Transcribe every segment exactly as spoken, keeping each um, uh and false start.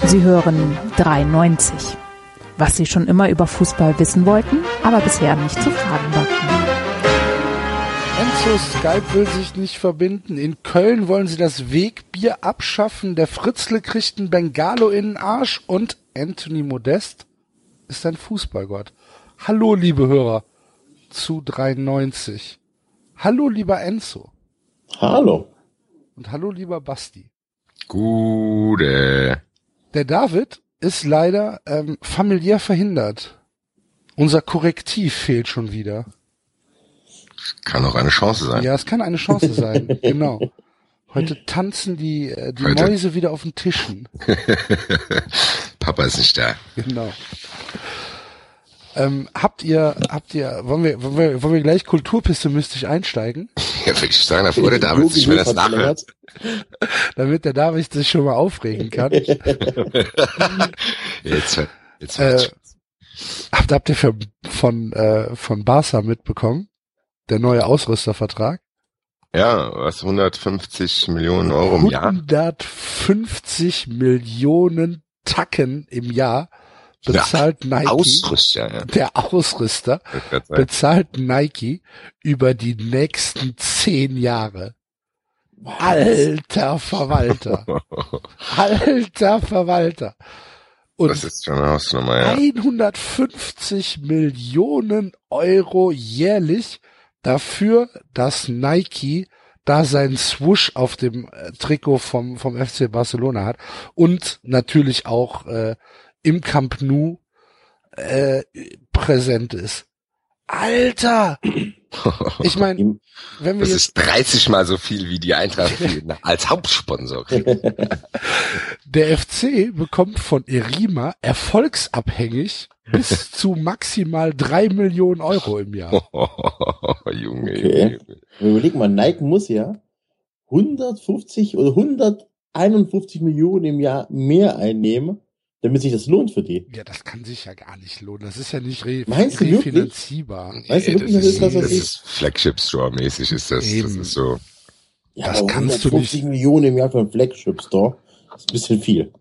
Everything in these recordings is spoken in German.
Sie hören dreiundneunzig. Was Sie schon immer über Fußball wissen wollten, aber bisher nicht zu fragen wagten. Enzo Skype will sich nicht verbinden. In Köln wollen sie das Wegbier abschaffen. Der Fritzle kriegt einen Bengalo in den Arsch und Anthony Modest ist ein Fußballgott. Hallo, liebe Hörer zu dreiundneunzig. Hallo, lieber Enzo. Hallo. Und hallo, lieber Basti. Gute. Der David ist leider ähm, familiär verhindert. Unser Korrektiv fehlt schon wieder. Kann auch eine Chance sein. Ja, es kann eine Chance sein, genau. Heute tanzen die, äh, die Heute. Mäuse wieder auf den Tischen. Papa ist nicht da. Genau. Ähm, habt ihr, habt ihr, wollen wir, wollen wir, wollen wir gleich kulturpessimistisch einsteigen? Ja, würde ich sagen, da wurde David sich, wenn das nachhört. Damit der David sich schon mal aufregen kann. jetzt, jetzt äh, habt, habt ihr für, von, äh, von Barca mitbekommen? Der neue Ausrüstervertrag? Ja, was, hundertfünfzig Millionen Euro im Jahr? hundertfünfzig Millionen Tacken im Jahr bezahlt ja, Nike. Ausrüster, ja. Der Ausrüster bezahlt Nike über die nächsten zehn Jahre. Alter Verwalter. Alter Verwalter. Und das ist schon eine Hausnummer, ja. hundertfünfzig Millionen Euro jährlich dafür, dass Nike da seinen Swoosh auf dem äh, Trikot vom vom F C Barcelona hat und natürlich auch äh, im Camp Nou äh, präsent ist. Alter! Ich meine, wenn wir das jetzt ist dreißig Mal so viel wie die Eintracht als Hauptsponsor kriegt. Der F C bekommt von Erima erfolgsabhängig bis zu maximal drei Millionen Euro im Jahr. Oh, Junge, Okay. Junge. Überleg mal, Nike muss ja hundertfünfzig oder hunderteinundfünfzig Millionen im Jahr mehr einnehmen, damit sich das lohnt für die. Ja, das kann sich ja gar nicht lohnen. Das ist ja nicht re Meinst du wirklich? refinanzierbar. Weißt du Nee, wirklich, das ist das, was das ich- ist Flagship Store mäßig ist das. Eben. Das ist so. Ja, Das aber kannst du hundertfünfzig nicht. Millionen im Jahr für einen Flagship Store, das ist ein bisschen viel.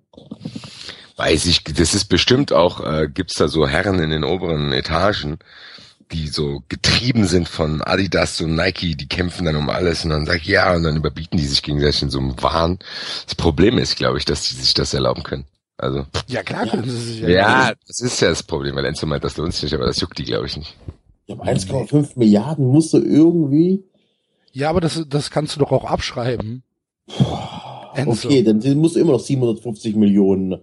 Weiß ich, das ist bestimmt auch, äh, gibt's da so Herren in den oberen Etagen, die so getrieben sind von Adidas und Nike, die kämpfen dann um alles und dann sag ich, ja, und dann überbieten die sich gegenseitig in so einem Wahn. Das Problem ist, glaube ich, dass die sich das erlauben können. Also. Ja, klar können sie sich ja. Ja, das ist ja das Problem, weil Enzo meint, das lohnt sich nicht, aber das juckt die, glaube ich, nicht. Ja, aber eins Komma fünf Milliarden musst du irgendwie. Ja, aber das, das kannst du doch auch abschreiben. Enzo. Okay, dann musst du immer noch siebenhundertfünfzig Millionen.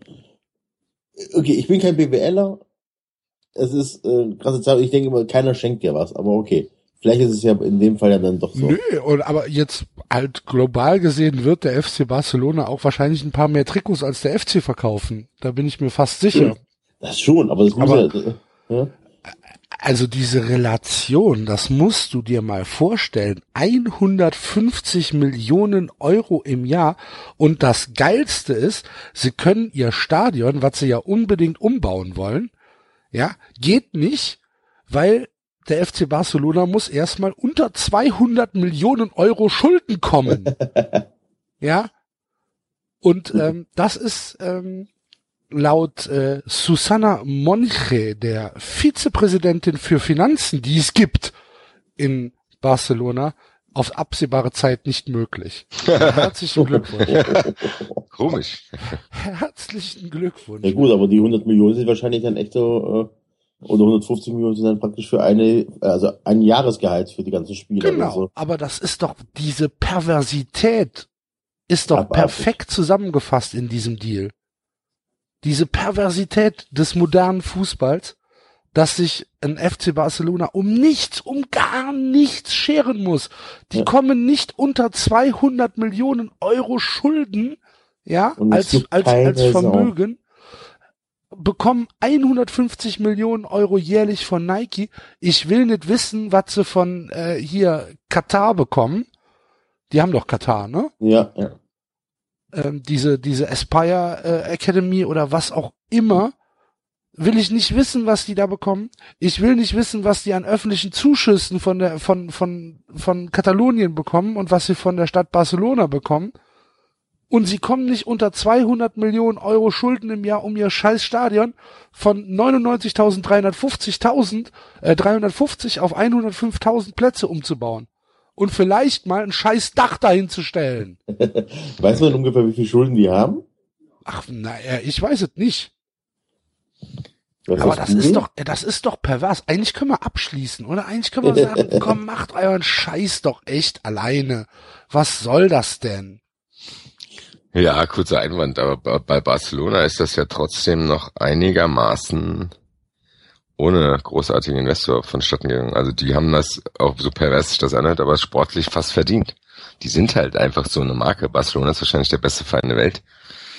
Okay, ich bin kein BWLer. Es ist äh, krasse Zahl. Ich denke immer, keiner schenkt dir was, aber okay. Vielleicht ist es ja in dem Fall ja dann doch so. Nö, und, aber jetzt halt global gesehen wird der F C Barcelona auch wahrscheinlich ein paar mehr Trikots als der F C verkaufen. Da bin ich mir fast sicher. Das schon, aber das muss Aber- ja, ja. Also diese Relation, das musst du dir mal vorstellen. hundertfünfzig Millionen Euro im Jahr. Und das Geilste ist, sie können ihr Stadion, was sie ja unbedingt umbauen wollen, ja, geht nicht, weil der F C Barcelona muss erstmal unter zweihundert Millionen Euro Schulden kommen. Ja. Und ähm, das ist ähm, laut äh, Susana Monge, der Vizepräsidentin für Finanzen, die es gibt in Barcelona, auf absehbare Zeit nicht möglich. Herzlichen Glückwunsch. Komisch. Herzlichen Glückwunsch. Ja gut, aber die hundert Millionen sind wahrscheinlich dann echt so, äh, oder hundertfünfzig Millionen sind dann praktisch für eine, also ein Jahresgehalt für die ganzen Spieler. Genau, oder so. aber das ist doch, diese Perversität ist doch Abartig. perfekt zusammengefasst in diesem Deal. Diese Perversität des modernen Fußballs, dass sich ein F C Barcelona um nichts, um gar nichts scheren muss. Die Ja. kommen nicht unter zweihundert Millionen Euro Schulden, ja, Und es als, gibt als, keine als Vermögen, bekommen hundertfünfzig Millionen Euro jährlich von Nike. Ich will nicht wissen, was sie von äh, hier Katar bekommen. Die haben doch Katar, ne? Ja, ja. Ähm, diese diese Aspire äh, Academy oder was auch immer, will ich nicht wissen, was die da bekommen. Ich will nicht wissen, was die an öffentlichen Zuschüssen von der von von von Katalonien bekommen und was sie von der Stadt Barcelona bekommen. Und sie kommen nicht unter zweihundert Millionen Euro Schulden im Jahr, um ihr scheiß Stadion von neunundneunzigtausenddreihundertfünfzigtausend, äh, dreihundertfünfzig auf hundertfünftausend Plätze umzubauen. Und vielleicht mal ein scheiß Dach dahin zu stellen. Weiß man ungefähr, wie viel Schulden die haben? Ach, naja, ich weiß es nicht. Was Aber hast das du ist denn? doch, das ist doch pervers. Eigentlich können wir abschließen, oder? Eigentlich können wir sagen, komm, macht euren Scheiß doch echt alleine. Was soll das denn? Ja, kurzer Einwand, aber bei- bei Barcelona ist das ja trotzdem noch einigermaßen ohne großartigen Investor vonstatten gegangen. Also die haben das, auch so pervers sich das anhört, aber sportlich fast verdient. Die sind halt einfach so eine Marke. Barcelona ist wahrscheinlich der beste Verein der Welt.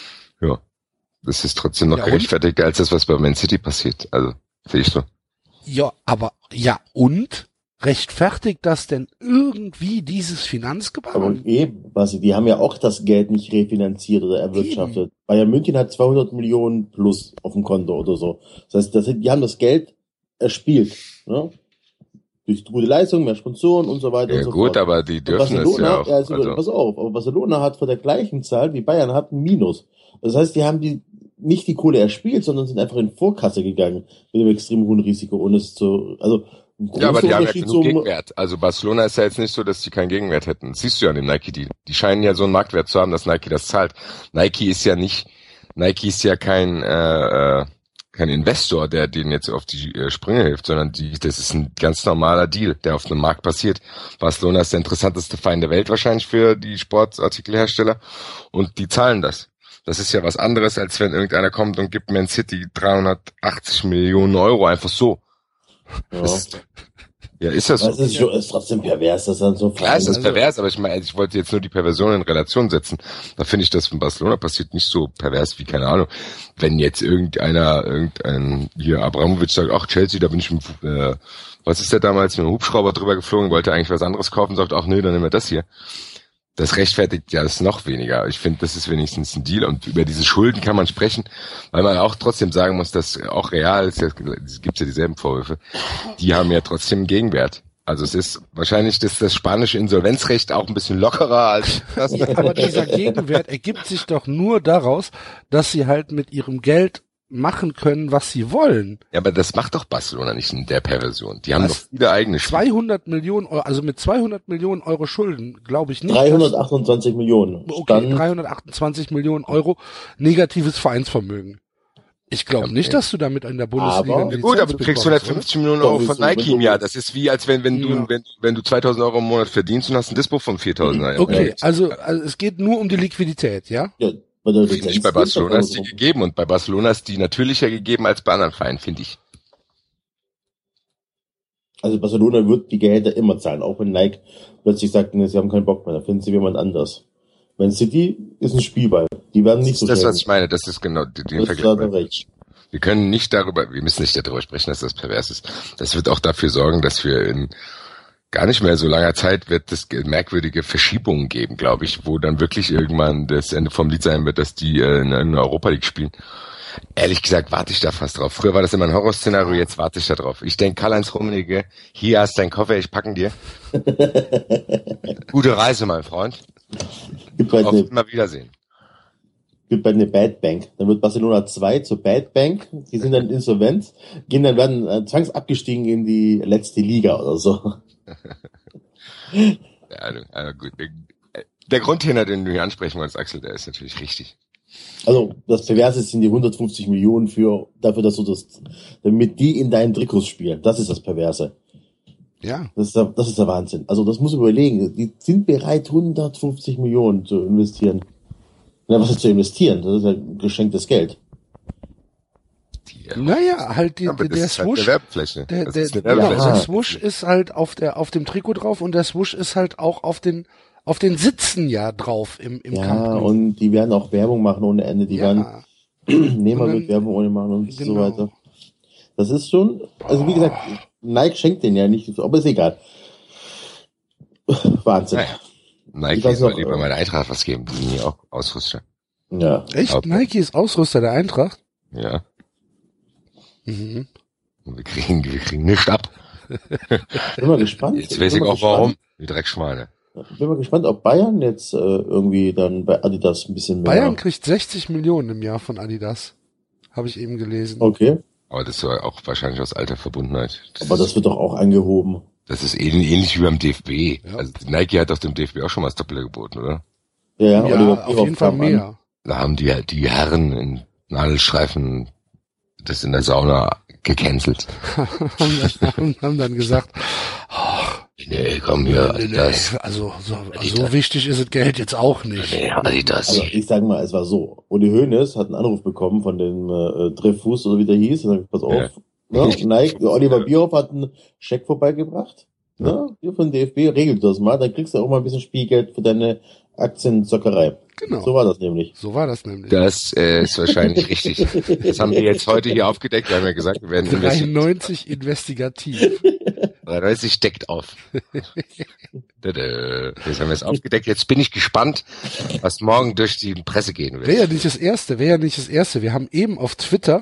Ja, das ist trotzdem noch Ja, und? gerechtfertigter als das, was bei Man City passiert. Also, sehe ich so. Ja, aber, ja, und? Rechtfertigt das denn irgendwie dieses Aber Finanzgebaren? eben, was, die haben ja auch das Geld nicht refinanziert oder erwirtschaftet. Bayern München hat zweihundert Millionen plus auf dem Konto oder so. Das heißt, das, die haben das Geld erspielt, ne? Durch gute Leistung, mehr Sponsoren und so weiter Ja und so gut, fort. aber die Und dürfen es Barcelona, ja auch. also, Also, pass auf, aber Barcelona hat von der gleichen Zahl wie Bayern hat ein Minus. Das heißt, die haben die nicht die Kohle erspielt, sondern sind einfach in Vorkasse gegangen mit einem extrem hohen Risiko, ohne es zu, also ein großer ja, aber die haben ja Unterschied genug zum, Gegenwert. Also Barcelona ist ja jetzt nicht so, dass die keinen Gegenwert hätten. Das siehst du ja an dem Nike-Deal. Die scheinen ja so einen Marktwert zu haben, dass Nike das zahlt. Nike ist ja nicht, Nike ist ja kein äh, äh, kein Investor, der denen jetzt auf die äh, Sprünge hilft, sondern die, das ist ein ganz normaler Deal, der auf einem Markt passiert. Barcelona ist der interessanteste Verein der Welt wahrscheinlich für die Sportartikelhersteller und die zahlen das. Das ist ja was anderes, als wenn irgendeiner kommt und gibt Man City dreihundertachtzig Millionen Euro einfach so. ja. Das, ja, ist das so. Das ist, schon, ist trotzdem pervers, dass dann so Klar ist das Also- pervers, aber ich meine, ich wollte jetzt nur die Perversion in Relation setzen. Da finde ich das von Barcelona passiert nicht so pervers wie, keine Ahnung, wenn jetzt irgendeiner, irgendein, hier Abramovic sagt, ach Chelsea, da bin ich mit, äh, was ist der damals, mit einem Hubschrauber drüber geflogen, wollte eigentlich was anderes kaufen, sagt, ach nee, dann nehmen wir das hier. Das rechtfertigt ja das noch weniger. Ich finde, das ist wenigstens ein Deal und über diese Schulden kann man sprechen, weil man auch trotzdem sagen muss, dass auch Real, es gibt ja dieselben Vorwürfe, die haben ja trotzdem einen Gegenwert. Also es ist wahrscheinlich das, das spanische Insolvenzrecht auch ein bisschen lockerer als das. Ja, aber dieser Gegenwert ergibt sich doch nur daraus, dass sie halt mit ihrem Geld machen können, was sie wollen. Ja, aber das macht doch Barcelona nicht in der Perversion. Die haben Was? doch viele eigene Spiele. zweihundert Millionen Euro, also mit zweihundert Millionen Euro Schulden, glaube ich nicht. dreihundertachtundzwanzig Millionen. dass, okay, Stand, dreihundertachtundzwanzig Millionen Euro negatives Vereinsvermögen. Ich glaube Ja, nicht, okay. dass du damit in der Bundesliga Aber- eine Ja, gut, aber Lizenz du kriegst bekommst, hundertfünfzig Millionen Doch, Euro ist von so, Nike wenn im du- Jahr. Das ist wie, als wenn, wenn du, Ja. wenn, wenn du zweitausend Euro im Monat verdienst und hast ein Dispo von viertausend Euro. oder? Okay, Ja. also, also es geht nur um die Liquidität, ja? ja, bei der Nicht Lizenz bei Barcelona geht's ist doch die darum. gegeben und bei Barcelona ist die natürlicher gegeben als bei anderen Vereinen, finde ich. Also Barcelona wird die Gehälter immer zahlen, auch wenn Nike plötzlich sagt, nee, sie haben keinen Bock mehr, da finden sie jemand anders. Man City ist ein Spielball. Die werden nicht Das so ist das, schnell. was ich meine. Das ist genau den Das Vergleich. hat er recht. Wir können nicht darüber, wir müssen nicht darüber sprechen, dass das pervers ist. Das wird auch dafür sorgen, dass wir in gar nicht mehr so langer Zeit wird es merkwürdige Verschiebungen geben, glaube ich, wo dann wirklich irgendwann das Ende vom Lied sein wird, dass die äh, in der Europa League spielen. Ehrlich gesagt warte ich da fast drauf. Früher war das immer ein Horrorszenario, jetzt warte ich da drauf. Ich denke, Karl-Heinz Rummenigge, hier hast dein Koffer, ich packen dir. Gute Reise, mein Freund. Gibt bald Auf eine, immer Wiedersehen. gibt bald eine Bad Bank. Dann wird Barcelona zwei zur Bad Bank. Die sind dann insolvent, gehen dann werden äh, zwangsabgestiegen in die letzte Liga oder so. Ja, also gut. Der Grundtenor, den du hier ansprechen wolltest, Axel, der ist natürlich richtig. Also das Perverse sind die hundertfünfzig Millionen für dafür, dass du das, damit die in deinen Trikots spielen. Das ist das Perverse. Ja. Das ist der, das ist der Wahnsinn. Also das muss man überlegen. Die sind bereit, hundertfünfzig Millionen zu investieren. Na, was ist zu investieren? Das ist ja geschenktes Geld. Die, Naja, halt die, aber die, das der ist halt Swoosh, eine Werbefläche. der, Das der, ist eine ja, Werbefläche. der Swoosh ist halt auf der, auf dem Trikot drauf und der Swoosh ist halt auch auf den, auf den Sitzen ja drauf im, im Ja, Camp Nou. und die werden auch Werbung machen ohne Ende. Die werden, ja, Nehmer und dann- wird Werbung ohne machen und so genau. weiter. Das ist schon, also wie gesagt, Nike schenkt den ja nicht, aber ist egal. Wahnsinn. Naja. Nike Ich weiß soll noch, lieber äh, mal der Eintracht was geben. Die sind ja auch Ausrüster. Ja. echt? Okay. Nike ist Ausrüster der Eintracht? Ja. Mhm. Und wir kriegen, wir kriegen nichts ab. Bin mal gespannt. Jetzt weiß Bin ich mal auch warum. gespannt. Die Dreckschweine. Bin mal gespannt, ob Bayern jetzt äh, irgendwie dann bei Adidas ein bisschen mehr... Bayern kriegt sechzig Millionen im Jahr von Adidas. Habe ich eben gelesen. Okay. Aber das war auch wahrscheinlich aus alter Verbundenheit. Das Aber das wird doch auch angehoben. Das ist ähnlich, ähnlich wie beim D F B. Ja. Also Nike hat doch dem D F B auch schon mal das Doppelte geboten, oder? Ja, ja, Ja, Oliver auf Bierhoff jeden Fall kam an. mehr. Da haben die die Herren in Nadelstreifen das in der Sauna gecancelt. haben, dann, haben dann gesagt, Nee, komm hier, nee, nee, Adidas. also so, so wichtig ist das Geld jetzt auch nicht. Nee, Adidas. Also ich sag mal, es war so. Uli Hoeneß hat einen Anruf bekommen von dem äh, Dreyfus oder wie der hieß. Und dann, pass auf, Ja. ne? Nike, Oliver Bierhoff hat einen Scheck vorbeigebracht. Ne? Hier von D F B, regelt das mal. Dann kriegst du auch mal ein bisschen Spielgeld für deine Aktienzockerei. Genau. So war das nämlich. So war das nämlich. Das äh, ist wahrscheinlich richtig. Das haben wir jetzt heute hier aufgedeckt. Wir haben ja gesagt, wir werden investieren. dreiundneunzig investigativ. dreiundneunzig deckt auf. Tada. Jetzt haben wir es aufgedeckt. Jetzt bin ich gespannt, was morgen durch die Presse gehen wird. Wäre ja nicht das Erste, wäre ja nicht das Erste. Wir haben eben auf Twitter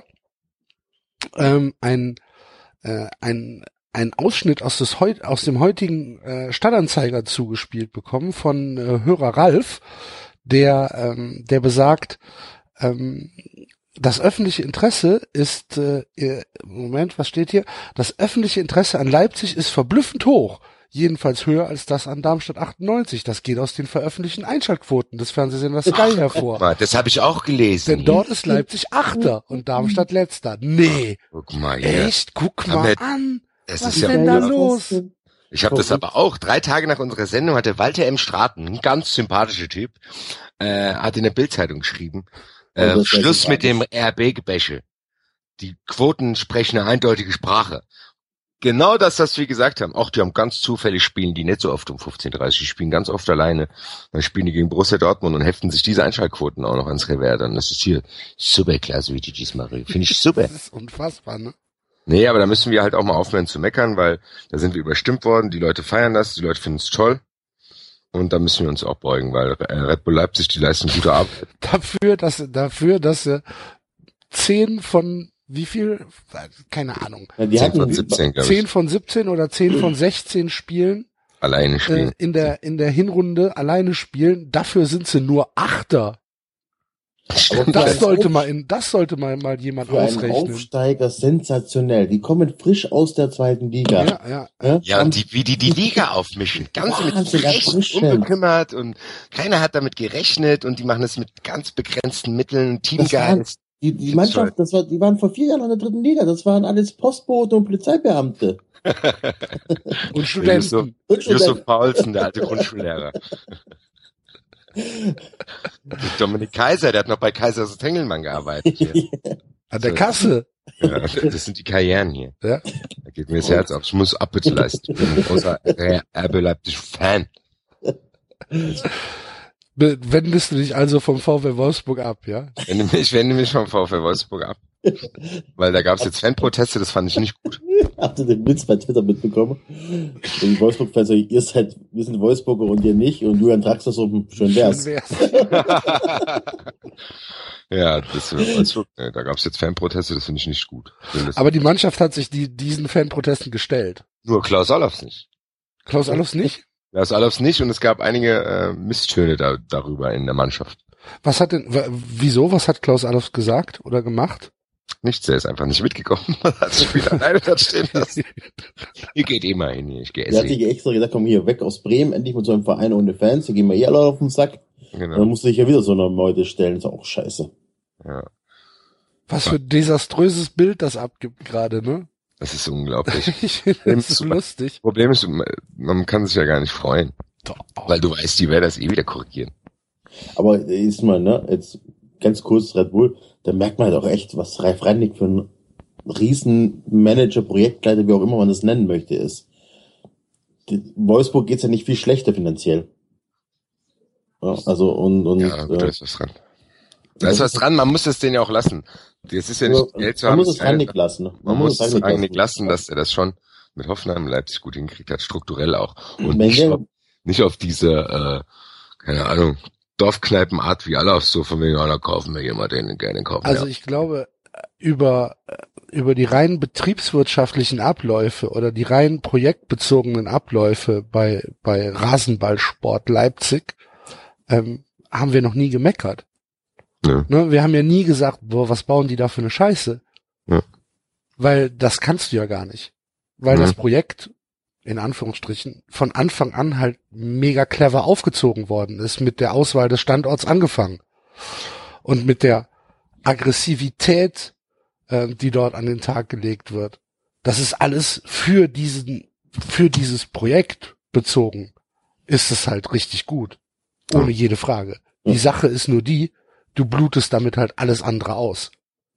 ähm, ein, äh, ein, ein Ausschnitt aus, des heut, aus dem heutigen äh, Stadtanzeiger zugespielt bekommen von äh, Hörer Ralf, der, ähm, der besagt, ähm, das öffentliche Interesse ist, äh, Moment, was steht hier? Das öffentliche Interesse an Leipzig ist verblüffend hoch. Jedenfalls höher als das an Darmstadt achtundneunzig. Das geht aus den veröffentlichten Einschaltquoten des Fernsehsenders Sky hervor. Mal, das habe ich auch gelesen. Denn dort ist Leipzig Achter und Darmstadt Letzter. Nee. Guck mal hier. Echt? Guck Haben mal wir- an. Es Was ist ja denn da unglaublich. los? Ich habe das aber auch. Drei Tage nach unserer Sendung hatte Walter M. Straten, ein ganz sympathischer Typ, äh, hat in der Bildzeitung geschrieben, Oh, äh, das ist Schluss ja mit dem R B-Gebäsche. Die Quoten sprechen eine eindeutige Sprache. Genau das, was wir gesagt haben. Auch die haben ganz zufällig spielen die nicht so oft um fünfzehn Uhr dreißig, die spielen ganz oft alleine. Dann spielen die gegen Borussia Dortmund und heften sich diese Einschaltquoten auch noch ans Revers. Dann das ist hier super klasse, wie die dies machen. Finde ich super. Das ist unfassbar, ne? Nee, aber da müssen wir halt auch mal aufhören zu meckern, weil da sind wir überstimmt worden, die Leute feiern das, die Leute finden es toll und da müssen wir uns auch beugen, weil äh, Red Bull Leipzig, die leisten gute Arbeit. Dafür, dass, dafür, dass sie zehn von wie viel? Keine Ahnung. Ja, die zehn hatten von siebzehn, glaube Zehn ich, von siebzehn oder zehn von sechzehn Spielen alleine äh, spielen. in der in der Hinrunde alleine spielen. Dafür sind sie nur Achter. Aber Das für sollte einen mal in, das sollte mal mal jemand Für einen ausrechnen. Aufsteiger sensationell. Die kommen frisch aus der zweiten Liga. Ja, ja. Ja, Ja, und die, wie die die Liga aufmischen. Ganz mit Wahnsinn, Recht, erfrischend. unbekümmert und keiner hat damit gerechnet und die machen es mit ganz begrenzten Mitteln, Das waren, Teamgeist. die, die Mannschaft, das war, die waren vor vier Jahren in der dritten Liga. Das waren alles Postbote und Polizeibeamte. Und Studenten. Und Yusuf Studenten. Paulsen, der alte Grundschullehrer. Dominik Kaiser, der hat noch bei Kaisers Tengelmann gearbeitet. Hier. An der Kasse. Ja, das sind die Karrieren hier. Ja. Da geht mir das Herz auf. Ich muss Abbitte leisten. Ich bin ein großer R B Leipzig-Fan. Be- Wendest du dich also vom VfL Wolfsburg ab, ja? Ich wende mich, ich wende mich vom VfL Wolfsburg ab. Weil da gab es jetzt Fanproteste, das fand ich nicht gut. Habt ihr den Witz bei Twitter mitbekommen? Die Wolfsburg-Fans, sagen, ihr seid, wir sind Wolfsburger und ihr nicht. Und Julian Draxler so, hm, schön wär's. Schön wär's. Ja, das äh, Wolfsburg, äh, da gab es jetzt Fanproteste, das finde ich nicht gut. Ich finde das- Aber die Mannschaft hat sich die, diesen Fanprotesten gestellt. Nur Klaus Allofs nicht. Klaus Allofs nicht? Klaus Allofs nicht und es gab einige äh, Misstöne da, darüber in der Mannschaft. Was hat denn, w- wieso, was hat Klaus Allofs gesagt oder gemacht? Nichts, er ist einfach nicht mitgekommen. Hat das Spiel alleine dort stehen lassen. Ihr geht eh mal hin hier, ich gehe Der hat essen. sich extra gesagt, komm hier, weg aus Bremen, endlich mit so einem Verein ohne Fans, hier gehen wir eh alle auf den Sack. Dann Genau. musste ich ja wieder so eine Meute stellen, ist auch scheiße. Ja, Was für ein desaströses Bild das abgibt gerade, ne? das ist unglaublich. Ich finde das so Super. lustig. Problem ist, man kann sich ja gar nicht freuen, Doch. weil du weißt, die werden das eh wieder korrigieren. Aber ist mal, ne, jetzt ganz kurz Red Bull, da merkt man halt auch echt, was Ralf Rangnick für ein Riesenmanager, Projektleiter, wie auch immer man das nennen möchte, ist. Die, Wolfsburg geht's ja nicht viel schlechter finanziell. Ja, also und und Ja, da äh, ist was dran. Da ist was dran, man muss es denen ja auch lassen. Das ist ja nicht aber Geld zu man haben. muss ist es keine- Rangnick lassen. Ne? Man muss es Rangnick eigentlich lassen, dass er das schon mit Hoffenheim und Leipzig gut hingekriegt hat, strukturell auch. Und Wenn nicht der- auf, nicht auf diese, äh, keine Ahnung, Dorfkneipenart wie alle auf so von wegen, ja, da kaufen wir jemanden, den gerne kaufen. Also ja. ich glaube, über über die rein betriebswirtschaftlichen Abläufe oder die rein projektbezogenen Abläufe bei bei Rasenballsport Leipzig ähm, haben wir noch nie gemeckert. Ja. Ne, wir haben ja nie gesagt, boah, was bauen die da für eine Scheiße? Ja. Weil das kannst du ja gar nicht. Weil Ja. das Projekt, in Anführungsstrichen, von Anfang an halt mega clever aufgezogen worden ist, mit der Auswahl des Standorts angefangen. Und mit der Aggressivität, äh, die dort an den Tag gelegt wird. Das ist alles für diesen, für dieses Projekt bezogen, ist es halt richtig gut. Ohne jede Frage. Die Sache ist nur die, du blutest damit halt alles andere aus.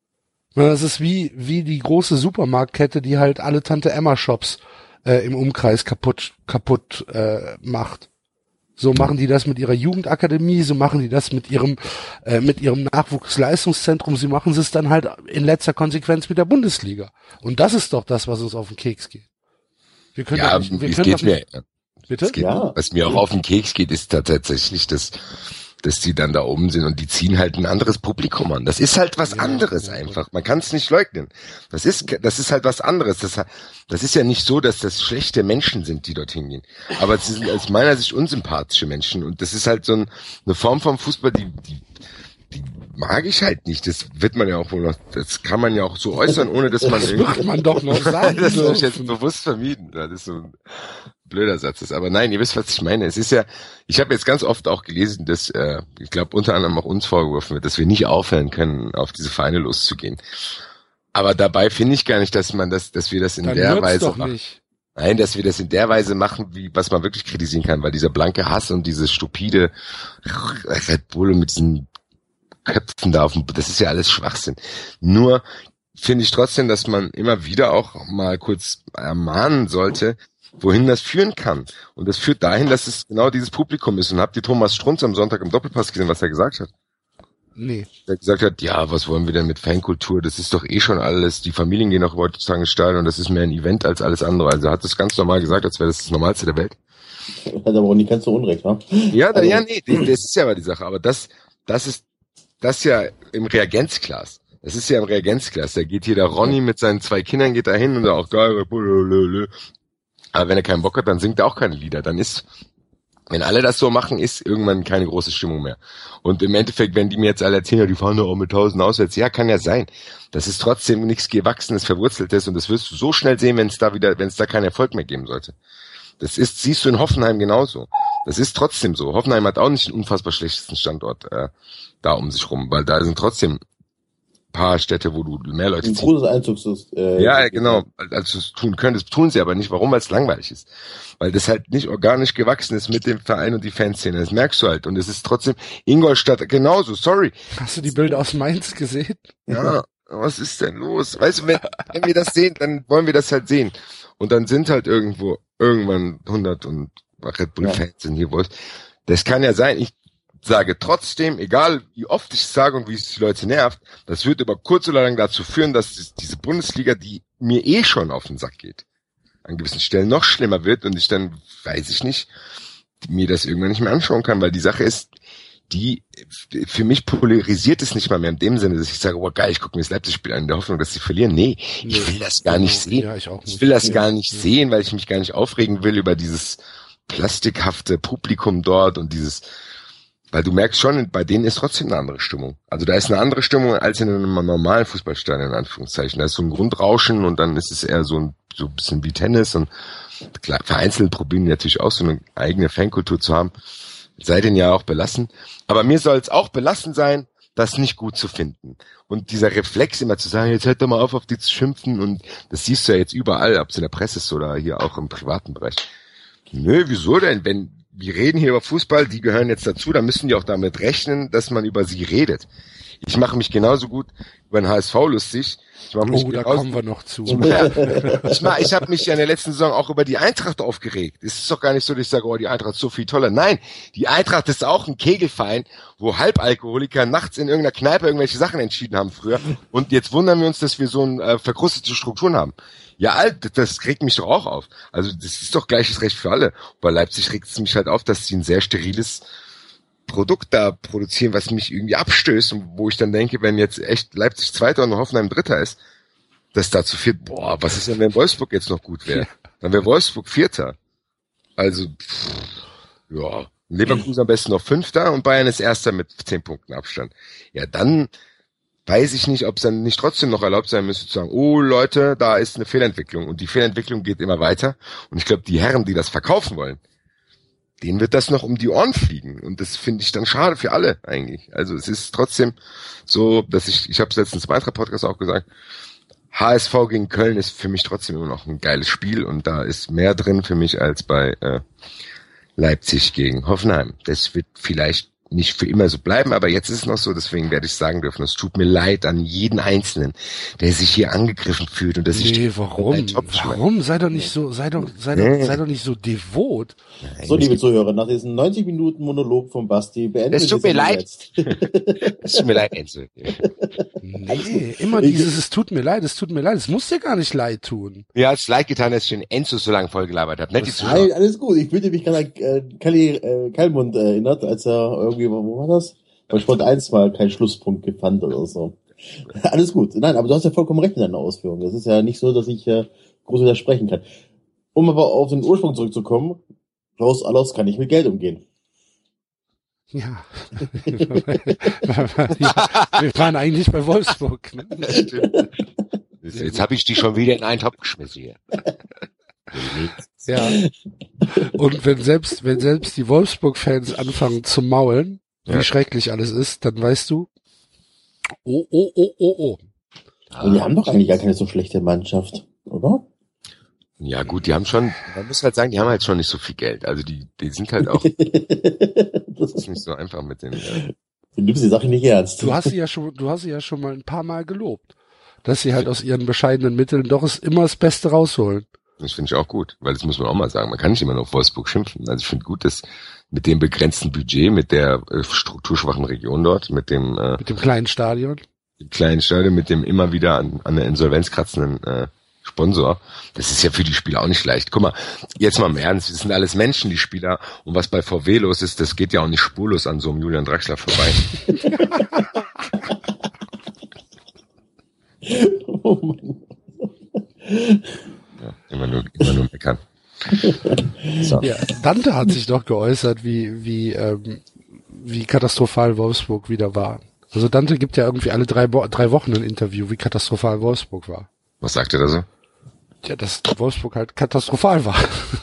Das ist wie, wie die große Supermarktkette, die halt alle Tante Emma Shops äh, im Umkreis kaputt, kaputt äh, macht. So machen die das mit ihrer Jugendakademie, so machen die das mit ihrem, äh, mit ihrem Nachwuchsleistungszentrum, sie machen es dann halt in letzter Konsequenz mit der Bundesliga. Und das ist doch das, was uns auf den Keks geht. Wir können Ja, doch nicht, wir es können geht doch nicht, mir, bitte? es geht, Ja. was mir auch auf den Keks geht, ist da tatsächlich, dass, dass die dann da oben sind und die ziehen halt ein anderes Publikum an. Das ist halt was Ja, anderes ja, einfach. Man kann es nicht leugnen. Das ist, das ist halt was anderes. Das, das ist ja nicht so, dass das schlechte Menschen sind, die dorthin gehen. Aber es sind aus meiner Sicht unsympathische Menschen und das ist halt so ein, eine Form vom Fußball, die, die, die mag ich halt nicht. Das wird man ja auch wohl noch, das kann man ja auch so äußern, ohne dass man Das irgendwie, wird man doch noch sagen das habe ich dürfen. jetzt bewusst vermieden. Das ist so ein blöder Satz ist. Aber nein, ihr wisst, was ich meine. Es ist ja, ich habe jetzt ganz oft auch gelesen, dass, äh, ich glaube, unter anderem auch uns vorgeworfen wird, dass wir nicht aufhören können, auf diese Vereine loszugehen. Aber dabei finde ich gar nicht, dass man das, dass wir das in Dann der wird's Weise doch machen. nicht. Nein, dass wir das in der Weise machen, wie was man wirklich kritisieren kann, weil dieser blanke Hass und dieses stupide Red Bull mit diesen Köpfen da auf dem, das ist ja alles Schwachsinn. Nur finde ich trotzdem, dass man immer wieder auch mal kurz ermahnen sollte, wohin das führen kann. Und das führt dahin, dass es genau dieses Publikum ist. Und habt ihr Thomas Strunz am Sonntag im Doppelpass gesehen, was er gesagt hat? Nee. Der gesagt hat, ja, was wollen wir denn mit Fankultur? Das ist doch eh schon alles. Die Familien gehen auch heutzutage ins Stadion und das ist mehr ein Event als alles andere. Also er hat das ganz normal gesagt, als wäre das das Normalste der Welt. Hat aber auch nicht ganz so unrecht, wa? Ja, da, Also- ja, nee, das ist ja aber die Sache. Aber das, das ist, das ist ja im Reagenzglas. Das ist ja im Reagenzglas. Da geht hier der Ronny mit seinen zwei Kindern, geht da hin und sagt, auch geil, aber wenn er keinen Bock hat, dann singt er auch keine Lieder. Dann ist, wenn alle das so machen, ist irgendwann keine große Stimmung mehr. Und im Endeffekt, wenn die mir jetzt alle erzählen, ja, die fahren doch auch mit tausend auswärts, ja, kann ja sein. Das ist trotzdem nichts Gewachsenes, Verwurzeltes und das wirst du so schnell sehen, wenn es da wieder, wenn es da keinen Erfolg mehr geben sollte. Das ist, siehst du in Hoffenheim genauso. Das ist trotzdem so. Hoffenheim hat auch nicht den unfassbar schlechtesten Standort äh, da um sich rum, weil da sind trotzdem paar Städte, wo du mehr Leute Ein ziehst. großes Einzugs... Äh, Ja, genau, als du es tun könntest, tun sie aber nicht. Warum? Weil es langweilig ist. Weil das halt nicht organisch gewachsen ist mit dem Verein und die Fanszene. Das merkst du halt. Und es ist trotzdem Ingolstadt genauso, sorry. Hast du die Bilder aus Mainz gesehen? Ja, was ist denn los? Weißt du, wenn, wenn wir das sehen, dann wollen wir das halt sehen. Und dann sind halt irgendwo, irgendwann hundert und Red Bull-Fans in hier, wo es, das kann ja sein. Ich sage trotzdem, egal wie oft ich es sage und wie es die Leute nervt, das wird über kurz oder lang dazu führen, dass diese Bundesliga, die mir eh schon auf den Sack geht, an gewissen Stellen noch schlimmer wird und ich dann, weiß ich nicht, mir das irgendwann nicht mehr anschauen kann, weil die Sache ist, die, für mich polarisiert es nicht mal mehr in dem Sinne, dass ich sage, oh geil, ich gucke mir das Leipzig-Spiel an in der Hoffnung, dass sie verlieren. Nee, Nee. ich will das gar nicht sehen. Ja, ich auch nicht. Ich will das Ja. gar nicht sehen, weil ich mich gar nicht aufregen will über dieses plastikhafte Publikum dort und dieses, weil du merkst schon, bei denen ist trotzdem eine andere Stimmung. Also da ist eine andere Stimmung als in einem normalen Fußballstadion, in Anführungszeichen. Da ist so ein Grundrauschen und dann ist es eher so ein, so ein bisschen wie Tennis und klar, vereinzelt probieren die natürlich auch so eine eigene Fankultur zu haben. Sei denn ja auch belassen. Aber mir soll es auch belassen sein, das nicht gut zu finden. Und dieser Reflex immer zu sagen, jetzt hört doch mal auf, auf die zu schimpfen und das siehst du ja jetzt überall, ob es in der Presse ist oder hier auch im privaten Bereich. Nö, wieso denn? Wenn wir reden hier über Fußball, die gehören jetzt dazu, dann müssen die auch damit rechnen, dass man über sie redet. Ich mache mich genauso gut über den H S V lustig. Ich mache mich Oh, da genauso kommen wir noch zu. ich mach, ich habe mich ja in der letzten Saison auch über die Eintracht aufgeregt. Es ist doch gar nicht so, dass ich sage, oh, die Eintracht ist so viel toller. Nein, die Eintracht ist auch ein Kegelverein, wo Halbalkoholiker nachts in irgendeiner Kneipe irgendwelche Sachen entschieden haben früher. Und jetzt wundern wir uns, dass wir so ein, äh, verkrustete Strukturen haben. Ja, alt, das regt mich doch auch auf. Also das ist doch gleiches Recht für alle. Bei Leipzig regt es mich halt auf, dass sie ein sehr steriles Produkt da produzieren, was mich irgendwie abstößt und wo ich dann denke, wenn jetzt echt Leipzig Zweiter und Hoffenheim Dritter ist, dass dazu führt, boah, was ist denn, wenn Wolfsburg jetzt noch gut wäre? Dann wäre Wolfsburg Vierter. Also, pff, ja, Leverkusen am besten noch Fünfter und Bayern ist Erster mit zehn Punkten Abstand. Ja, dann weiß ich nicht, ob es dann nicht trotzdem noch erlaubt sein müsste zu sagen, oh Leute, da ist eine Fehlentwicklung und die Fehlentwicklung geht immer weiter und ich glaube, die Herren, die das verkaufen wollen, denen wird das noch um die Ohren fliegen und das finde ich dann schade für alle eigentlich. Also es ist trotzdem so, dass ich, ich habe es letztens im weiteren Podcast auch gesagt, H S V gegen Köln ist für mich trotzdem immer noch ein geiles Spiel und da ist mehr drin für mich als bei äh, Leipzig gegen Hoffenheim. Das wird vielleicht nicht für immer so bleiben, aber jetzt ist es noch so, deswegen werde ich sagen dürfen, es tut mir leid an jeden Einzelnen, der sich hier angegriffen fühlt und der sich Nee, warum? Warum? Sei doch nicht so, sei doch, sei doch, sei doch nicht so devot. So, liebe Zuhörer, nach diesem neunzig Minuten Monolog von Basti beenden wir Es tut mir leid. Es tut mir leid, Enzo. Nee, immer dieses, es tut mir leid, es tut mir leid, es muss dir gar nicht leid tun. Mir hat's leid getan, dass ich den Enzo so lange vollgelabert habe. Nicht die Zuschauer. Nein, alles gut. Ich fühlte mich gerade an äh, Kalli äh, Kalmund äh, erinnert, als er irgendwie, wo war das? Bei Sport eins mal keinen Schlusspunkt gefand oder so. Alles gut. Nein, aber du hast ja vollkommen recht in deiner Ausführung. Das ist ja nicht so, dass ich äh, groß widersprechen kann. Um aber auf den Ursprung zurückzukommen, Klaus Allofs kann nicht mit Geld umgehen. Ja. Wir waren eigentlich bei Wolfsburg. Ne? Jetzt, jetzt habe ich die schon wieder in einen Topf geschmissen hier. Ja. Und wenn selbst, wenn selbst die Wolfsburg-Fans anfangen zu maulen, wie ja. schrecklich alles ist, dann weißt du, oh, oh, oh, oh, oh. Und die haben doch eigentlich gar keine so schlechte Mannschaft, oder? Ja gut, die haben schon, man muss halt sagen, die haben halt schon nicht so viel Geld. Also die, die sind halt auch, das ist nicht so einfach mit den. Äh du nimmst die Sache nicht ernst. Du hast sie ja schon, du hast sie ja schon mal ein paar Mal gelobt, dass sie halt aus ihren bescheidenen Mitteln doch es immer das Beste rausholen. Das finde ich auch gut, weil das muss man auch mal sagen. Man kann nicht immer nur auf Wolfsburg schimpfen. Also ich finde gut, dass mit dem begrenzten Budget, mit der äh, strukturschwachen Region dort, mit dem äh, mit dem kleinen Stadion, dem kleinen Stadion, mit dem immer wieder an, an der Insolvenz kratzenden äh, Sponsor. Das ist ja für die Spieler auch nicht leicht. Guck mal, jetzt mal im Ernst, wir sind alles Menschen, die Spieler. Und was bei V W los ist, das geht ja auch nicht spurlos an so einem Julian Draxler vorbei. Oh Mann. Ja, immer nur, immer nur meckern. So. Ja, Dante hat sich doch geäußert, wie, wie, ähm, wie katastrophal Wolfsburg wieder war. Also Dante gibt ja irgendwie alle drei, Bo- drei Wochen ein Interview, wie katastrophal Wolfsburg war. Was sagt er da so? Ja, dass Wolfsburg halt katastrophal war.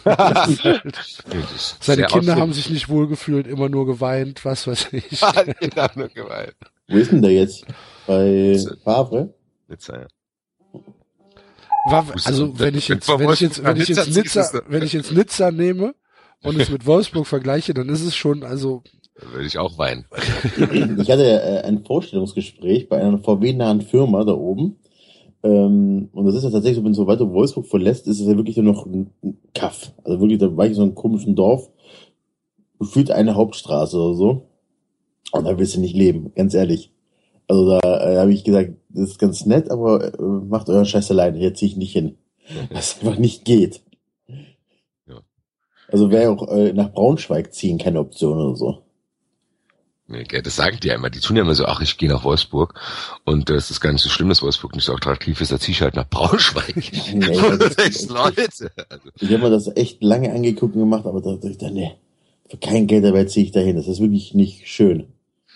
Seine Kinder haben sich nicht wohlgefühlt, immer nur geweint, was weiß ich. Kinder haben nur geweint. Wo ist denn der jetzt? Bei Favre? Nizza, ja. War, also wenn ich jetzt, wenn ich jetzt, wenn ich jetzt Nizza, wenn ich jetzt Nizza nehme und es mit Wolfsburg vergleiche, dann ist es schon, also. Da würde ich auch weinen. Ich hatte äh, ein Vorstellungsgespräch bei einer V W-nahen Firma da oben. Ähm, und das ist ja tatsächlich so, wenn so weiter Wolfsburg verlässt, ist es ja wirklich nur noch ein, ein Kaff. Also wirklich, da war ich in so einem komischen Dorf, gefühlt eine Hauptstraße oder so. Und da willst du nicht leben, ganz ehrlich. Also da äh, habe ich gesagt, das ist ganz nett, aber äh, macht euren Scheiß alleine, hier zieh ich nicht hin. Was einfach nicht geht. Ja. Also wäre auch äh, nach Braunschweig ziehen keine Option oder so. Nee, das sagen die ja immer. Die tun ja immer so, ach, ich gehe nach Wolfsburg und das ist gar nicht so schlimm, dass Wolfsburg nicht so attraktiv ist, da zieh ich halt nach Braunschweig. Nee, das ist Leute. Also. Ich habe mir das echt lange angeguckt und gemacht, aber da dachte ich dann, nee, für kein Geld dabei ziehe ich da hin. Das ist wirklich nicht schön.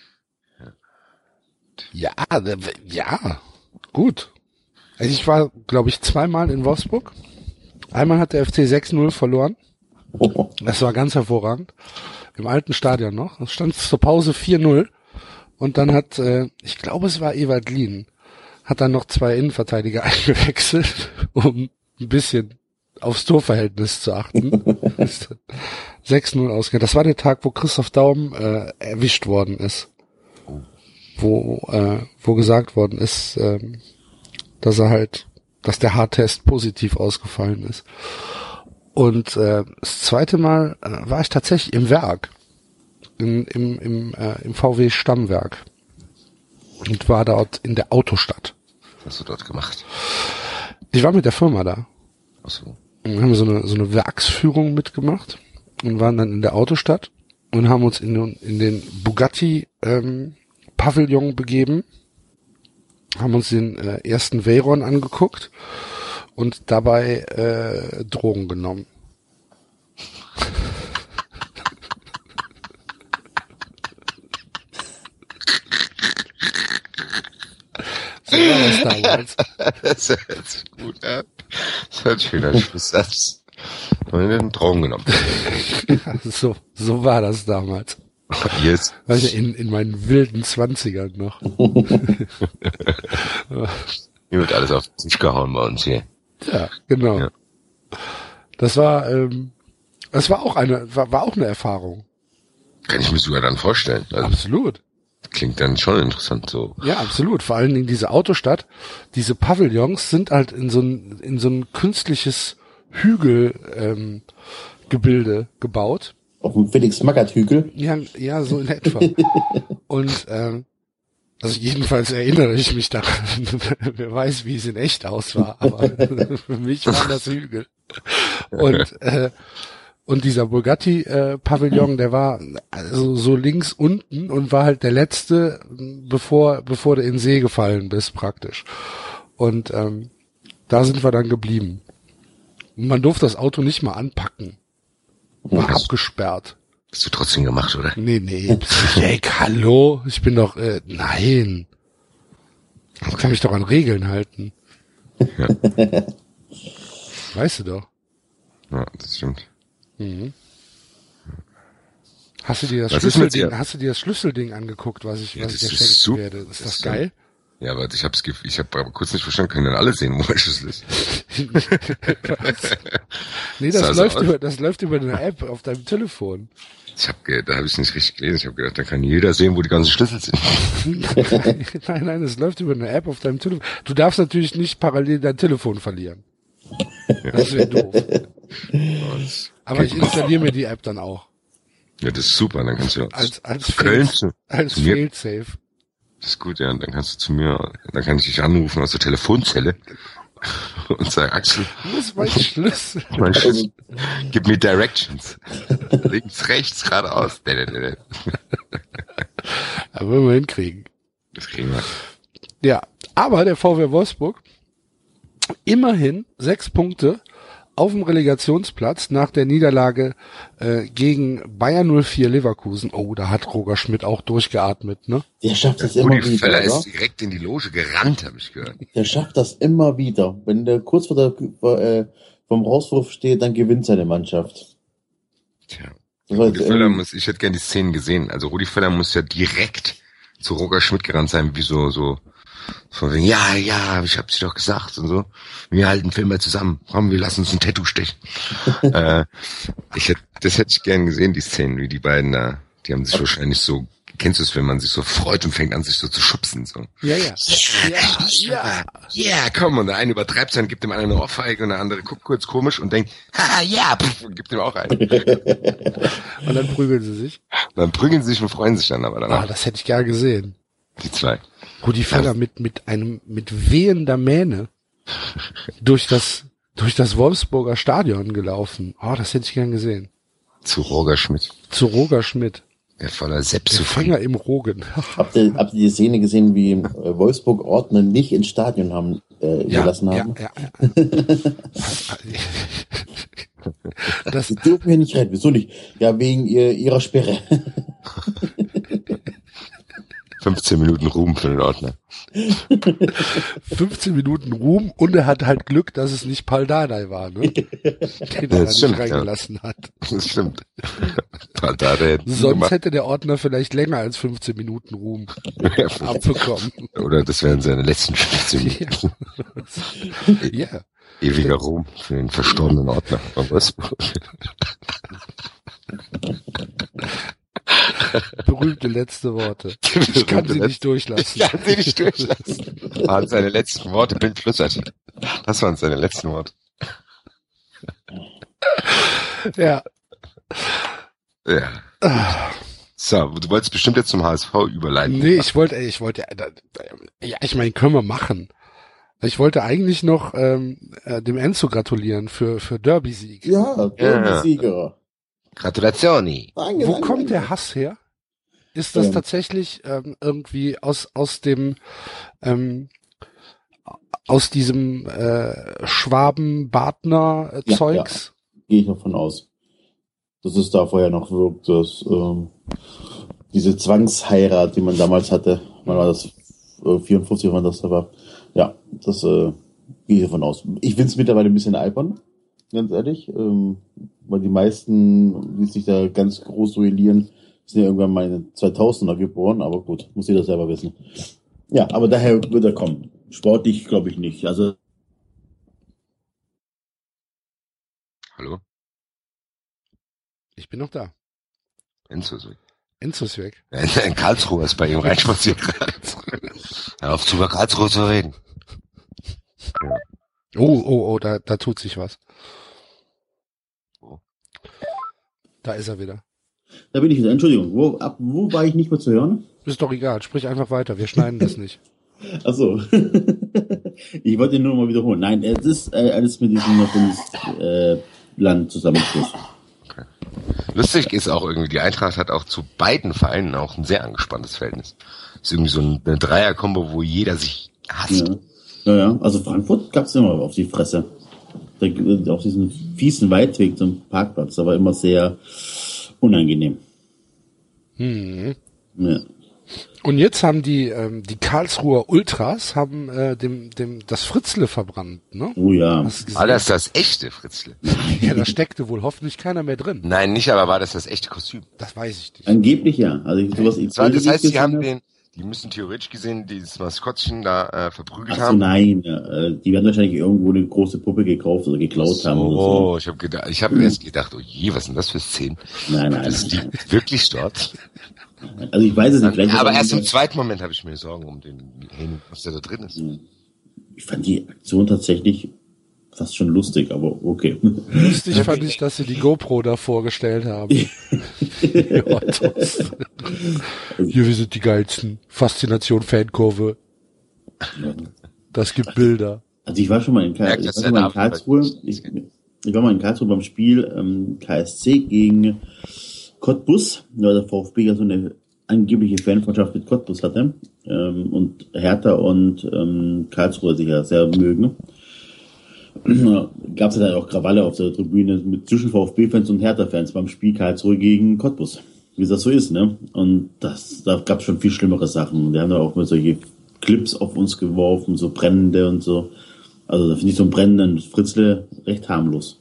Ja, ja, gut. Also ich war, glaube ich, zweimal in Wolfsburg. Einmal hat der F C sechs null verloren. Das war ganz hervorragend. Im alten Stadion noch. Es stand zur Pause vier null. Und dann hat, äh, ich glaube, es war Ewald Lien, hat dann noch zwei Innenverteidiger eingewechselt, um ein bisschen aufs Torverhältnis zu achten. sechs null ausgegangen. Das war der Tag, wo Christoph Daum äh, erwischt worden ist. Wo, äh, wo gesagt worden ist, äh, dass er halt, dass der Haartest positiv ausgefallen ist. Und äh, das zweite Mal äh, war ich tatsächlich im Werk, in, im, im, äh, im V W Stammwerk und war dort in der Autostadt. Was hast du dort gemacht? Ich war mit der Firma da. Ach so. Und haben so eine so eine Werksführung mitgemacht und waren dann in der Autostadt und haben uns in, in den Bugatti ähm, Pavillon begeben, haben uns den äh, ersten Veyron angeguckt und dabei äh, Drogen genommen. So war das damals. Das hört sich gut an. Das hört sich wieder Schlusssatz. Und den Drogen genommen. Ja, so, so war das damals. Yes. Also in, in meinen wilden Zwanzigern noch. Hier wird alles auf den Tisch gehauen bei uns hier. Ja, genau. Ja. Das war, ähm, das war auch eine, war, war auch eine Erfahrung. Kann ich mir sogar dann vorstellen. Also, Absolut. klingt dann schon interessant so. Ja, absolut. Vor allen Dingen diese Autostadt, diese Pavillons sind halt in so ein, in so ein künstliches Hügel, ähm, Gebilde gebaut. Auf dem Felix-Magath-Hügel. Ja, ja, so in etwa. Und, ähm, also jedenfalls erinnere ich mich daran. Wer weiß, wie es in echt aus war, aber für mich war das Hügel. Und, äh, und dieser Bugatti äh, Pavillon, der war also so links unten und war halt der letzte, bevor bevor du in den See gefallen bist praktisch. Und ähm, da sind wir dann geblieben. Und man durfte das Auto nicht mal anpacken. War Hast- abgesperrt. Hast du trotzdem gemacht, oder? Nee, nee. Hey, hallo? Ich bin doch, äh, nein. Ich kann mich doch an Regeln halten. Ja. Weißt du doch. Ja, das stimmt. Mhm. Hast du dir das Was ist mit Schlüsselding, dir? hast du dir das Schlüsselding angeguckt, was ich, Ja, was ich das dir ist schenken super. werde? Ist Das das ist geil? Ja, aber ich hab's, gef- ich hab aber kurz nicht verstanden, können dann alle sehen, wo mein Schlüssel ist. Nee, das Sah so läuft aus. über, das läuft über eine App auf deinem Telefon. Ich hab, ge- da habe ich nicht richtig gelesen. Ich habe gedacht, da kann jeder sehen, wo die ganzen Schlüssel sind. Nein, nein, es läuft über eine App auf deinem Telefon. Du darfst natürlich nicht parallel dein Telefon verlieren. Das wäre doof. Das Aber geht ich installiere mir die App dann auch. Ja, das ist super. Dann kannst du Als, als, zu Köln Fail, zu, als zu mir. Fail-Safe. Das ist gut, ja. Und dann kannst du zu mir, dann kann ich dich anrufen aus der Telefonzelle und sagen, Axel, Wo ist mein Schlüssel? mein Schlüssel, gib mir Directions. Links, rechts, geradeaus. Aber wir hinkriegen. Das kriegen wir. Ja, aber der VfL Wolfsburg immerhin sechs Punkte auf dem Relegationsplatz nach der Niederlage äh, gegen Bayern null vier Leverkusen. Oh, da hat Roger Schmidt auch durchgeatmet, ne? Der schafft das immer Rudi wieder, Völler oder? ist direkt in die Loge gerannt, habe ich gehört. Der schafft das immer wieder. Wenn der kurz vor der, äh, vom Rauswurf steht, dann gewinnt seine Mannschaft. Tja. Das war Rudi jetzt Völler irgendwie- muss, ich hätte gerne die Szenen gesehen. Also Rudi Völler muss ja direkt zu Roger Schmidt gerannt sein, wie so, so, von wegen, ja, ja, ich hab's dir doch gesagt und so. Wir halten Film mal zusammen. Komm, wir lassen uns ein Tattoo stechen. äh, ich hätte, das hätte ich gern gesehen, die Szenen, wie die beiden da, die haben sich wahrscheinlich so, kennst du es, wenn man sich so freut und fängt an, sich so zu schubsen, so. Ja, ja. Ja, ja. Ja, komm, und der eine übertreibt dann, gibt dem anderen eine Ohrfeige und der andere guckt kurz komisch und denkt, haha, ja, pff, und gibt ihm auch einen. Und dann prügeln sie sich. Dann prügeln sie sich und freuen sich dann aber Ah, danach, das hätte ich gern gesehen. die zwei. Rudi Völler mit, mit einem, mit wehender Mähne durch das, durch das Wolfsburger Stadion gelaufen. Oh, das hätte ich gern gesehen. Zu Roger Schmidt. Zu Roger Schmidt. Der voller Der Selbstzufriedenheit. Fänger im Rogen. Habt ihr, habt ihr die Szene gesehen, wie äh, Wolfsburg Ordner nicht ins Stadion haben, äh, überlassen haben? Ja, ja, ja. Das, Sie dürfen hier nicht rein. Wieso nicht? Ja, wegen ihr, ihrer Sperre. fünfzehn Minuten Ruhm für den Ordner. fünfzehn Minuten Ruhm und er hat halt Glück, dass es nicht Paldadei war, ne? Den er da nicht stimmt, ja. reingelassen hat. Das stimmt. Da hat er Sonst gemacht. hätte der Ordner vielleicht länger als fünfzehn Minuten Ruhm abbekommen. Oder das wären seine letzten fünfzehn Minuten. Ja. Ewiger Ruhm für den verstorbenen Ordner von Wolfsburg. Berühmte letzte Worte. Ich kann sie nicht durchlassen. Ich kann sie nicht durchlassen. Waren seine letzten Worte, bin flüssert. Das waren seine letzten Worte. Ja. Ja. So, du wolltest bestimmt jetzt zum H S V überleiten. Nee, ich wollte, ey, ich wollte, ja, ich meine, können wir machen. Ich wollte eigentlich noch ähm, äh, dem Enzo gratulieren für für Derby-Sieg. Ja, Ja. der Sieger. Gratulationi. Danke, Wo danke, kommt danke. der Hass her? Ist das Ja. tatsächlich ähm, irgendwie aus aus dem ähm, aus diesem äh, Schwaben-Badner-Zeugs? Ja, gehe ich noch von aus. Dass es da vorher noch wirkt, dass ähm, diese Zwangsheirat, die man damals hatte, wann war das? Äh, vierundfünfzig, wann das da war. Ja, das äh, gehe ich davon aus. Ich finde es mittlerweile ein bisschen albern, ganz ehrlich, ähm, weil die meisten, die sich da ganz groß duellieren, sind ja irgendwann mal in den zweitausender geboren, aber gut, muss jeder selber wissen. Ja, aber daher wird er kommen. Sportlich glaube ich nicht. Also Hallo? Ich bin noch da. Enzo ist weg. Enzo ist weg. In Karlsruhe ist bei ihm reinspaziert. Hör auf, über Karlsruhe zu reden. Ja. Oh, oh, oh, da, da tut sich was. Wo? Da ist er wieder. da bin ich wieder. Entschuldigung, wo, ab, wo war ich nicht mehr zu hören? Ist doch egal, sprich einfach weiter, wir schneiden das nicht. Ach so. Ich wollte nur mal wiederholen. Nein, es ist äh, alles mit diesem Bundesland äh, Land Zusammenschluss. Lustig ist auch irgendwie, die Eintracht hat auch zu beiden Vereinen auch ein sehr angespanntes Verhältnis. Ist irgendwie so eine Dreier-Kombo, wo jeder sich hasst. Ja. Ja, ja, also Frankfurt gab's immer auf die Fresse. Da, auf diesen fiesen Weitweg zum Parkplatz, da war immer sehr unangenehm. Hm. Ja. Und jetzt haben die ähm, die Karlsruher Ultras haben äh, dem dem das Fritzle verbrannt, ne? Oh ja. Hast du gesehen? War das das echte Fritzle? Ja, da steckte wohl hoffentlich keiner mehr drin. Nein, nicht, aber war das das echte Kostüm? Das weiß ich nicht. Angeblich ja. Also ich, sowas Das, war, das heißt, gesehen die haben habe. den, die müssen theoretisch gesehen dieses Maskottchen da äh, verprügelt Ach so, haben. nein. Äh, die werden wahrscheinlich irgendwo eine große Puppe gekauft oder geklaut haben oder so. Oh, ich habe gedacht, ich habe erst gedacht, oh je, was sind das für Szenen? Nein, nein, Das nein, liegt nein. wirklich dort. Also ich weiß es nicht. Vielleicht Aber ist erst im das- zweiten Moment habe ich mir Sorgen um den Henning, was der da drin ist. Ich fand die Aktion tatsächlich fast schon lustig, aber okay. Lustig fand ich, dass sie die GoPro da vorgestellt haben. Die Ottos. Hier, wir sind die geilsten. Faszination Fankurve. Das gibt Bilder. Also ich war schon mal in, Karl Merkt, ich dass war der schon mal in David Karlsruhe. bei- Ich, ich war mal in Karlsruhe beim Spiel ähm, K S C gegen Cottbus, weil der VfB ja so eine angebliche Fanfreundschaft mit Cottbus hatte ähm, und Hertha und ähm, Karlsruhe sich ja sehr mögen. Gab es ja dann auch Krawalle auf der Tribüne mit zwischen VfB-Fans und Hertha-Fans beim Spiel Karlsruhe gegen Cottbus. Wie das so ist, ne? Und das, da gab es schon viel schlimmere Sachen. Die haben da auch mal solche Clips auf uns geworfen, so brennende und so. Also da finde ich so einen brennenden Fritzle recht harmlos.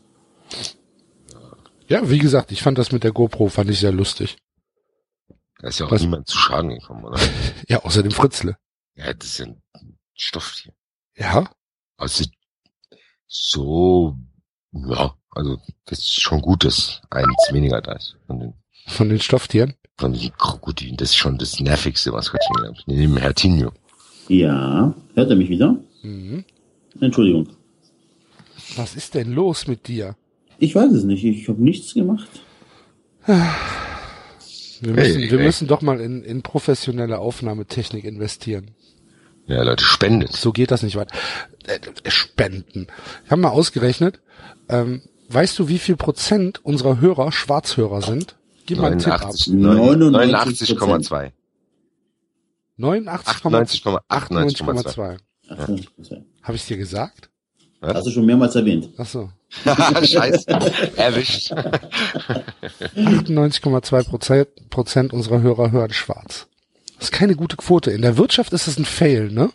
Ja, wie gesagt, ich fand das mit der GoPro fand ich sehr lustig. Da ist ja auch Was? niemand zu Schaden gekommen, oder? Ja, außer dem Fritzle. Ja, das ist ja ein Stofftier. Ja, Also so, ja, also das ist schon gut, dass eins weniger da ist. Von den, von den Stofftieren. von den Krokodilen. Das ist schon das nervigste Maskottchen gehabt. Neben Hertinho. Ja, hört er mich wieder? Mhm. Entschuldigung. Was ist denn los mit dir? Ich weiß es nicht, ich habe nichts gemacht. Wir müssen, Hey, wir hey. müssen doch mal in, in professionelle Aufnahmetechnik investieren. Ja, Leute, spendet. So geht das nicht weiter. Äh, Spenden. Ich habe mal ausgerechnet, ähm, weißt du, wie viel Prozent unserer Hörer Schwarzhörer sind? Gib mal einen Tipp ab. neunundachtzig, neunundneunzig neunundachtzig Komma zwei. neunundachtzig, achtundneunzig Komma achtundneunzig Komma zwei. zwei. achtzig Prozent. Habe ich dir gesagt? Hast du schon mehrmals erwähnt. Ach so. Scheiße. Erwischt. achtundneunzig Komma zwei Prozent Prozent unserer Hörer hören schwarz. Das ist keine gute Quote. In der Wirtschaft ist es ein Fail, ne?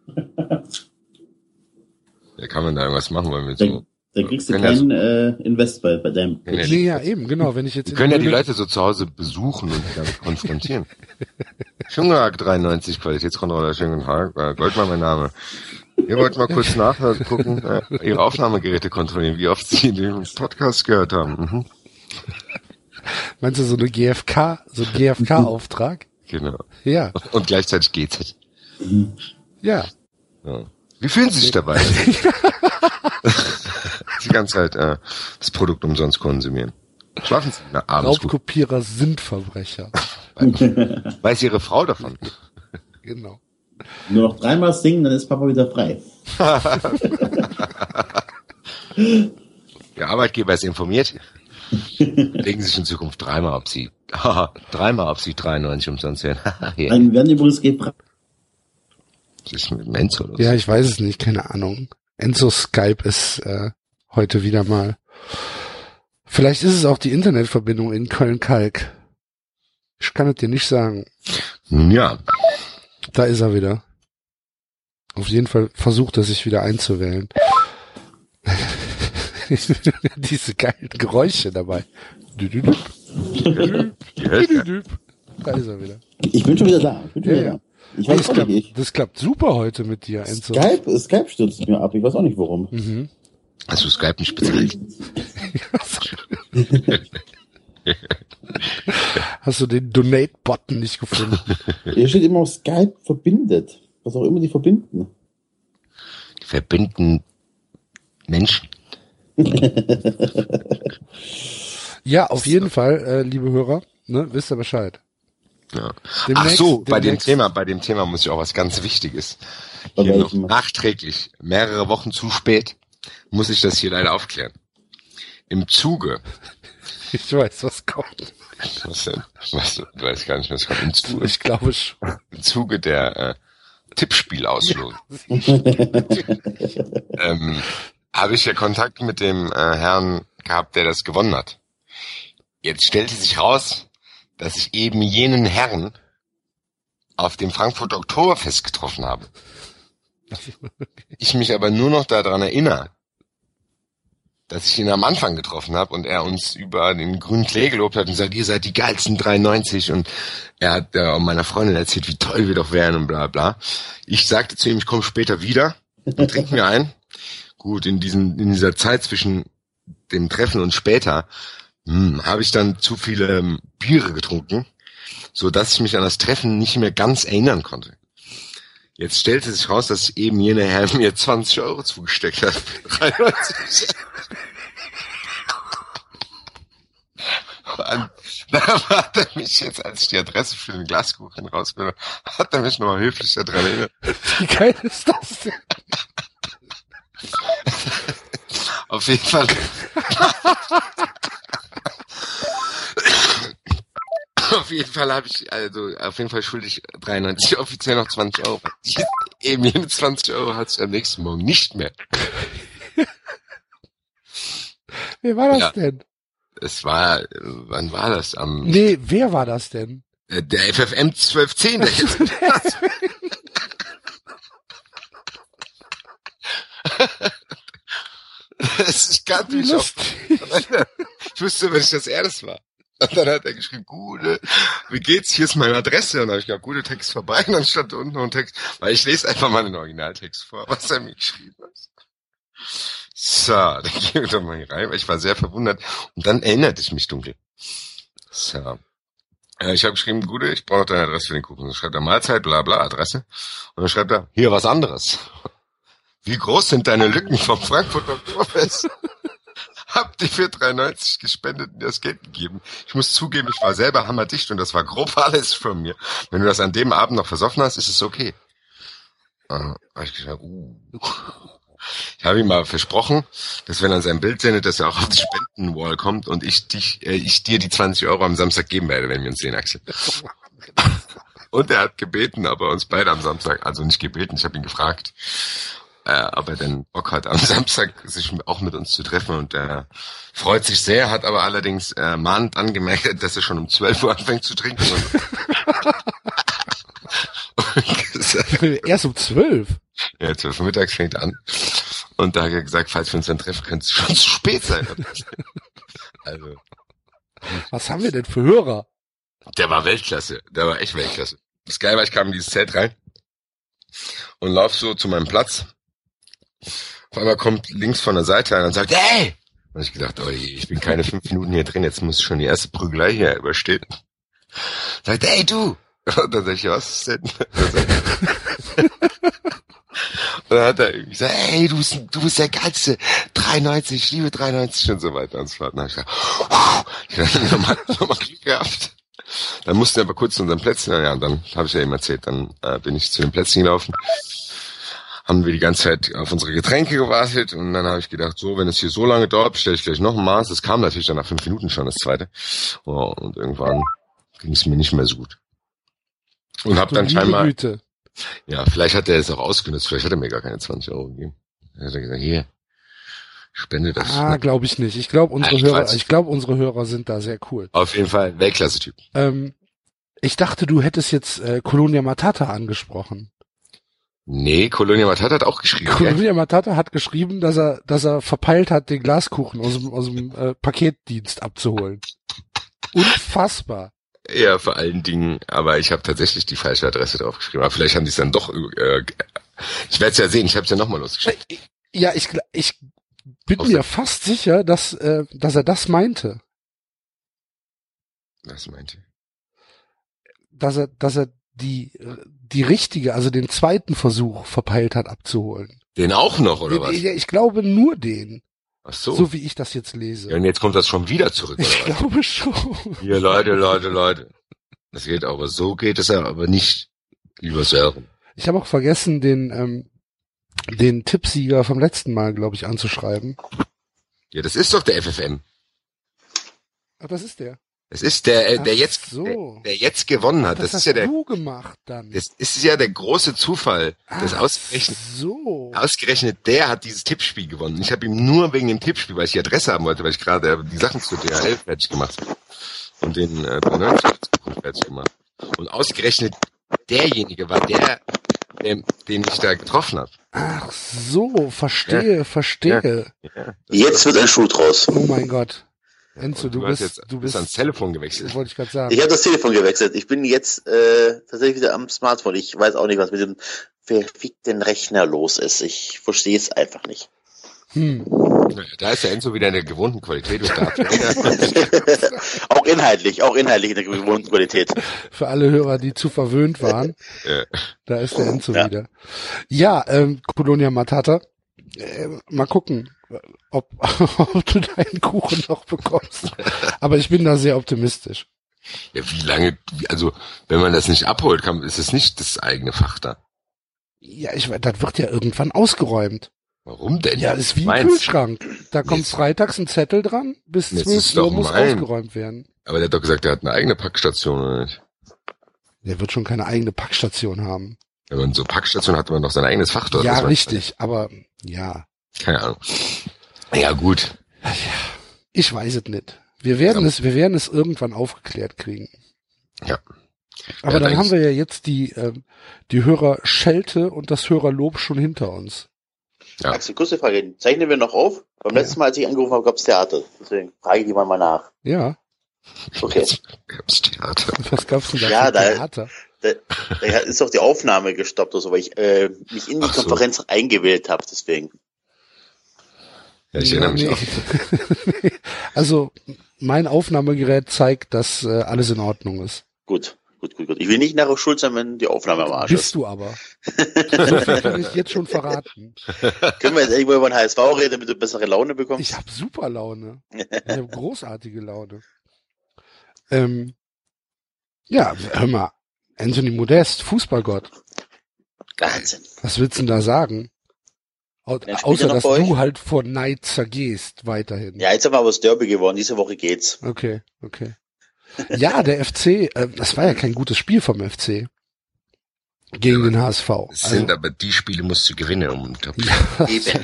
Ja, kann man da irgendwas machen, weil wir Da, so. da kriegst du Können ja keinen äh, Invest bei, bei deinem Ja, Nee, ja, eben, genau. Wenn ich jetzt Wir in können ja die Höhle- Leute so zu Hause besuchen und damit konfrontieren. Schönen guten Tag, dreiundneunzig, Qualitätskontrolle, schönen guten Tag, äh, Goldmann mein Name. Wir wollten mal kurz nachgucken, äh, Ihre Aufnahmegeräte kontrollieren, wie oft Sie den Podcast gehört haben. Mhm. Meinst du so eine G F K, so ein G F K-Auftrag? Genau. Ja, Und gleichzeitig G Z. ja. Ja. Wie fühlen Sie sich dabei? Die ganze Zeit äh, das Produkt umsonst konsumieren. Schlafen Sie na, abends gut. Raubkopierer sind Verbrecher. Weiß Ihre Frau davon? Genau. Nur noch dreimal singen, dann ist Papa wieder frei. Der Arbeitgeber ist informiert. Denken Sie sich in Zukunft dreimal, ob Sie, haha, dreimal, ob Sie dreiundneunzig umsonst werden. Yeah. Dann werden übrigens gefragt. Was ist mit dem Enzo los? Ja, ich weiß es nicht, keine Ahnung. Enzo Skype ist äh, heute wieder mal. Vielleicht ist es auch die Internetverbindung in Köln-Kalk. Ich kann es dir nicht sagen. Nun ja. Da ist er wieder. Auf jeden Fall versucht er sich wieder einzuwählen. Diese geilen Geräusche dabei. Da ist er wieder. Ich bin schon wieder da. Ich bin schon Ja, wieder ja. da. Ich weiß das, auch klappt, nicht. Ich, das klappt super heute mit dir, Enzo. Skype, Skype stürzt mir ab. Ich weiß auch nicht warum. Mhm. Hast du Skype nicht bezahlt? Hast du den Donate-Button nicht gefunden? Hier steht immer auf Skype verbindet. Was auch immer die verbinden. Die verbinden Menschen. Ja, auf jeden Fall, äh, liebe Hörer, ne, wisst ihr Bescheid. Ja. Demnächst, Ach so, bei dem demnächst. Thema, bei dem Thema muss ich auch was ganz Wichtiges. Bei Hier noch welchem? nachträglich, mehrere Wochen zu spät, muss ich das hier leider aufklären. Im Zuge, Ich weiß, was kommt. was denn? Was, du weißt gar nicht, was kommt. Im Zuge, Ich glaube schon. im Zuge der äh, Tippspielauslosung ähm, habe ich ja Kontakt mit dem äh, Herrn gehabt, der das gewonnen hat. Jetzt stellte sich raus, dass ich eben jenen Herrn auf dem Frankfurter Oktoberfest getroffen habe. Ich mich aber nur noch daran erinnere, dass ich ihn am Anfang getroffen habe und er uns über den grünen Klee gelobt hat und sagt, ihr seid die geilsten dreiundneunzig und er hat äh, meiner Freundin erzählt, wie toll wir doch wären und bla bla. Ich sagte zu ihm, ich komme später wieder und trink mir ein. Gut, in diesem in dieser Zeit zwischen dem Treffen und später hm, habe ich dann zu viele ähm, Biere getrunken, so dass ich mich an das Treffen nicht mehr ganz erinnern konnte. Jetzt stellte sich raus, dass eben jener Herr mir zwanzig Euro zugesteckt hat. dreiundneunzig. Und da hat er mich jetzt, als ich die Adresse für den Glaskuchen rausgeholt habe, hat er mich nochmal höflich daran erinnert. Wie geil ist das denn? Auf jeden Fall. Auf jeden Fall habe ich, also auf jeden Fall schuldig dreiundneunzig, offiziell noch zwanzig Euro. Eben jene zwanzig Euro hat sich am nächsten Morgen nicht mehr. Wer war das Ja. denn? Es war, äh, wann war das? Am, Nee, wer war das denn? äh, der F F M zwölf zehn, der jetzt. Das, ich kannte Wie mich auch. lustig. Ich wusste aber nicht, dass er das war. Und dann hat er geschrieben, Gude, wie geht's? Hier ist meine Adresse. Und dann habe ich gesagt, Gude, Text vorbei. Und dann stand da unten noch ein Text, weil ich lese einfach mal den Originaltext vor, was er mir geschrieben hat. So, dann gehen wir doch mal hier rein, weil ich war sehr verwundert. Und dann erinnerte ich mich dunkel. So. Äh, Ich habe geschrieben, Gude, ich brauche deine Adresse für den Kuchen. Dann schreibt er Mahlzeit, bla bla, Adresse. Und dann schreibt er, hier was anderes. Wie groß sind deine Lücken vom Frankfurter Oktoberfest? Hab die für dreiundneunzig gespendet und dir das Geld gegeben. Ich muss zugeben, ich war selber hammerdicht und das war grob alles von mir. Wenn du das an dem Abend noch versoffen hast, ist es okay. Äh, hab ich gesagt, uh. Ich habe ihm mal versprochen, dass wenn er sein Bild sendet, dass er auch auf die Spendenwall kommt und ich dich, äh, ich dir die zwanzig Euro am Samstag geben werde, wenn wir uns sehen, Axel. Und er hat gebeten, aber uns beide am Samstag, also nicht gebeten, ich habe ihn gefragt, äh, ob er denn Bock hat, am Samstag sich auch mit uns zu treffen und er freut sich sehr, hat aber allerdings äh, mahnend angemerkt, dass er schon um zwölf Uhr anfängt zu trinken. Und gesagt, Erst um zwölf. ja, zwölf Uhr mittags fängt er an. Und da hat er gesagt, falls wir uns dann treffen, könnte es schon zu spät sein. Also, Was haben wir denn für Hörer? der war Weltklasse. Der war echt Weltklasse. Das Geile war, ich kam in dieses Zelt rein und lauf so zu meinem Platz. Auf einmal kommt links von der Seite einer und sagt, hey! Und ich gedacht, oh je, ich bin keine fünf Minuten hier drin, jetzt muss ich schon die erste Prügelei hier überstehen. Sagt, hey, du! Und dann sag ich, was ist denn? Und dann hat er irgendwie gesagt, hey, du bist, du bist der Geilste, dreiundneunzig, ich liebe dreiundneunzig und so weiter und so fort. Und dann hab ich gesagt, oh, ich hab nochmal noch mal Glück gehabt. Dann mussten wir aber kurz zu unserem Plätzchen, ja, und dann habe ich ja eben erzählt, dann äh, bin ich zu dem Plätzchen gelaufen, haben wir die ganze Zeit auf unsere Getränke gewartet und dann habe ich gedacht, so, wenn es hier so lange dauert, bestelle ich gleich noch ein Maß. Das kam natürlich dann nach fünf Minuten schon, das zweite. Oh, und irgendwann ging es mir nicht mehr so gut. Und habe dann scheinbar, Güte. ja, vielleicht hat er es auch ausgenutzt, vielleicht hat er mir gar keine zwanzig Euro gegeben. Er hat gesagt, hier, spende das. Ah, glaube ich nicht. Ich glaube, unsere Ja, ich Hörer, weiß. ich glaube, unsere Hörer sind da sehr cool. Auf jeden Fall Weltklasse-Typ. Ähm, ich dachte, du hättest jetzt äh, Colonia Matata angesprochen. Nee, Colonia Matata hat auch geschrieben. gell? Colonia Matata hat geschrieben, dass er, dass er verpeilt hat, den Glaskuchen aus dem, aus dem äh, Paketdienst abzuholen. Unfassbar. Ja, vor allen Dingen, aber ich habe tatsächlich die falsche Adresse draufgeschrieben. Aber vielleicht haben die es dann doch, äh, ich werde es ja sehen, ich habe es ja nochmal losgeschickt. Ja, ich, gl- ich bin Auf mir der- fast sicher, dass, äh, dass er das meinte. Was meinte? Dass er, dass er die, äh, die richtige, also den zweiten Versuch verpeilt hat abzuholen. Den auch noch, oder was? Ich, ich glaube nur den, Ach so. so wie ich das jetzt lese. Ja, und jetzt kommt das schon wieder zurück, oder Ich was? glaube schon. Hier, Leute, Leute, Leute. Das geht aber, so geht es ja aber nicht, lieber Sören. Ich habe auch vergessen, den, ähm, den Tippsieger vom letzten Mal, glaube ich, anzuschreiben. Ja, das ist doch der F F M. Ach, das ist der. Das ist der, äh, der Ach jetzt, so. der, der jetzt gewonnen hat. Das, Das, ist hast ja der, du gemacht dann. das ist ja der große Zufall. Das Ach ausgerechnet, so. ausgerechnet der hat dieses Tippspiel gewonnen. Ich habe ihm nur wegen dem Tippspiel, weil ich die Adresse haben wollte, weil ich gerade die Sachen zur D H L fertig gemacht habe. Und den, äh, Bernard fertig gemacht. Und ausgerechnet derjenige war der, der den ich da getroffen habe. Ach so, verstehe, verstehe. Ja. Jetzt wird ein Schuh draus. Oh mein Gott. Enzo, Und du, du hast bist, jetzt du bist bist, ans Telefon gewechselt. wollte ich gerade sagen. Ich habe das Telefon gewechselt. Ich bin jetzt äh, tatsächlich wieder am Smartphone. Ich weiß auch nicht, was mit dem verfickten Rechner los ist. Ich verstehe es einfach nicht. Hm. Da ist der Enzo wieder in der gewohnten Qualität. Und da Auch inhaltlich, auch inhaltlich in der gewohnten Qualität. Für alle Hörer, die zu verwöhnt waren, Ja. da ist der Enzo Ja. wieder. Ja, ähm, Colonia Matata. Äh, mal gucken, ob, ob du deinen Kuchen noch bekommst. Aber ich bin da sehr optimistisch. Ja, wie lange, also, wenn man das nicht abholt, kann, ist es nicht das eigene Fach da. Ja, ich weiß, das wird ja irgendwann ausgeräumt. Warum denn? Ja, ist wie ein Meins. Kühlschrank. Da kommt Jetzt- freitags ein Zettel dran, bis Jetzt zwölf ist Uhr doch muss mein. ausgeräumt werden. Aber der hat doch gesagt, der hat eine eigene Packstation, oder nicht? Der wird schon keine eigene Packstation haben. Wenn man so Packstation hat, man doch sein eigenes Fach dort. Ja, Das war- richtig, aber ja, Keine Ahnung. Ja, gut. ich weiß es nicht. Wir werden Ja. es, wir werden es irgendwann aufgeklärt kriegen. Ja. Aber Ja, dann da haben ist- wir ja jetzt die, ähm, die Hörerschelte und das Hörerlob schon hinter uns. Ja. Axel, kurze Frage. Zeichnen wir noch auf? Beim Ja. letzten Mal, als ich angerufen habe, gab es Theater. Deswegen frage ich die mal, mal nach. Ja, Okay. Gab's Theater. was gab's denn da Ja, für da- Theater? Da, da ist doch die Aufnahme gestoppt oder so, weil ich äh, mich in die Ach so. Konferenz eingewählt habe, deswegen. Ja, ich erinnere mich Nee. auch. Also, mein Aufnahmegerät zeigt, dass äh, alles in Ordnung ist. Gut, gut, gut, gut. Ich will nicht nachher schuld sein, wenn die Aufnahme am Arsch Bist ist. du aber. So viel kann ich jetzt schon verraten. Können wir jetzt irgendwo über den H S V reden, damit du bessere Laune bekommst? Ich habe super Laune. Ich habe großartige Laune. Ähm, ja, hör mal, Anthony Modest, Fußballgott. Wahnsinn. Was willst du denn da sagen? Au Wer spielt außer, denn noch dass bei euch? du halt vor Neid zergehst, weiterhin. Ja, jetzt haben wir aber das Derby gewonnen. Diese Woche geht's. Okay, okay. Ja, der F C, äh, das war ja kein gutes Spiel vom F C. Gegen den H S V. Es sind aber die Spiele musst du gewinnen, um Top. Ja, Eben.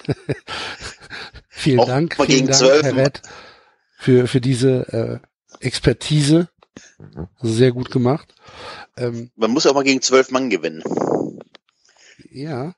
vielen Auch Dank, mal vielen gegen Dank, zwölf. Herr Rett, für, für diese äh, Expertise. Sehr gut gemacht. Ähm, Man muss auch mal gegen zwölf Mann gewinnen. ja.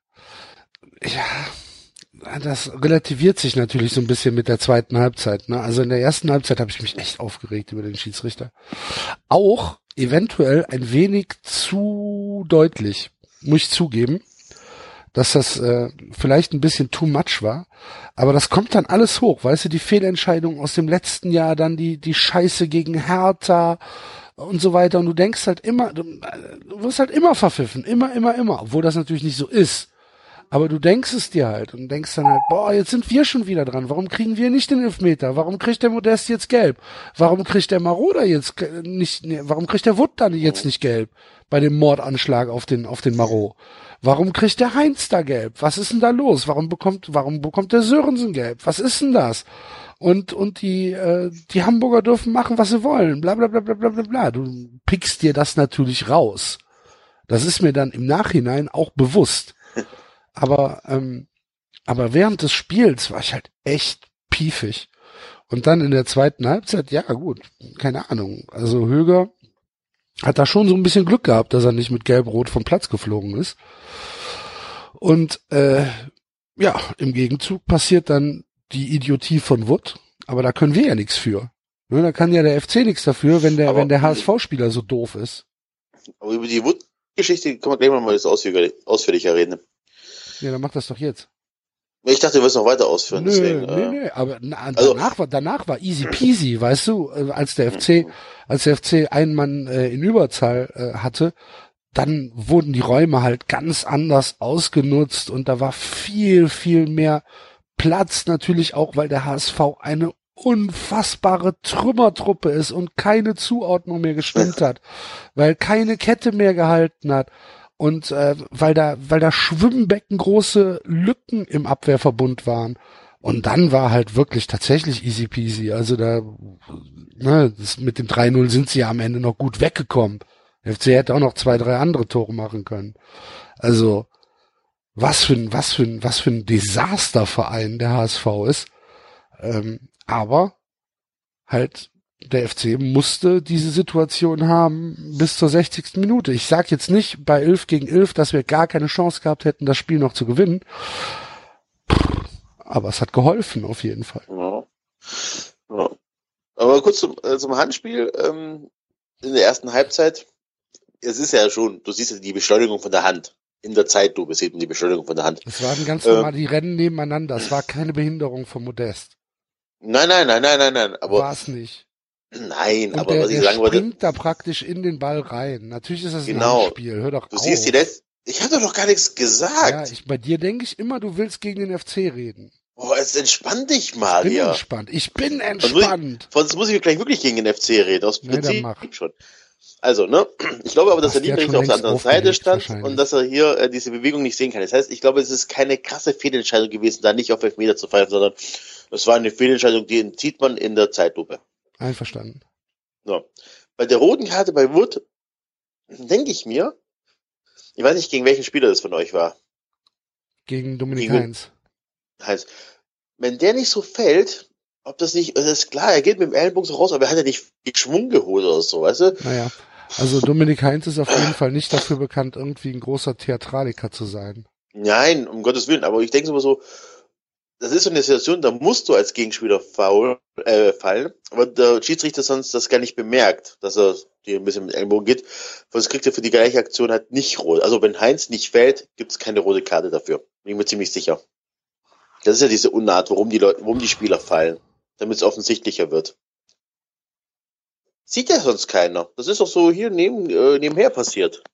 Ja. Das relativiert sich natürlich so ein bisschen mit der zweiten Halbzeit. Ne? Also in der ersten Halbzeit habe ich mich echt aufgeregt über den Schiedsrichter. Auch eventuell ein wenig zu deutlich, muss ich zugeben, dass das äh, vielleicht ein bisschen too much war. Aber das kommt dann alles hoch, weißt du, die Fehlentscheidung aus dem letzten Jahr, dann die die Scheiße gegen Hertha und so weiter. Und du denkst halt immer, du, du wirst halt immer verpfiffen, immer, immer, immer, obwohl das natürlich nicht so ist. Aber du denkst es dir halt und denkst dann halt, boah, jetzt sind wir schon wieder dran. Warum kriegen wir nicht den Elfmeter? Warum kriegt der Modest jetzt gelb? Warum kriegt der Maroda jetzt nicht, nee, warum kriegt der Wood dann jetzt nicht gelb? Bei dem Mordanschlag auf den, auf den Maro. Warum kriegt der Heinz da gelb? Was ist denn da los? Warum bekommt, warum bekommt der Sörensen gelb? Was ist denn das? Und, und die, äh, die Hamburger dürfen machen, was sie wollen. Bla, bla, bla, bla, bla, bla, bla. Du pickst dir das natürlich raus. Das ist mir dann im Nachhinein auch bewusst. Aber, ähm, aber während des Spiels war ich halt echt piefig. Und dann in der zweiten Halbzeit, ja gut, keine Ahnung. Also Höger hat da schon so ein bisschen Glück gehabt, dass er nicht mit Gelb-Rot vom Platz geflogen ist. Und äh, ja, im Gegenzug passiert dann die Idiotie von Wood. Aber da können wir ja nichts für. Ne, da kann ja der F C nichts dafür, wenn der, aber, wenn der H S V-Spieler so doof ist. Aber über die Wood-Geschichte kann man gleich mal das ausführlicher reden. Ja, dann mach das doch jetzt. Ich dachte, du wirst noch weiter ausführen. Nö, deswegen, nö, äh, nö, aber na, also, danach war, danach war easy peasy, weißt du, als der F C, als der F C einen Mann äh, in Überzahl äh, hatte, dann wurden die Räume halt ganz anders ausgenutzt und da war viel, viel mehr Platz natürlich auch, weil der H S V eine unfassbare Trümmertruppe ist und keine Zuordnung mehr gestimmt hat, weil keine Kette mehr gehalten hat. Und äh, weil da, weil da Schwimmbecken große Lücken im Abwehrverbund waren. Und dann war halt wirklich tatsächlich easy peasy. Also da, ne, das, mit dem drei null sind sie ja am Ende noch gut weggekommen. Der F C hätte auch noch zwei, drei andere Tore machen können. Also, was für ein, was für ein, was für ein Desasterverein der H S V ist. Ähm, aber halt, der F C musste diese Situation haben bis zur sechzigsten Minute. Ich sag jetzt nicht bei elf gegen elf, dass wir gar keine Chance gehabt hätten, das Spiel noch zu gewinnen. Aber es hat geholfen, auf jeden Fall. Ja. Ja. Aber kurz zum, äh, zum Handspiel. Ähm, in der ersten Halbzeit, es ist ja schon, du siehst ja die Beschleunigung von der Hand. In der Zeitlupe sieht man die Beschleunigung von der Hand. Es waren ganz normal, ähm, die Rennen nebeneinander. Es war keine Behinderung von Modest. Nein, nein, nein, nein, nein, nein. Aber war es nicht. Nein, und aber der, was ich der sagen wollte. Der springt da praktisch in den Ball rein. Natürlich ist das genau. ein Handspiel. Hör doch du auf. Du siehst die letzte. Ich habe doch noch gar nichts gesagt. Ja, ich, bei dir denke ich immer, du willst gegen den F C reden. Oh, jetzt entspann dich mal, ich bin ja. entspannt. Ich bin entspannt. Sonst muss ich gleich wirklich gegen den F C reden. Aus Prinzip nee, schon. Also, ne, ich glaube aber, dass der Linienrichter auf der anderen Seite stand und dass er hier äh, diese Bewegung nicht sehen kann. Das heißt, ich glaube, es ist keine krasse Fehlentscheidung gewesen, da nicht auf Elfmeter zu pfeifen, sondern es war eine Fehlentscheidung, die entzieht man in der Zeitlupe. Einverstanden. So. Bei der roten Karte bei Wood denke ich mir, ich weiß nicht, gegen welchen Spieler das von euch war. Gegen Dominik gegen Heinz. Heinz. Wenn der nicht so fällt, ob das nicht, das ist klar, er geht mit dem Ellenbogen so raus, aber er hat ja nicht viel Schwung geholt oder so, weißt du? Naja, also Dominik Heinz ist auf jeden Fall nicht dafür bekannt, irgendwie ein großer Theatraliker zu sein. Nein, um Gottes Willen, aber ich denke immer so, das ist so eine Situation, da musst du als Gegenspieler faul, äh, fallen, aber der Schiedsrichter sonst das gar nicht bemerkt, dass er dir ein bisschen mit dem Ellenbogen geht, sonst kriegt er für die gleiche Aktion halt nicht rot. Also wenn Heinz nicht fällt, gibt es keine rote Karte dafür. Bin ich mir ziemlich sicher. Das ist ja diese Unart, warum die Leute, warum die Spieler fallen, damit es offensichtlicher wird. Sieht ja sonst keiner. Das ist doch so hier neben, äh, nebenher passiert.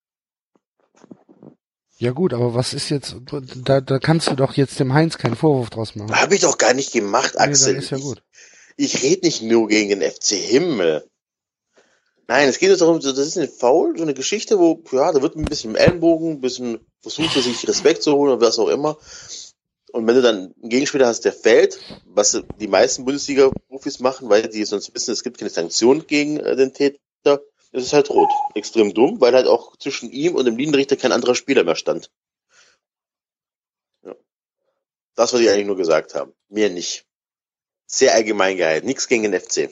Ja gut, aber was ist jetzt, da, da kannst du doch jetzt dem Heinz keinen Vorwurf draus machen. Habe ich doch gar nicht gemacht, Axel. Nee, dann ist ja gut. Ich, ich rede nicht nur gegen den F C Himmel. Nein, es geht jetzt darum, das ist eine Foul, so eine Geschichte, wo, ja, da wird ein bisschen im Ellenbogen, ein bisschen versucht er sich Respekt zu holen oder was auch immer. Und wenn du dann einen Gegenspieler hast, der fällt, was die meisten Bundesliga-Profis machen, weil die sonst wissen, es gibt keine Sanktion gegen äh, den Täter, ist es halt rot. Extrem dumm, weil halt auch zwischen ihm und dem Linienrichter kein anderer Spieler mehr stand. Ja. Das, was ich eigentlich nur gesagt habe. Mehr nicht. Sehr allgemein gehalten. Nichts gegen den F C.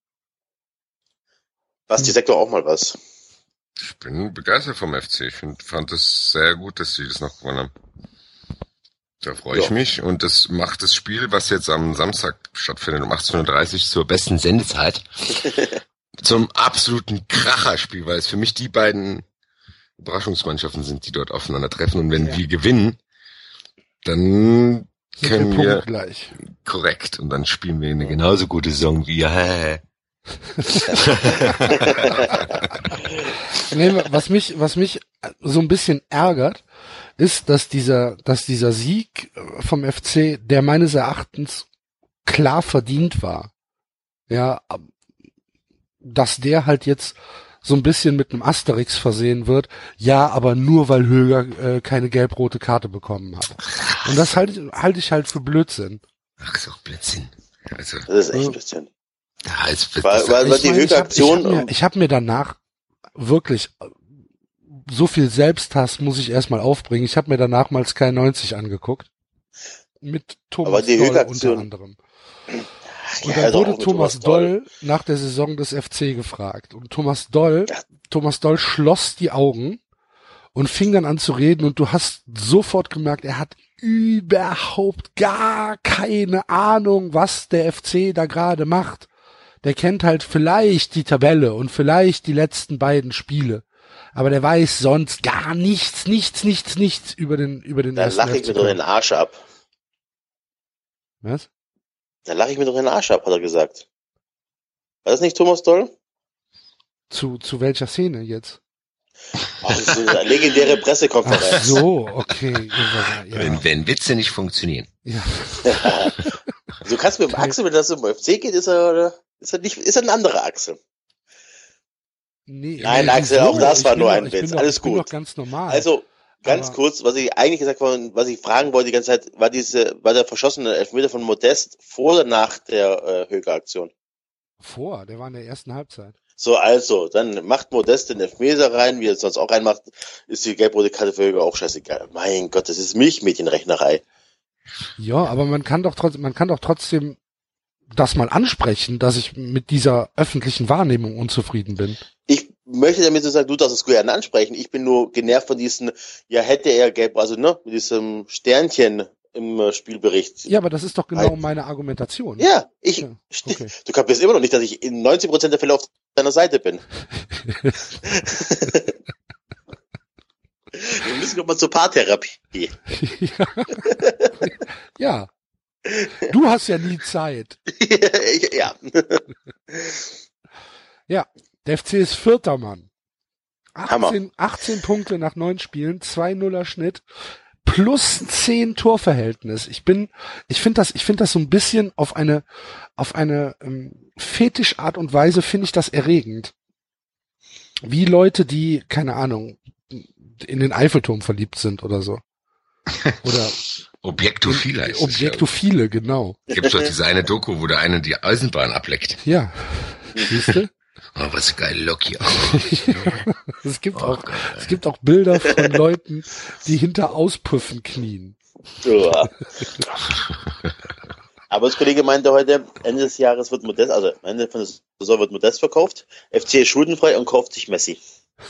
Basti, sag doch auch mal was. Ich bin begeistert vom F C. Ich find, fand es sehr gut, dass sie das noch gewonnen haben. Da freue ich ja. mich. Und das macht das Spiel, was jetzt am Samstag stattfindet, um achtzehn Uhr dreißig zur besten Sendezeit, zum absoluten Kracherspiel, weil es für mich die beiden Überraschungsmannschaften sind, die dort aufeinandertreffen. Und wenn ja. wir gewinnen, dann sind können wir, gleich. Korrekt. Und dann spielen wir eine genauso gute Saison wie, hä, Nee, was mich, was mich so ein bisschen ärgert, ist, dass dieser, dass dieser Sieg vom F C, der meines Erachtens klar verdient war, ja, dass der halt jetzt so ein bisschen mit einem Asterix versehen wird, ja, aber nur weil Höger äh, keine gelb-rote Karte bekommen hat. Und das halte halte ich halt für Blödsinn. Ach, ist auch Blödsinn. Also, Das ist echt Blödsinn. ja, ist, Weil, das, weil, weil Ich die meine, ich habe Höger-Aktion, hab mir, ich hab mir danach wirklich so viel Selbsthass muss ich erstmal aufbringen. Ich habe mir danach mal Sky neunzig angeguckt. Mit Aber Thomas die Doll Höger-Aktion- unter anderem. Ach, Und ja, dann doch, wurde mit Thomas Doll nach der Saison des F C gefragt. Und Thomas Doll, Ja. Thomas Doll schloss die Augen und fing dann an zu reden. Und du hast sofort gemerkt, er hat überhaupt gar keine Ahnung, was der F C da gerade macht. Der kennt halt vielleicht die Tabelle und vielleicht die letzten beiden Spiele. Aber der weiß sonst gar nichts, nichts, nichts, nichts über den, über den Da ersten lache ich F C mir doch den Köln. Arsch ab. Was? Da lache ich mir doch den Arsch ab, hat er gesagt. War das nicht Thomas Doll? Zu, zu welcher Szene jetzt? Oh, das ist eine legendäre Ach Pressekonferenz. so, okay. Ja. wenn, wenn Witze nicht funktionieren. Ja. Du kannst mit dem Axel, wenn das um F C geht, ist er, ist er nicht, ist er ein anderer Axel. Nee, Nein, nee, Axel, wieso? auch das Ich war bin nur doch- ein ich bin Witz. doch- Alles ich bin gut. doch ganz normal. Also, ganz Aber- kurz, was ich eigentlich gesagt wollte, was ich fragen wollte die ganze Zeit, war diese, war der verschossene Elfmeter von Modest vor oder nach der äh, Höger-Aktion? Vor, der war in der ersten Halbzeit. So, also, dann macht Modest den Elfmeter rein, wie er es sonst auch reinmacht, ist die gelb-rote Karte für Höger auch scheißegal. Mein Gott, das ist Milchmädchenrechnerei. Ja, aber man kann doch trotzdem, man kann doch trotzdem das mal ansprechen, dass ich mit dieser öffentlichen Wahrnehmung unzufrieden bin. Ich möchte damit so sagen, du darfst es gerne ansprechen. Ich bin nur genervt von diesen, ja, hätte er gelb, also, ne, mit diesem Sternchen im äh, Spielbericht. Ja, aber das ist doch genau Ein- meine Argumentation. Ja, ich, Ja, okay. du kapierst immer noch nicht, dass ich in neunzig Prozent der Fälle auf deiner Seite bin. Wir müssen doch mal zur Paartherapie. Ja. Du hast ja nie Zeit. Ja. Ja, der F C ist vierter Mann. Hammer. achtzehn, achtzehn Punkte nach neun Spielen, zwei Nuller Schnitt, plus zehn Torverhältnis. Ich bin, ich finde das, ich finde das so ein bisschen auf eine, auf eine ähm, Fetischart und Weise finde ich das erregend. Wie Leute, die, keine Ahnung, in den Eiffelturm verliebt sind oder so. Oder Objektophile heißt es, Objektophile, genau. ja. Gibt's doch diese eine Doku, wo der eine die Eisenbahn ableckt. Ja. Siehst du? Oh, was geil, Loki. Es gibt Oh auch, Gott, ey. es gibt auch Bilder von Leuten, die hinter Auspuffen knien. Ja. Aber das Kollege meinte heute, Ende des Jahres wird Modest, also Ende von der Saison wird Modest verkauft, F C ist schuldenfrei und kauft sich Messi.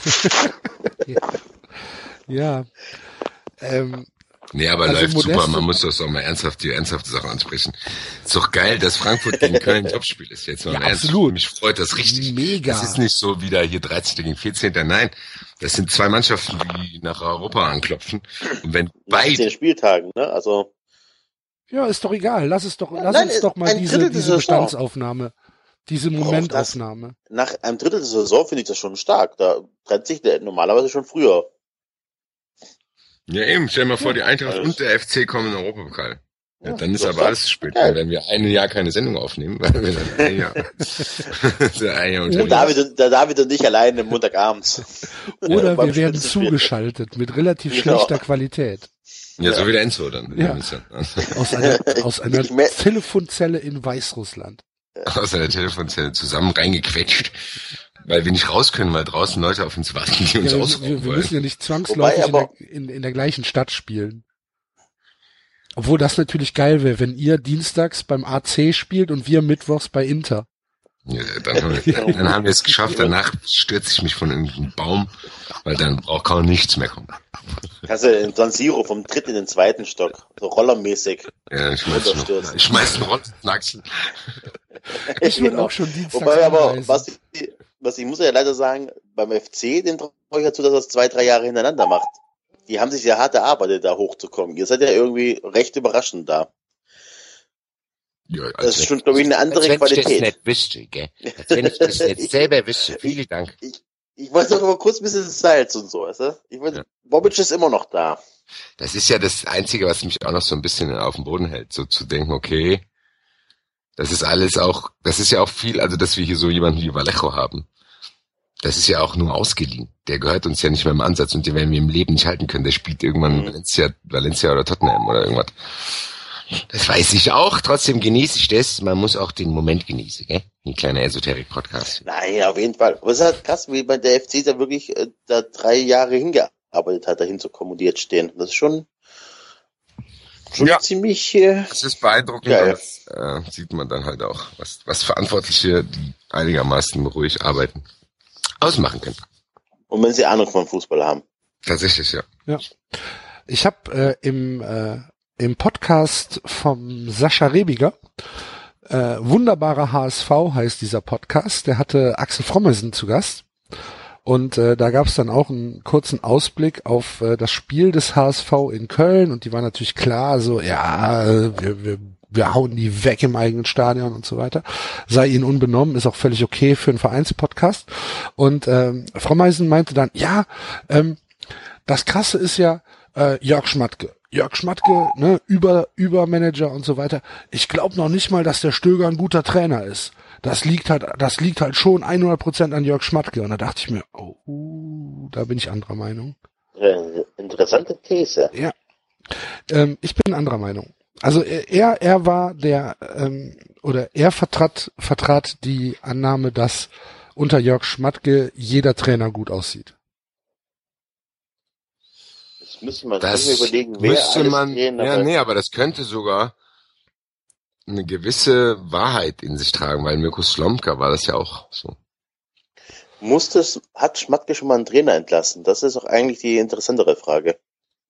Ja. Ähm, Nee, aber Also läuft Modeste- super. Man muss das auch mal ernsthaft, die ernsthafte Sache ansprechen. Ist doch geil, dass Frankfurt gegen Köln ein Topspiel ist. Jetzt mal Ja, im Ernst. absolut. Mich freut das richtig. Mega. Das ist nicht so wieder hier dreizehnter gegen vierzehnter Nein, das sind zwei Mannschaften, die nach Europa anklopfen. Und wenn Nach zehn beide, Spieltagen, ne? Also, ja, ist doch egal. Lass es doch, lass Nein, uns doch mal ein diese, Drittel der diese Saison. Bestandsaufnahme, diese Momentaufnahme. nach einem Drittel der Saison finde ich das schon stark. Da trennt sich der normalerweise schon früher. ja eben, stell dir mal vor, die Eintracht alles. und der F C kommen in den Europapokal. Ja, Ja, dann ist doch, aber doch. alles zu spät. Geil. Dann werden wir ein Jahr keine Sendung aufnehmen, weil wir dann ein Jahr, ein Jahr Der unterwegs. David, und- der David und ich alleine Montagabends. Oder beim wir werden Spitzenspiel. zugeschaltet mit relativ Genau. schlechter Qualität. Ja, so wie der Enzo dann. Ja. Aus einer, aus einer Ich mer- Telefonzelle in Weißrussland. Aus einer Telefonzelle zusammen reingequetscht, weil wir nicht raus können, weil draußen Leute auf uns warten, die uns Ja, ausrufen wir, wir wollen. müssen ja nicht zwangsläufig Wobei, in, der, aber- in, in der gleichen Stadt spielen. Obwohl das natürlich geil wäre, wenn ihr dienstags beim A C spielt und wir mittwochs bei Inter. Ja, dann, haben wir, dann haben wir es geschafft, danach stürze ich mich von irgendeinem Baum, weil dann braucht kaum nichts mehr kommen. Kannst du in San Siro vom dritten in den zweiten Stock, so rollermäßig. Ja, ich schmeiß, noch, Runterstürzen. ich schmeiß einen Roll in den Achsel. Ich würde Genau. auch schon dienstags Wobei aber, anreisen. was ich, was ich muss ja leider sagen, beim F C, den traue ich dazu, dass er es zwei, drei Jahre hintereinander macht. Die haben sich ja hart erarbeitet, da hochzukommen. Ihr seid ja irgendwie recht überraschend da. Ja, Das ist schon, glaube ich, eine andere als wenn Qualität. ich das nicht wüsste, gell? Als wenn ich das nicht selber wüsste. Vielen Dank. Ich, ich, ich wollte doch mal kurz ein bisschen Salz und so, weißt du? Ich wollte, Ja. Bobic ist immer noch da. Das ist ja das Einzige, was mich auch noch so ein bisschen auf dem Boden hält, so zu denken, okay, das ist alles auch, das ist ja auch viel, also dass wir hier so jemanden wie Vallejo haben, das ist ja auch nur ausgeliehen. Der gehört uns ja nicht mehr im Ansatz und den werden wir im Leben nicht halten können. Der spielt irgendwann Mhm. Valencia, Valencia oder Tottenham oder irgendwas. Das weiß ich auch, trotzdem genieße ich das. Man muss auch den Moment genießen, gell? Ein kleiner Esoterik-Podcast. Nein, auf jeden Fall. Aber es ist halt krass, wie bei der F C da wirklich äh, da drei Jahre hingearbeitet hat, dahin zu kommen und die jetzt stehen. Das ist schon, schon Ja. ziemlich, äh, Das ist beeindruckend, Geil. und das äh, sieht man dann halt auch, was, was Verantwortliche, die einigermaßen ruhig arbeiten, ausmachen können. und wenn sie Ahnung vom Fußball haben. Tatsächlich, ja. Ja. Ich habe äh, im äh, im Podcast vom Sascha Rebiger, äh, wunderbarer H S V heißt dieser Podcast, der hatte Axel Frommesen zu Gast und äh, da gab es dann auch einen kurzen Ausblick auf äh, das Spiel des H S V in Köln und die war natürlich klar so, ja, äh, wir, wir wir hauen die weg im eigenen Stadion und so weiter. Sei ihnen unbenommen, ist auch völlig okay für einen Vereinspodcast. Und ähm, Frommesen meinte dann, ja, ähm, das Krasse ist ja äh, Jörg Schmatke. Jörg Schmatke, ne, über Übermanager und so weiter. Ich glaube noch nicht mal, dass der Stöger ein guter Trainer ist. Das liegt halt, das liegt halt schon hundert Prozent an Jörg Schmatke. Und da dachte ich mir, oh, uh, da bin ich anderer Meinung. Äh, interessante These. Ja, ähm, ich bin anderer Meinung. Also er, er war der, ähm, oder er vertrat, vertrat die Annahme, dass unter Jörg Schmatke jeder Trainer gut aussieht. Das müssen wir, Das müssen wir überlegen, wer müsste alles man, drehen, ja, aber nee, aber das könnte sogar eine gewisse Wahrheit in sich tragen, weil Mirko Slomka war das ja auch so. muss das, hat Schmatke schon mal einen Trainer entlassen? Das ist auch eigentlich die interessantere Frage.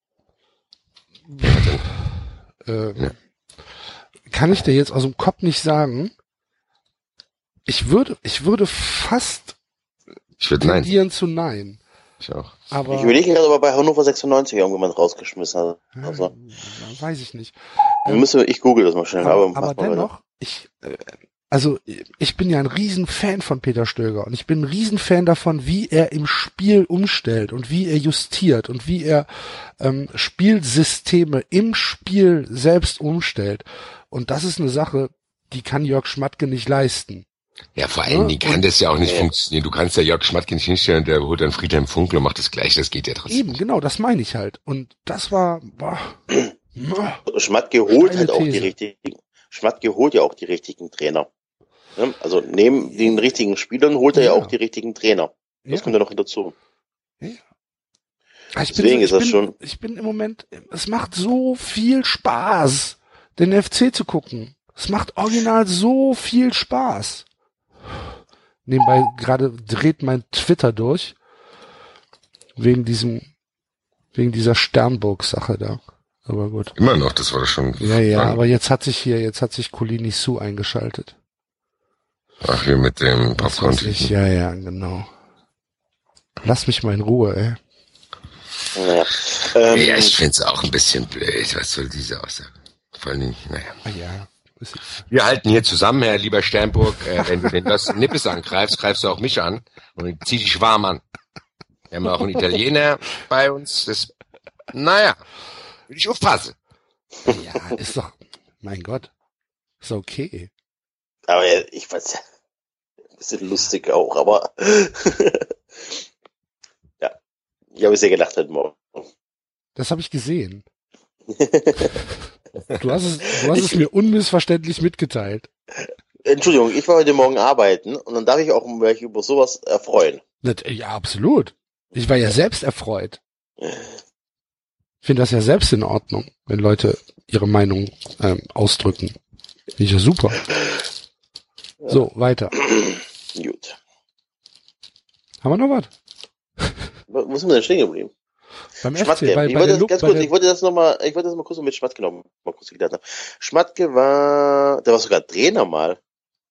Äh, Ja. Kann ich dir jetzt aus dem Kopf nicht sagen. Ich würde, ich würde fast Ich würde nein. tendieren zu nein. Ich auch. Aber Ich überlege gerade, ob er bei Hannover sechsundneunzig irgendjemand rausgeschmissen hat. Also, ja, weiß ich nicht. dann Ähm, müssen wir, ich google das mal schnell. aber, Aber, aber mach mal dennoch, ich, äh, also ich bin ja ein Riesenfan von Peter Stöger und ich bin ein Riesenfan davon, wie er im Spiel umstellt und wie er justiert und wie er ähm, Spielsysteme im Spiel selbst umstellt. Und das ist eine Sache, die kann Jörg Schmatke nicht leisten. Ja, vor allen Dingen kann das ja auch nicht Nee. funktionieren. Du kannst ja Jörg Schmatke nicht hinstellen, der holt dann Friedhelm Funkel und macht das gleiche, das geht ja trotzdem. Eben, genau, das meine ich halt. Und das war, boah, boah, wieder. Schmatke holt Steile halt auch die These. richtigen, Schmatke holt ja auch die richtigen Trainer. Ne? Also neben den richtigen Spielern holt er ja, Ja. auch die richtigen Trainer. Das ja. kommt ja noch dazu. Ah, Ich Deswegen bin, ist so, das ich bin, schon- ich bin im Moment, es macht so viel Spaß, den F C zu gucken. Es macht original so viel Spaß. Nebenbei gerade dreht mein Twitter durch. Wegen diesem, wegen dieser Sternburg-Sache da. Aber gut. Immer noch, das war doch schon. Ja, ja, lang. aber jetzt hat sich hier, jetzt hat sich Colini Su eingeschaltet. Ach, hier mit dem Was Popcorn. weiß ich, ja, ja, genau. Lass mich mal in Ruhe, ey. Naja. Ähm, Ja, ich find's auch ein bisschen blöd. Was soll diese Aussage? Vor allen Dingen, naja. Ah ja. Ist- Wir halten hier zusammen, Herr lieber Sternburg. Äh, wenn du den das Nippes angreifst, greifst du auch mich an und zieh dich warm an. Wir haben auch einen Italiener bei uns. Das, naja, will ich aufpassen. Ja, ist doch, mein Gott. Ist okay. aber ja, ich fand's ja ein bisschen lustig auch, aber ja. Ich habe sehr gelacht heute Morgen. Das habe ich gesehen. Du hast es, du hast es mir unmissverständlich mitgeteilt. Entschuldigung, ich war heute Morgen arbeiten und dann darf ich auch mich über sowas erfreuen. Das- Ja, absolut. Ich war ja selbst erfreut. Ich finde das ja selbst in Ordnung, wenn Leute ihre Meinung ähm, ausdrücken. Finde ich ja super. So, weiter. Gut. Haben wir noch was? Wo wo sind wir denn stehen geblieben? Beim F C, Schmatke. bei, ich, bei wollte der das, Look, ganz bei kurz, der, ich wollte das nochmal, ich wollte das mal kurz mit Schmatke noch mal kurz geklärt haben. Schmatke war, der war sogar Trainer mal.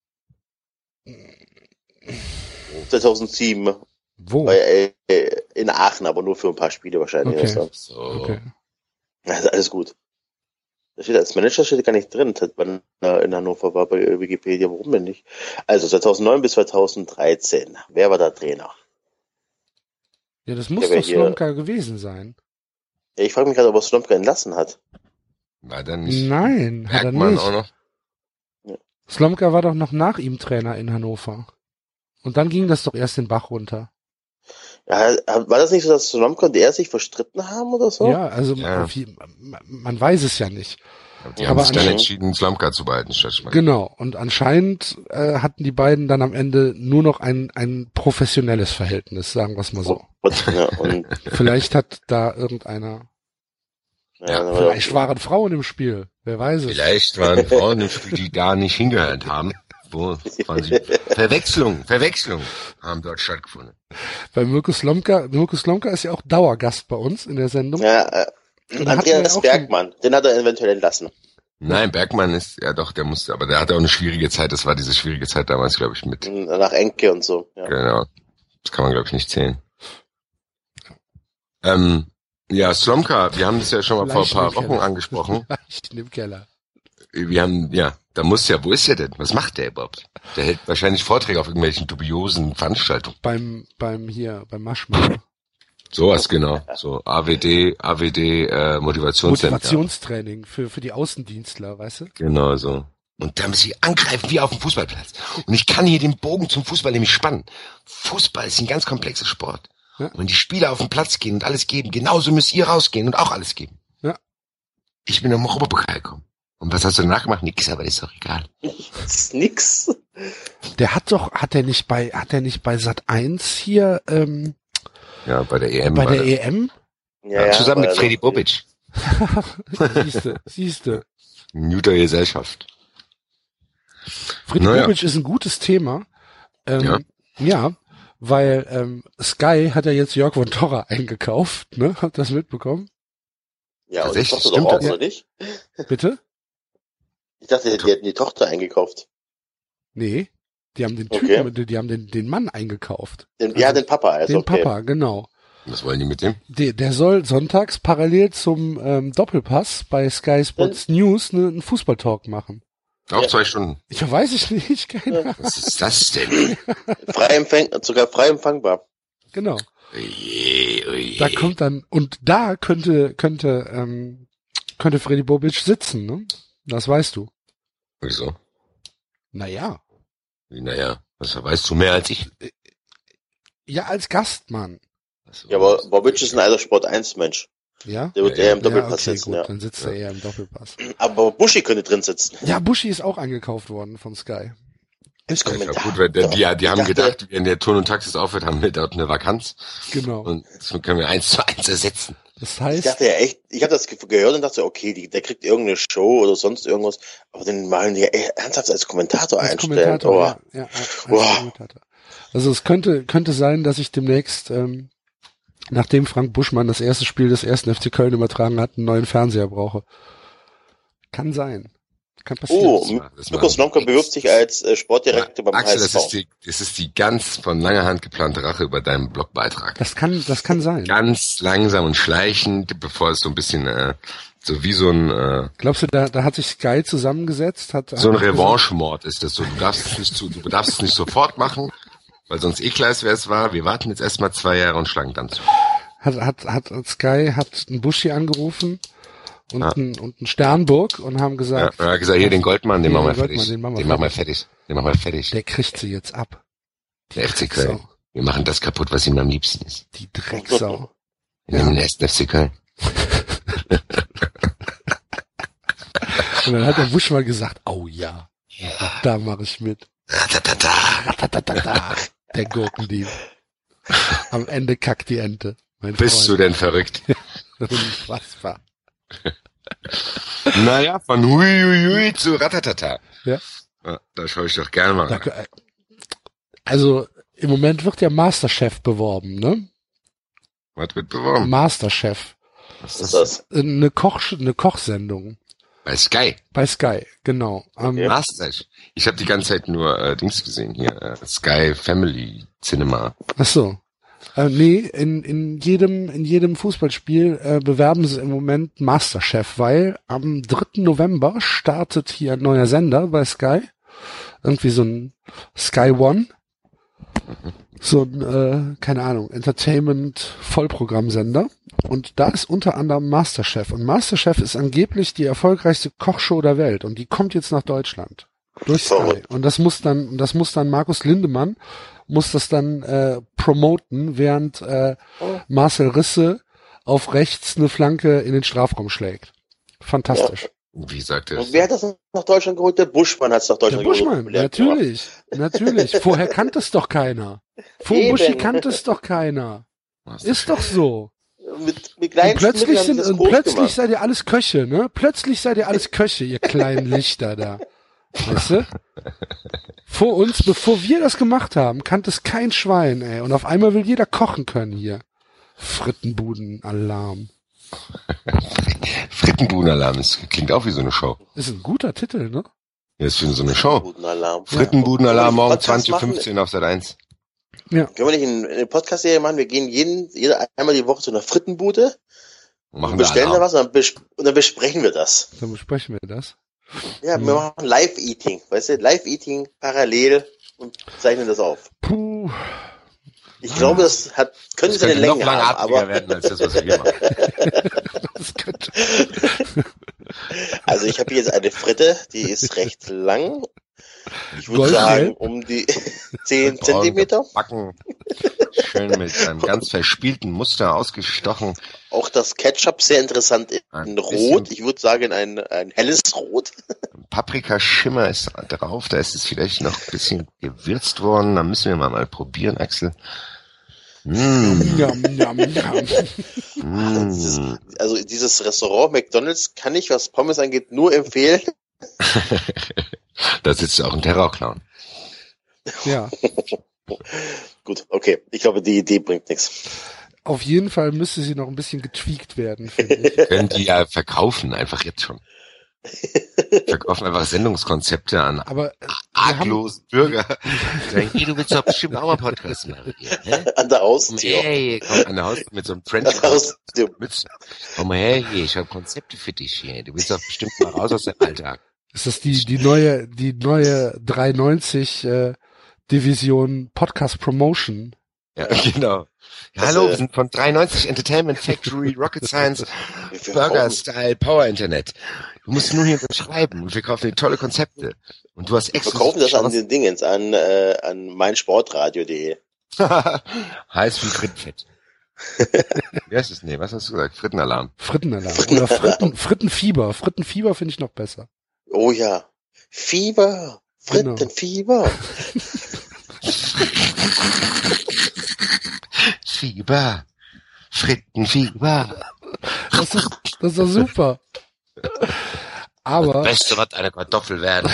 zweitausendsieben wo? bei, äh, in Aachen, aber nur für ein paar Spiele wahrscheinlich. Okay. Also, So. Okay. also alles gut. Da steht als Manager steht gar nicht drin, wann er in Hannover war bei Wikipedia. Warum denn nicht? Also zweitausendneun bis zweitausenddreizehn. Wer war da Trainer? Ja, das muss Ja, wer doch hier- Slomka gewesen sein. Ja, ich frage mich gerade, ob er Slomka entlassen hat. Leider nicht. Nein, hat er Bergmann nicht. auch noch. Slomka war doch noch nach ihm Trainer in Hannover. Und dann ging das doch erst den Bach runter. Ja, war das nicht so, dass Slomka und er sich verstritten haben oder so? Ja, also Ja. Man, man weiß es ja nicht. Die Ja, haben aber sich dann anscheinend- entschieden, Slomka zu behalten, statt Schmeck. Genau. Und anscheinend äh, hatten die beiden dann am Ende nur noch ein, ein professionelles Verhältnis, sagen wir es mal so. Und, ja, und Vielleicht hat da irgendeiner, ja, dann war vielleicht doch- waren Frauen im Spiel, wer weiß es. Vielleicht waren Frauen im Spiel, die da nicht hingehört haben. Wo waren sie? Verwechslung, Verwechslung haben dort stattgefunden. Bei Mirko Slomka, Mirko Slomka ist ja auch Dauergast bei uns in der Sendung. Ja, äh, Da hatten wir ja Andreas auch Bergmann, den hat er eventuell entlassen. Nein, Bergmann ist, ja doch, der musste, aber der hatte auch eine schwierige Zeit. Das war diese schwierige Zeit damals, glaube ich, mit. Nach Enke und so. Ja. Genau. Das kann man, glaube ich, nicht zählen. Ähm, ja, Slomka, wir haben das ja schon mal vor ein paar Leichen im Wochen Keller. angesprochen. Leichen im Keller. Wir haben, ja, da muss ja, wo ist der denn? Was macht der überhaupt? Der hält wahrscheinlich Vorträge auf irgendwelchen dubiosen Veranstaltungen. Beim, beim hier, beim Maschmeyer. Sowas, genau. So A W D, A W D, äh, Motivationscenter. Motivationstraining für, für die Außendienstler, weißt du? Genau so. Und da muss ich angreifen wie auf dem Fußballplatz. Und ich kann hier den Bogen zum Fußball nämlich spannen. Fußball ist ein ganz komplexer Sport. Ja. Und wenn die Spieler auf den Platz gehen und alles geben, genauso müsst ihr rausgehen und auch alles geben. Ja. Ich bin im Europapokal gekommen. Und was hast du danach gemacht? Nix, aber ist doch egal. Das ist nix. Der hat doch, hat er nicht bei, hat er nicht bei Sat eins hier, ähm, Ja, bei der E M. bei war der das. E M? Ja, Ja, zusammen aber mit Freddy also- Bobic. siehste, siehste. Newter Gesellschaft. Freddy Naja. Bobic ist ein gutes Thema. Ähm, ja. Ja. weil ähm, Sky hat ja jetzt Jörg von Torra eingekauft, ne? Habt ihr das mitbekommen? Ja, und die Tatsächlich, Tochter doch stimmt auch, das? oder nicht? Bitte? Ich dachte, die hätten die Tochter eingekauft. Nee. Die haben den Okay. Typen, die, die haben den, den Mann eingekauft. Den, ja, den Papa, also den okay. Papa, genau. Was wollen die mit dem? Der, der soll sonntags parallel zum ähm, Doppelpass bei Sky Sports News ne, einen Fußballtalk machen. Auch Ja. zwei Stunden. Ich weiß ich nicht, keine Ahnung. Was ist das denn? Frei empfäng, sogar frei empfangbar. Genau. Oje, oje. Da kommt dann, und da könnte, könnte, ähm, könnte Freddy Bobic sitzen, ne? Das weißt du. Wieso? Naja. Wie, naja, was weißt du mehr als ich? Ja, als Gastmann. Was- Ja, aber Bobic ist ein alter Sport eins Mensch. Ja? Der wird Ja, eher ja. im Doppelpass ja, okay, sitzen, gut, ja. dann sitzt er eher im Doppelpass. Aber Buschi könnte drin sitzen. Ja, Buschi ist auch eingekauft worden von Sky. Ist Ja, Kommentar. gut, weil die, die, die haben dachte- gedacht, wenn der Ton und Taxis aufhört, haben wir dort eine Vakanz Genau. und so können wir eins zu eins ersetzen. Das Ich heißt, dachte ja echt, ich habe das ge- gehört und dachte, okay, die, der kriegt irgendeine Show oder sonst irgendwas, aber den malen die ja echt ernsthaft als Kommentator als einstellen. Kommentator, Oh. ja, ja, als Wow. Kommentator. Also es könnte, könnte sein, dass ich demnächst, ähm, nachdem Frank Buschmann das erste Spiel des ersten F C Köln übertragen hat, einen neuen Fernseher brauche. Kann sein. Kann passieren. Oh, Das war- das war- Lukas Lomka bewirbt sich als äh, Sportdirektor beim Axel, H das S ist V. die, das ist die ganz von langer Hand geplante Rache über deinen Blogbeitrag. Das kann, das kann sein. Ganz langsam und schleichend, bevor es so ein bisschen, äh, so wie so ein, äh, Glaubst du, da, da hat sich Sky zusammengesetzt? Hat, so ein hat gesagt, Revanche-Mord ist das so. Du darfst es nicht zu, du darfst es nicht sofort machen, weil sonst eh klar ist, wer es war. Wir warten jetzt erstmal zwei Jahre und schlagen dann zu. Hat, hat, hat, hat Sky hat einen Buschi angerufen und, Ja. einen, und einen Sternburg und haben Ja, gesagt, er hat gesagt, hier den Goldmann, den Hier, machen wir den Goldmann, fertig. den machen wir Den machen wir fertig. Den machen wir fertig. der kriegt sie jetzt ab. Der F C Köln. Drecksau. Wir machen das kaputt, was ihm am liebsten ist. Die Drecksau. Wir nehmen den ersten F C Köln. Und dann hat der Busch mal gesagt, oh ja, Ja. da mache ich mit. Ratatata. Ratatatata, der Gurkendieb. Am Ende kackt die Ente. Mein Bist du Freund. denn verrückt? Unfassbar. Naja, von hui hui hui zu Ratatata. Ja. Ja, da schaue ich doch gerne mal. Da, rein. äh, also im Moment wird ja Masterchef beworben, ne? Was wird beworben? Masterchef. Was ist das? Eine Koch, eine Kochsendung. Bei Sky. Bei Sky, genau. Ähm, Okay. Masterchef. Ich habe die ganze Zeit nur äh, Dings gesehen hier. Äh, Sky Family Cinema. Ach so. Äh, nee, in, in jedem, in jedem Fußballspiel äh, bewerben sie im Moment Masterchef, weil am dritten November startet hier ein neuer Sender bei Sky. Irgendwie so ein Sky One. So ein, äh, keine Ahnung, Entertainment-Vollprogrammsender. Und da ist unter anderem Masterchef. Und Masterchef ist angeblich die erfolgreichste Kochshow der Welt. Und die kommt jetzt nach Deutschland. Durch Sky. Und das muss dann, das muss dann Markus Lindemann, muss das dann äh, promoten, während äh, Marcel Risse auf rechts eine Flanke in den Strafraum schlägt. Fantastisch. Ja. Wie sagt er? Und wer hat das nach Deutschland geholt? Der Buschmann hat es nach Deutschland Der Buschmann, geholt. natürlich, natürlich. Vorher kannte es doch keiner. Vor Eben. Buschi kannte es doch keiner. Ist doch so. Mit, mit Und kleinsten plötzlich Mitteln haben sind, die das und groß plötzlich gemacht. seid ihr alles Köche, ne? Plötzlich seid ihr alles Köche, ihr kleinen Lichter da. Weißt du? Vor uns, bevor wir das gemacht haben, kannte es kein Schwein, ey. Und auf einmal will jeder kochen können hier. Frittenbuden-Alarm. Frittenbudenalarm, das klingt auch wie so eine Show. Ist ein guter Titel, ne? Ja, ist für so eine Show. Guten Alarm. Frittenbudenalarm morgen Podcast zwanzig Uhr machen? fünfzehn auf Sat eins. Ja. Können wir nicht eine, eine Podcast-Serie machen? Wir gehen jeden, jeder einmal die Woche zu einer Frittenbude, Machen wir bestellen da Alarm. was und dann, bes und dann besprechen wir das. Dann besprechen wir das. Ja, Mhm. wir machen Live-Eating, weißt du? Live-Eating parallel und zeichnen das auf. Puh. Ich glaube, das hat, könnte Das seine könnte noch Länge haben, langatmiger aber, werden als das, was wir hier machen. Das könnte. also ich habe hier jetzt eine Fritte, die ist recht lang. Ich würde Goldgelb? sagen, um die zehn Zentimeter. Backen. Schön mit einem ganz verspielten Muster ausgestochen. Auch das Ketchup sehr interessant in Ein Rot. bisschen- Ich würde sagen, ein, ein helles Rot. Paprikaschimmer ist drauf. Da ist es vielleicht noch ein bisschen gewürzt worden. Da müssen wir mal, mal probieren, Axel. Mm, Jam, jam, jam. mm. Also dieses Restaurant McDonald's kann ich, was Pommes angeht, nur empfehlen. Da sitzt auch ein Terrorclown. Ja. Gut, okay. Ich glaube, die Idee bringt nichts. Auf jeden Fall müsste sie noch ein bisschen getweakt werden, finde ich. Können die ja verkaufen, einfach jetzt schon. Verkaufen einfach Sendungskonzepte an Aber äh, wir haben, arglosen Bürger. Sagen, hey, du willst doch bestimmt auch mal Podcast machen hier, ne? An der Haustür. Hey, komm an der Haus mit so einem French An der Haustür. Mütze. Komm mal her hier, ich habe Konzepte für dich hier. Du willst doch bestimmt mal raus aus dem Alltag. ist das die, die neue, die neue dreihundertneunzig äh, Division Podcast Promotion? Ja, genau. Ja, hallo, wir sind von dreiundneunzig Entertainment Factory Rocket Science Wir Burger verkaufen- Style Power Internet. Du musst nur hier unterschreiben und wir kaufen dir tolle Konzepte. Und du hast Wir extra verkaufen das an den Dingens, an, äh, an meinsportradio punkt de. heiß wie Frittenfett. Wie heißt es? Nee, was hast du gesagt? Frittenalarm. Frittenalarm. Oder Fritten, Frittenfieber. Frittenfieber finde ich noch besser. Oh ja. Fieber. Genau. Frittenfieber. Fieber. Frittenfieber. Das ist, das ist doch super. Aber Beste, was eine Kartoffel werden.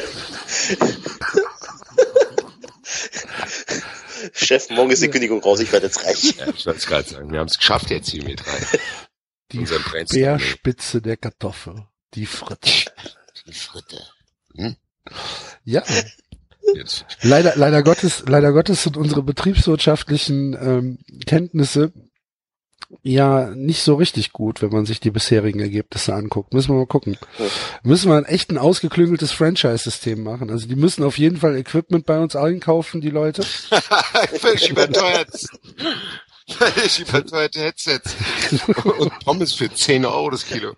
Chef, morgen ist die Kündigung raus, ich werde jetzt reich. Ja, ich wollte es gerade sagen. Wir haben es geschafft jetzt hier mit rein. die Unser Brainstorming. Speerspitze der Kartoffel. Die Fritte. Die Fritte. Hm? Ja. Jetzt. Leider, leider Gottes, leider Gottes sind unsere betriebswirtschaftlichen ähm, Kenntnisse ja nicht so richtig gut, wenn man sich die bisherigen Ergebnisse anguckt. Müssen wir mal gucken. Müssen wir ein echt ein ausgeklüngeltes Franchise-System machen. Also die müssen auf jeden Fall Equipment bei uns einkaufen, die Leute. Völlig überteuert. Völlig überteuerte Headsets. Und Pommes für zehn Euro das Kilo.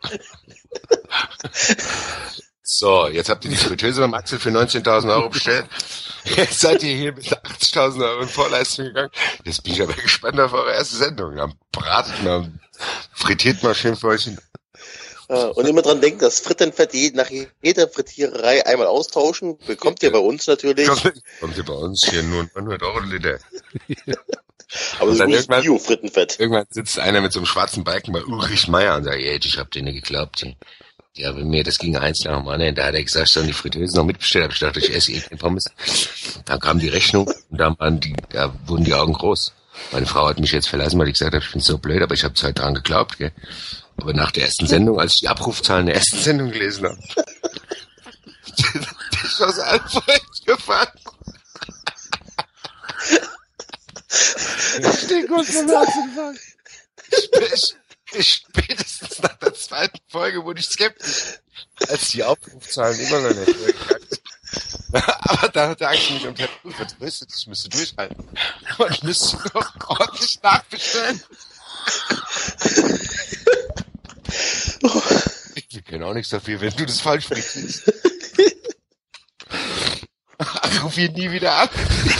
So, jetzt habt ihr die Fritteuse beim Axel für neunzehntausend Euro bestellt. Jetzt seid ihr hier mit achtzigtausend Euro in Vorleistung gegangen. Jetzt bin ich aber gespannt auf eure erste Sendung. Dann bratet mal, frittiert mal schön für euch. Und immer dran denken, das Frittenfett je, nach jeder Frittiererei einmal austauschen. Bekommt ihr bei uns natürlich. Kommt ihr bei uns hier nur neunhundert Euro Liter. Aber Und das dann ist irgendwann- Bio-Frittenfett. Irgendwann sitzt einer mit so einem schwarzen Balken bei Ulrich Meier und sagt, ey, ich hab dir nicht geglaubt. Die, die haben mir, das ging eins nach dem anderen. Da hat er gesagt, sollen die Fritteusen noch mitbestellt. Hab ich gedacht, ich esse eh keine Pommes. Dann kam die Rechnung und dann waren die, da wurden die Augen groß. Meine Frau hat mich jetzt verlassen, weil ich gesagt habe, ich bin so blöd, aber ich habe halt dran geglaubt, gell. Aber nach der ersten Sendung, als ich die Abrufzahlen der ersten Sendung gelesen habe, ich war so einfach gefahren. Ich stehe kurz vor Herzinfarkt. Spätestens nach der zweiten Folge wurde ich skeptisch, als die Aufrufzahlen immer noch nicht gegangen sind. Aber da hat der Axel mich unter Druck vertröstet, ich müsste durchhalten. Und ich müsste noch ordentlich nachbestellen. Wir können auch nichts dafür, wenn du das falsch sprichst. Ruf ihn nie wieder an.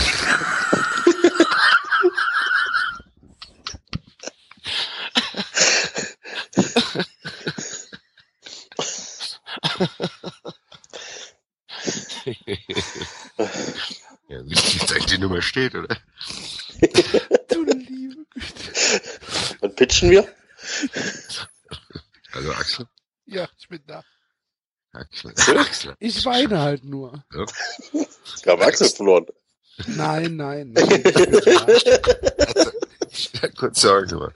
Ja, wie jetzt eigentlich die Nummer steht, oder? Du liebe Güte. Und pitchen wir? Also Axel? Ja, ich bin da. Axel. Axel. Ich weine halt nur. Ja. Wir haben Axel verloren. Nein, nein, nein. Ich bin da. Ich hab kurz Sorgen gemacht.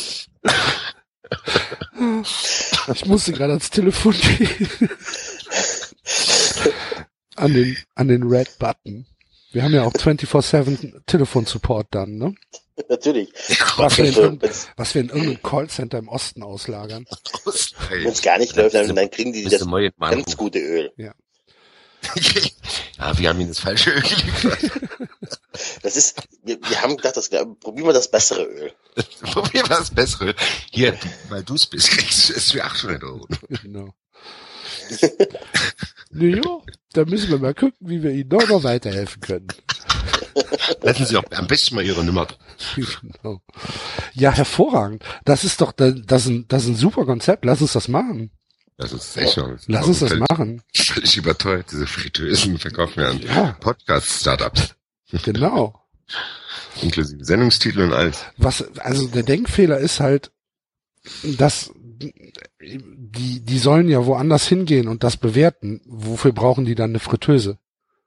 Ich musste gerade ans Telefon gehen. An den, an den Red Button. Wir haben ja auch vierundzwanzig sieben Telefonsupport dann, ne? Natürlich. Was wir, in, Also, irgendein- was wir in irgendeinem Callcenter im Osten auslagern. wenn es gar nicht läuft, dann, dann kriegen die das neue ganz gute Öl. Ja, wir haben ihnen das falsche Öl geliefert. Das ist, wir, wir haben gedacht, das, probieren wir das bessere Öl. Probier mal das Bessere. Hier, du, weil du es bist, kriegst du es für achthundert Euro. Genau. Naja, da müssen wir mal gucken, wie wir Ihnen noch, noch weiterhelfen können. Lassen Sie auch am besten mal Ihre Nummer. Genau. Ja, hervorragend. Das ist doch, das ist ein, das ist ein super Konzept. Lass uns das machen. Das ist echt schon. Lass uns das völlig, machen. Völlig überteuert. Diese Fritteusen verkaufen ja an Ja. Podcast-Startups. Genau. Inklusive Sendungstitel und alles. Was, also der Denkfehler ist halt, dass die, die sollen ja woanders hingehen und das bewerten. Wofür brauchen die dann eine Fritteuse?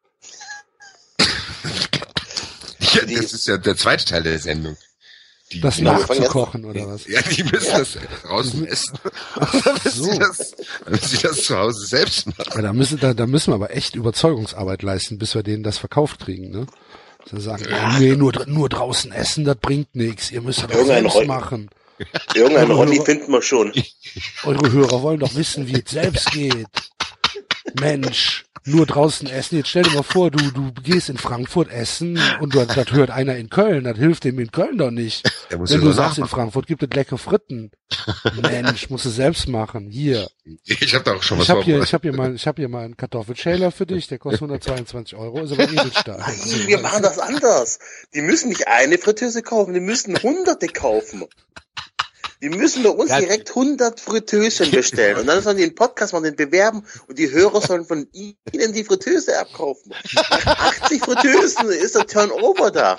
Ja, das ist ja der zweite Teil der Sendung. Die, Das die, nachzukochen oder was? Ja, die müssen das draußen essen. Damit so. sie das, damit sie das zu Hause selbst machen. Ja, da müssen, da, da müssen wir aber echt Überzeugungsarbeit leisten, bis wir denen das verkauft kriegen, ne? Sie sagen, ja, nee, nur, nur draußen essen, das bringt nichts. Ihr müsst das auch Irgendein selbst Ron- machen. Irgendeinen Eure Ronny Hörer- finden wir schon. Eure Hörer wollen doch wissen, wie es selbst geht. Mensch, nur draußen essen. Jetzt stell dir mal vor, du, du gehst in Frankfurt essen und du, das hört einer in Köln. Das hilft dem in Köln doch nicht. Der muss Wenn ja du so sagst, in nachmachen. Frankfurt gibt es leckere Fritten. Mensch, musst du selbst machen. Hier. Ich habe da auch schon was Ich habe hier, vorbereitet. ich habe hier mal, ich habe hier mal einen Kartoffelschäler für dich. Der kostet hundertzweiundzwanzig Euro, ist aber Edelstahl. Wir machen das anders. Die müssen nicht eine Fritteuse kaufen, die müssen hunderte kaufen. Die müssen bei uns Ja. direkt hundert Fritteusen bestellen. Und dann sollen die den Podcast mal den bewerben und die Hörer sollen von ihnen die Fritteuse abkaufen. Nach achtzig Fritteusen ist der Turnover da.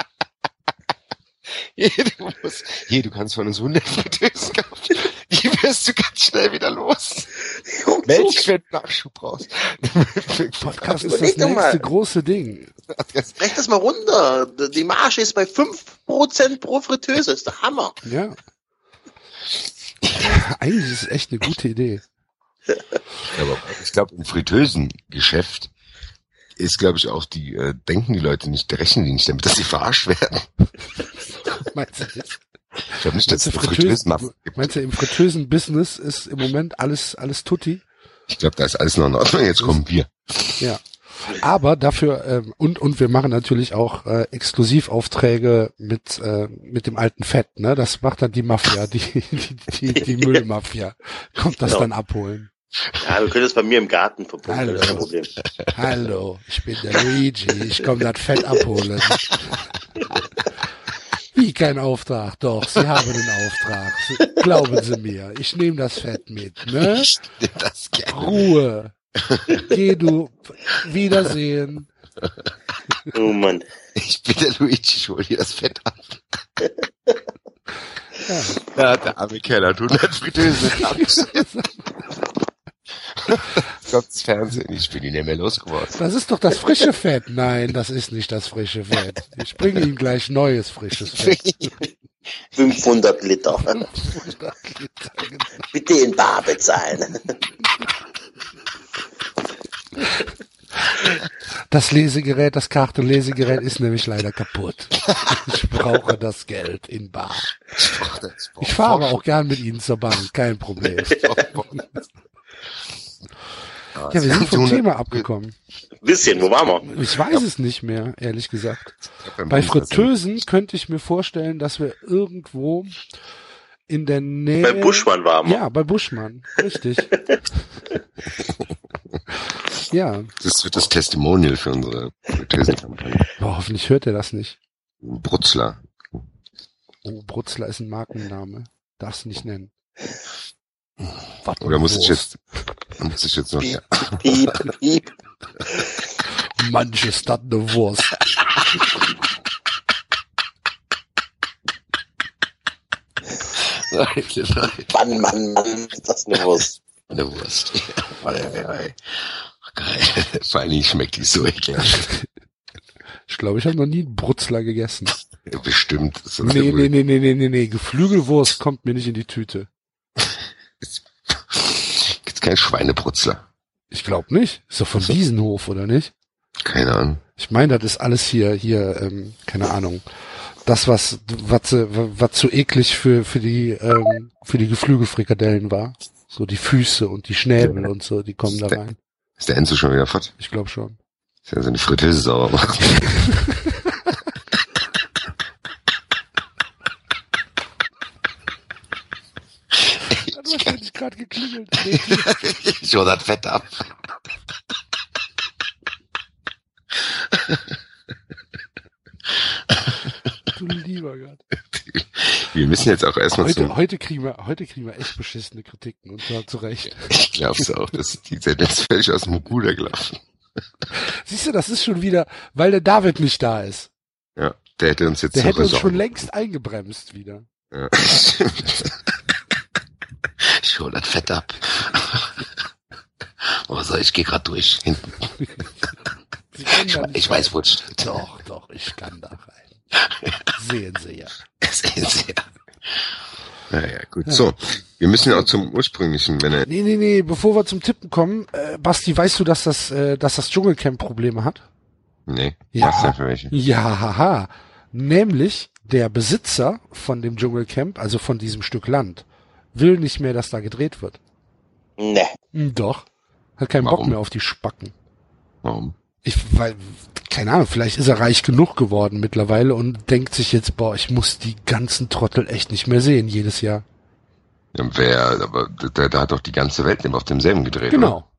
Hier, du musst, hier, du kannst von uns hundert Fritteusen kaufen. Die wirst du ganz schnell wieder los. Meld dich für einen Nachschub raus. Podcast ist Überleg das doch mal. nächste große Ding. Rechne das mal runter. Die Marge ist bei fünf Prozent pro Fritteuse. Das ist der Hammer. Ja. Eigentlich ist es echt eine gute Idee. Aber ich glaube, im Fritteusengeschäft ist, glaube ich, auch die, äh, denken die Leute nicht, rechnen die nicht damit, dass sie verarscht werden. Meinst du das? Ich glaube nicht, dass Meinst es du, eine Fritteusen, Fritteusenmafia gibt. meinst du, im Fritteusen-Business ist im Moment alles, alles tutti? Ich glaube, da ist alles noch in Ordnung. Jetzt kommen wir. Ja. Aber dafür, ähm, und, und wir machen natürlich auch äh, Exklusivaufträge mit, äh, mit dem alten Fett, ne? Das macht dann die Mafia, die, die, die, die Müllmafia. Kommt das Genau. dann abholen. Ja, wir können das bei mir im Garten verpumpen. Hallo. Das ist kein Problem. Hallo, ich bin der Luigi, ich komme das Fett abholen. Wie kein Auftrag? Doch, Sie haben den Auftrag. Sie, glauben Sie mir, ich nehme das Fett mit, ne? Ich nehm das gerne. Ruhe. Geh du. Wiedersehen. Oh Mann. Ich bin der Luigi, ich hol dir das Fett ab. Ja. Ja, der arme Kerl hat hundert Fritteusen abgeschnitten. Kommt ins Fernsehen, ich bin ihn nicht mehr losgeworden. Das ist doch das frische Fett. Nein, das ist nicht das frische Fett. Ich bringe Ihnen gleich neues frisches Fett. fünfhundert Liter. Bitte in bar bezahlen. Das Lesegerät, das Kartenlesegerät ist nämlich leider kaputt. Ich brauche das Geld in bar. Ich fahre auch gern mit Ihnen zur Bank, kein Problem. Ja, wir sind vom Thema abgekommen. Bisschen, wo waren wir? Ich weiß es nicht mehr, ehrlich gesagt. Bei Fritteusen könnte ich mir vorstellen, dass wir irgendwo in der Nähe... Bei Buschmann waren wir. Ja, bei Buschmann, richtig. Ja. Das wird das Testimonial für unsere Fritteusen-Kampagne. Oh, hoffentlich hört er das nicht. Brutzler. Oh, Brutzler ist ein Markenname. Darfst du nicht nennen. Warte, Oder muss ich jetzt, muss ich jetzt noch, Piep, ja. piep, piep. Manche Stadt eine Wurst. Nein, nein. Mann, Mann, Mann, ist das eine Wurst. Eine Wurst. Ja, geil. Vor allen Dingen schmeckt die so ekelhaft. Ich glaube, ich habe noch nie einen Brutzler gegessen. Ja, bestimmt. Das Nee, nee, nee, nee, nee, nee, nee. Geflügelwurst kommt mir nicht in die Tüte. Gibt's keinen Schweinebrutzler? Ich glaube nicht. Ist doch von So. Wiesenhof, oder nicht? Keine Ahnung. Ich meine, das ist alles hier, hier, ähm, keine Ahnung. Das, was, was, was so eklig für, für die, ähm, für die Geflügelfrikadellen war. So die Füße und die Schnäbel und so, die kommen da rein. Ist der Enzo schon wieder fort? Ich glaube schon. Ist ja seine Fritteuse sauer machen. Hat wahrscheinlich gerade geklingelt. Schon das Fett ab. Du lieber Gott. Wir müssen jetzt auch erstmal Heute, zum... heute kriegen wir, heute kriegen wir echt beschissene Kritiken und zwar zu Recht. Ich glaub's auch, dass die sind jetzt völlig aus dem Ruder gelaufen. Siehst du, das ist schon wieder, weil der David nicht da ist. Ja, der hätte uns jetzt Der so hätte uns besorgen. schon längst eingebremst wieder. Ja. Schon das Fett ab. Oh, so, ich gehe gerade durch. Hinten. Sie können Ich, da we- nicht ich weiß, wo es steht. Doch, doch, ich kann da rein. Sehen Sie ja. Sehen Sie ja. Naja, gut. So, wir müssen ja auch zum ursprünglichen, wenn er... Nee, nee, nee, bevor wir zum Tippen kommen, äh, Basti, weißt du, dass das, äh, dass das Dschungelcamp Probleme hat? Nee, Ja. was denn für welche? Ja, haha. Nämlich der Besitzer von dem Dschungelcamp, also von diesem Stück Land, will nicht mehr, dass da gedreht wird. Ne. Hm, Doch. Hat keinen Bock Warum? mehr auf die Spacken. Warum? Ich, weil, keine Ahnung, vielleicht ist er reich genug geworden mittlerweile und denkt sich jetzt, boah, ich muss die ganzen Trottel echt nicht mehr sehen jedes Jahr. Ja, wer, aber da, da hat doch die ganze Welt auf demselben gedreht, Genau.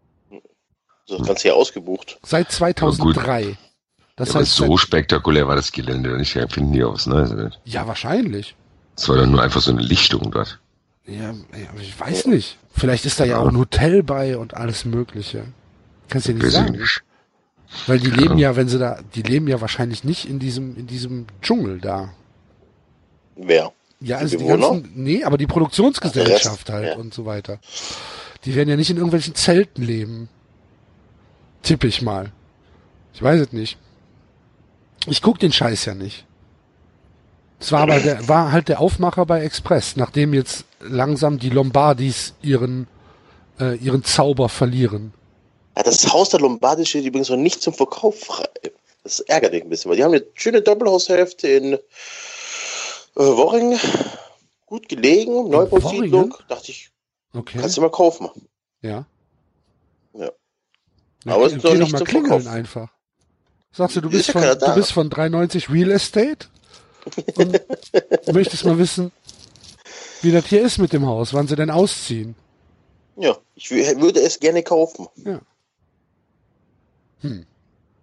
So, das Ganze ja ausgebucht. Seit zweitausenddrei. Das Das aber heißt, so seit, spektakulär war das Gelände doch nicht. Wir finden die aufs Neues. ja, wahrscheinlich. Es war doch nur einfach so eine Lichtung dort. Ja, ja, ich weiß nicht. Vielleicht ist da ja auch ein Hotel bei und alles Mögliche. Kannst du ja nicht Weiß ich sagen. nicht. Weil die Ja. leben ja, wenn sie da, die leben ja wahrscheinlich nicht in diesem, in diesem Dschungel da. Wer? Ja, Die also die Bewohner? ganzen, nee, aber die Produktionsgesellschaft Ach, der Rest, halt ja. und so weiter. Die werden ja nicht in irgendwelchen Zelten leben. Tippe ich mal. Ich weiß es nicht. Ich guck den Scheiß ja nicht. Es war aber der, war halt der Aufmacher bei Express, nachdem jetzt langsam die Lombardis ihren, äh, ihren Zauber verlieren. Ja, das Haus der Lombardi steht übrigens noch nicht zum Verkauf frei. Das ärgert mich ein bisschen, weil die haben eine schöne Doppelhaushälfte in äh, Worringen. Gut gelegen, Neubausiedlung. Worringen? Dachte ich, Okay. kannst du mal kaufen. Ja. Ja. Na, Aber geh, es ist noch geh doch nicht mal zum klingeln Verkauf. einfach. Sagst du, du Ist bist ja von, keiner da. du bist von dreihundertneunzig Real Estate und möchtest mal wissen, wie das hier ist mit dem Haus, wann sie denn ausziehen. Ja, ich wü- würde es gerne kaufen. Ja. Hm.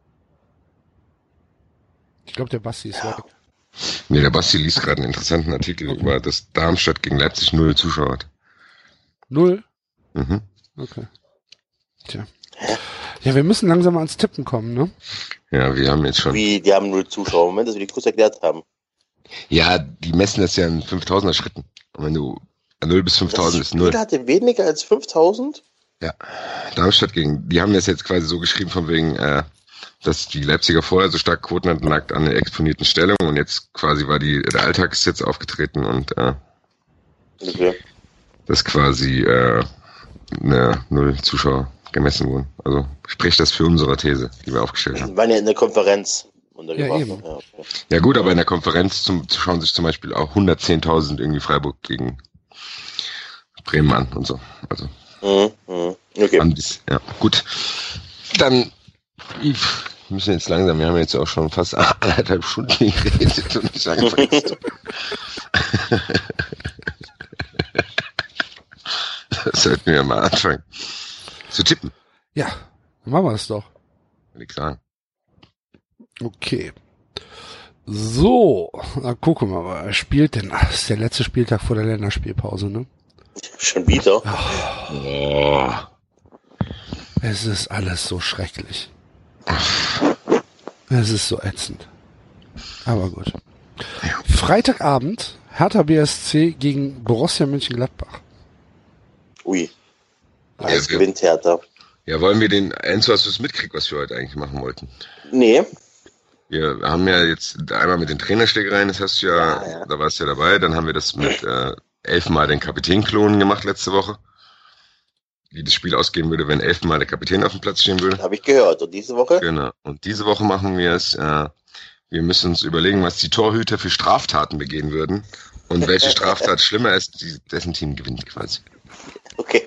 Ich glaube, der Basti ist Ja. weg. Nee, der Basti liest gerade einen interessanten Artikel Okay. über, dass Darmstadt gegen Leipzig null Zuschauer hat. Null? Mhm. Okay. Tja. Ja, wir müssen langsam mal ans Tippen kommen, ne? Ja, wir haben jetzt schon... Wie, die haben null Zuschauer. Moment, dass wir die kurz erklärt haben. Ja, die messen das ja in fünftausender Schritten. Und wenn du null bis fünftausend ist null. Jeder hatte weniger als fünftausend? Ja, Darmstadt gegen, die haben das jetzt quasi so geschrieben von wegen, äh, dass die Leipziger vorher so stark Quoten hatten, lag an der exponierten Stellung und jetzt quasi war die, der Alltag ist jetzt aufgetreten und äh, Okay. das quasi äh, eine null Zuschauer gemessen wurden. Also spricht das für unsere These, die wir aufgestellt haben. Wir waren ja in der Konferenz untergebracht. Ja, eben. Ja, okay. Ja gut, aber in der Konferenz zum, schauen sich zum Beispiel auch hundertzehntausend irgendwie Freiburg gegen Bremen an und so. Also Mhm, mhm. Okay. an dies, ja gut. Dann wir müssen jetzt langsam, wir haben jetzt auch schon fast anderthalb Stunden geredet und ich sage das sollten wir mal anfangen zu tippen. Ja, dann machen wir das doch. Will ich sagen. Okay. So, dann gucken wir mal, wer spielt denn? Ach, das ist der letzte Spieltag vor der Länderspielpause, ne? Schon wieder? Oh. Es ist alles so schrecklich. Es ist so ätzend. Aber gut. Freitagabend, Hertha B S C gegen Borussia Mönchengladbach. Ui. Ja, Eins wir- gewinnt Hertha. Ja, wollen wir den, Enzo, hast du es mitgekriegt, was wir heute eigentlich machen wollten? Nee. Wir haben ja jetzt einmal mit den Trainerschlägereien, das hast du ja, Ja, ja. da warst du ja dabei, dann haben wir das mit äh, elfmal den Kapitän klonen gemacht letzte Woche. Wie das Spiel ausgehen würde, wenn elfmal der Kapitän auf dem Platz stehen würde. Habe ich gehört. Und diese Woche? Genau. Und diese Woche machen wir es, äh, wir müssen uns überlegen, was die Torhüter für Straftaten begehen würden und welche Straftat schlimmer ist, die, dessen Team gewinnt quasi. Okay.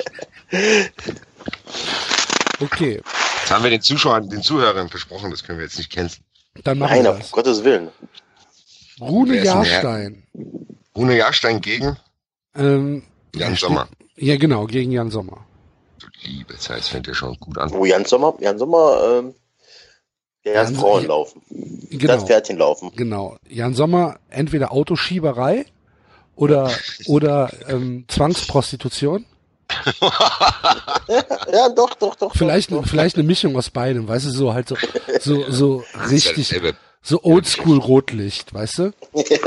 Okay, Das haben wir den Zuschauern, den Zuhörern versprochen, das können wir jetzt nicht canceln. dann machen Nein, wir auf das. Gottes Willen. Rune Wer ist denn der? Jahrstein. Rune Jahrstein gegen Ähm, Jan er Sommer. steht- Ja, genau, gegen Jan Sommer. Du liebe Zeit, das fängt ja schon gut an. Oh, Jan Sommer, Jan Sommer, ähm, der Jan erst So- Frauen laufen. Genau. Das Pferdchen laufen. Genau. Jan Sommer, entweder Autoschieberei oder, oder ähm, Zwangsprostitution. Ja, doch, doch, doch. Vielleicht, doch, doch. vielleicht eine Mischung aus beidem, weißt du, so halt so, so, so richtig, Dasselbe. so oldschool Rotlicht, weißt du?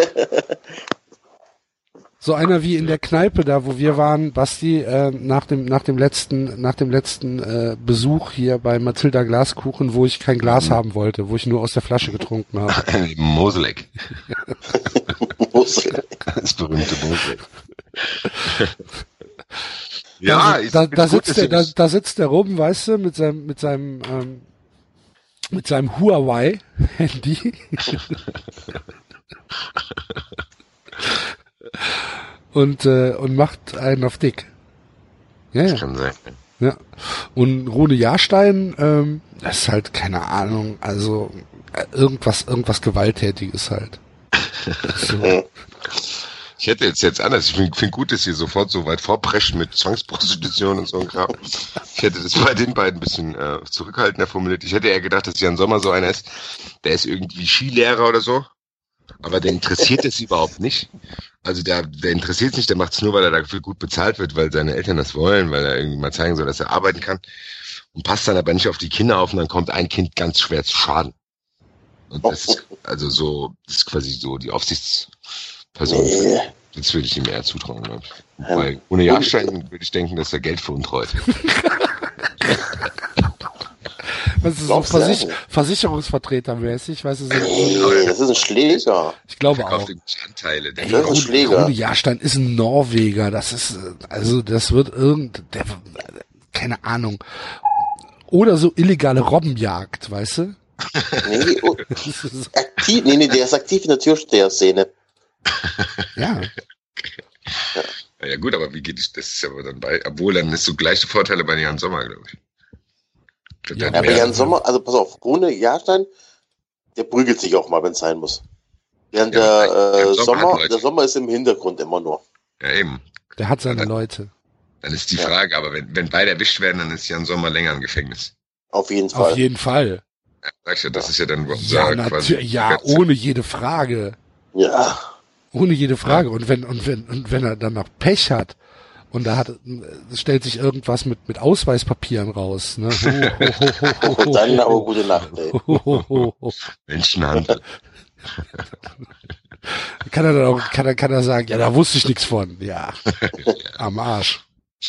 So einer wie in der Kneipe da, wo wir waren, Basti, äh, nach dem, nach dem letzten, nach dem letzten äh, Besuch hier bei Mathilda Glaskuchen, wo ich kein Glas haben wollte, wo ich nur aus der Flasche getrunken habe. Moseleck. Muss. Das berühmte Moseleck. Ja, da, ich da, bin da gut, sitzt dass der, ihr da, das- da sitzt der rum, weißt du, mit seinem, mit seinem, ähm, mit seinem Huawei-Handy. und, äh, und macht einen auf dick. Ja, ja. kann sein. Ja. Und Rune Jahrstein, ähm, das ist halt, keine Ahnung, also äh, irgendwas, irgendwas Gewalttätiges halt. So. Ich hätte jetzt jetzt anders. Ich finde find gut, dass ihr sofort so weit vorprescht mit Zwangsprostitution und so ein Kram. Ich hätte das bei den beiden ein bisschen äh, zurückhaltender formuliert. Ich hätte eher gedacht, dass Jan Sommer so einer ist, der ist irgendwie Skilehrer oder so. Aber der interessiert es überhaupt nicht. Also der, der interessiert es nicht, der macht es nur, weil er dafür gut bezahlt wird, weil seine Eltern das wollen, weil er irgendwie mal zeigen soll, dass er arbeiten kann. Und passt dann aber nicht auf die Kinder auf und dann kommt ein Kind ganz schwer zu Schaden. Und das ist also so, das ist quasi so die Aufsichtsperson. Nee. Das würde ich ihm eher zutrauen, glaube ich. Weil ohne Jahrstein würde ich denken, dass er Geld veruntreut. Was ist so Glaubst du? Versich Versicherungsvertretermäßig, weißt du, so, Nee, das ist ein Schläger. ich glaube auch. Verkauft irgendwie Anteile. Der Das ist ein Rune, Schläger. Rune Jahrstein ist ein Norweger, das ist, äh, also das wird irgend, der, keine Ahnung. Oder so illegale Robbenjagd, weißt du? Nee, oh, Das ist, aktiv, nee, nee, der ist aktiv in der Türsteher-Szene. ja, ja gut, aber wie geht es, das ist aber dann bei, obwohl dann ist so gleiche Vorteile bei Jan Sommer, glaube ich. Ich glaub, Ja, der Ja, hat aber mehr- Jan Sommer, also pass auf, Rune Jahrstein, der prügelt sich auch mal, wenn es sein muss. Während Ja, der der äh, Sommer hat Sommer, Leute. der Sommer ist im Hintergrund immer nur. ja eben. der hat seine Leute. Dann ist die Ja. Frage, aber wenn, wenn beide erwischt werden, dann ist Jan Sommer länger im Gefängnis. Auf jeden Fall. Auf jeden Fall. Ja, sag ich ja, das ist ja dann Ja, unser quasi. natürlich, ja, ohne jede Frage. Ja. Ohne jede Frage. Und wenn, und wenn, und wenn er dann noch Pech hat, und da hat, es stellt sich irgendwas mit, mit Ausweispapieren raus, ne? Ho, ho, ho, ho, ho, Und dann aber ho, gute Nacht, ey. ho, ho, ho, ho. Menschenhandel. Kann er dann auch, kann er, kann er sagen, ja, da wusste ich nichts von. Ja. Am Arsch.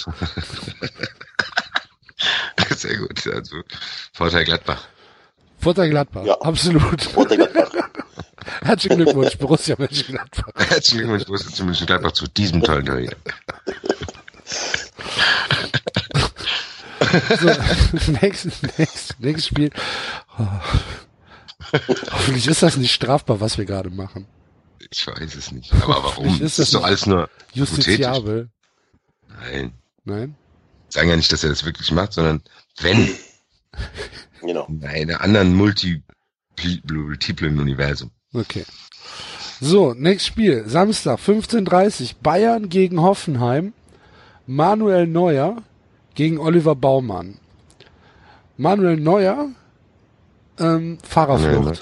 Sehr gut. Also Vorteil Gladbach. Vorteil Gladbach. Ja. Absolut. Und der Gladbach. Herzlichen Glückwunsch, Borussia Mönchengladbach. Herzlichen Glückwunsch, Borussia zu Mönchengladbach zu diesem tollen Torhüter. So, nächstes, nächstes, nächstes Spiel. Oh. Hoffentlich ist das nicht strafbar, was wir gerade machen. Ich weiß es nicht. Aber warum? Ist das das ist doch alles nur justiziabel? Nein. Nein? Sagen ja nicht, dass er das wirklich macht, sondern wenn. Genau. In einem anderen multi, multiplen Universum. Okay. So, nächstes Spiel. Samstag, fünfzehn Uhr dreißig. Bayern gegen Hoffenheim. Manuel Neuer gegen Oliver Baumann. Manuel Neuer, ähm, Fahrerflucht.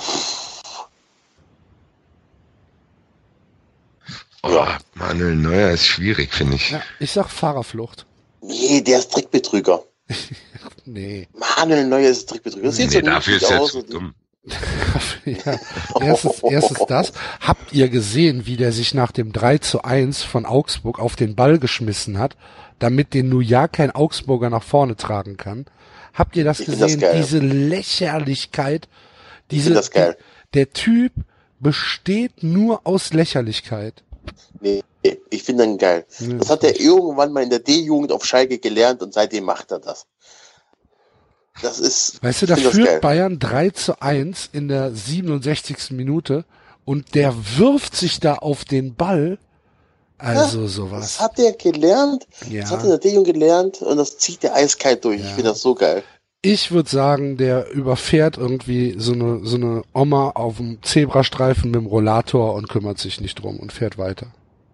Oh, Manuel Neuer ist schwierig, finde ich. Ja, ich sag Fahrerflucht. Nee, der ist Trickbetrüger. Nee. Manuel Neuer ist Trickbetrüger. Das sieht Nee, so dafür niedlich ist er aus. zu dumm. Ja, erstes, erstes das. Habt ihr gesehen, wie der sich nach dem drei zu eins von Augsburg auf den Ball geschmissen hat, damit den nun ja kein Augsburger nach vorne tragen kann? Habt ihr das Ich find das gesehen? geil. Diese Lächerlichkeit, diese, find das geil. der Typ besteht nur aus Lächerlichkeit. Nee, ich finde ihn geil. Nee, Das hat er irgendwann mal in der D-Jugend auf Schalke gelernt und seitdem macht er das. Das ist, Weißt du, ich da find das führt geil. Bayern drei zu eins in der siebenundsechzigsten Minute und der wirft sich da auf den Ball. Also Das sowas. hat er gelernt, Ja. das hat er in der D-Jugend gelernt und das zieht er eiskalt durch. Ja. Ich finde das so geil. Ich würde sagen, der überfährt irgendwie so eine, so eine Oma auf dem Zebrastreifen mit dem Rollator und kümmert sich nicht drum und fährt weiter.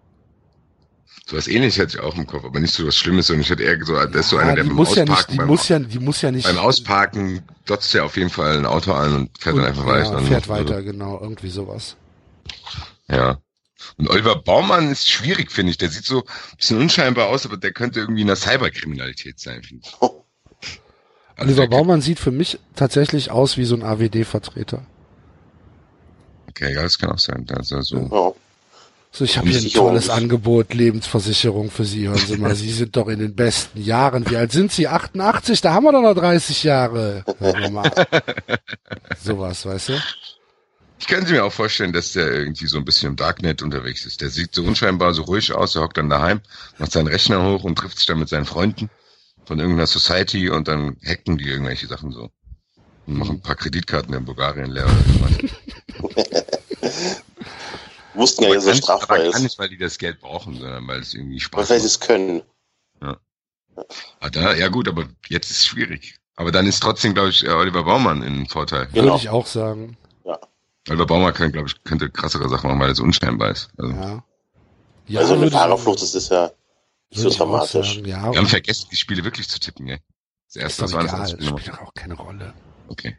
So was Ähnliches hatte ich auch im Kopf, aber nicht so was Schlimmes, sondern ich hatte eher so, das ist so Ja, einer, der die beim muss ja nicht, Ausparken, die beim, muss ja, die muss ja nicht. beim Ausparken dotzt er auf jeden Fall ein Auto an und fährt und, dann einfach weiter. ja, Und- fährt weiter, genau, irgendwie sowas. Ja. Und Oliver Baumann ist schwierig, finde ich. Der sieht so ein bisschen unscheinbar aus, aber der könnte irgendwie in der Cyberkriminalität sein, finde ich. Also Oliver der- Baumann sieht für mich tatsächlich aus wie so ein A W D-Vertreter. Okay, ja, das kann auch sein. Das ist ja so. Ja. So, ich habe hier ein Versicherung tolles ist- Angebot, Lebensversicherung für Sie. Hören Sie mal, Sie sind doch in den besten Jahren. Wie alt sind Sie? achtundachtzig? Da haben wir doch noch dreißig Jahre. Hören wir mal. Sowas, weißt du? Ich könnte mir auch vorstellen, dass der irgendwie so ein bisschen im Darknet unterwegs ist. Der sieht so unscheinbar, so ruhig aus, er hockt dann daheim, macht seinen Rechner hoch und trifft sich dann mit seinen Freunden von irgendeiner Society und dann hacken die irgendwelche Sachen so. Und machen ein paar Kreditkarten in Bulgarien leer oder irgendwas. Wussten ja, Aber dass er kann nicht- strafbar aber kann ist. nicht, weil die das Geld brauchen, sondern weil es irgendwie Aber Spaß vielleicht macht. es können. Ah, da, ja gut, aber jetzt ist es schwierig. Aber dann ist trotzdem, glaube ich, Oliver Baumann in Vorteil. Genau. Würde ich auch sagen. Oliver Baumann kann, glaube ich, könnte krassere Sachen machen, weil er so unscheinbar ist. Also, Ja. Ja, Also eine würde ich- Fahrerflucht, das ist ja nicht so würde ich auch dramatisch. sagen, ja, wir haben vergessen, die Spiele wirklich zu tippen, gell? Das ist erste, doch was war das? egal, erste Spiel? spielt doch auch keine Rolle. Okay.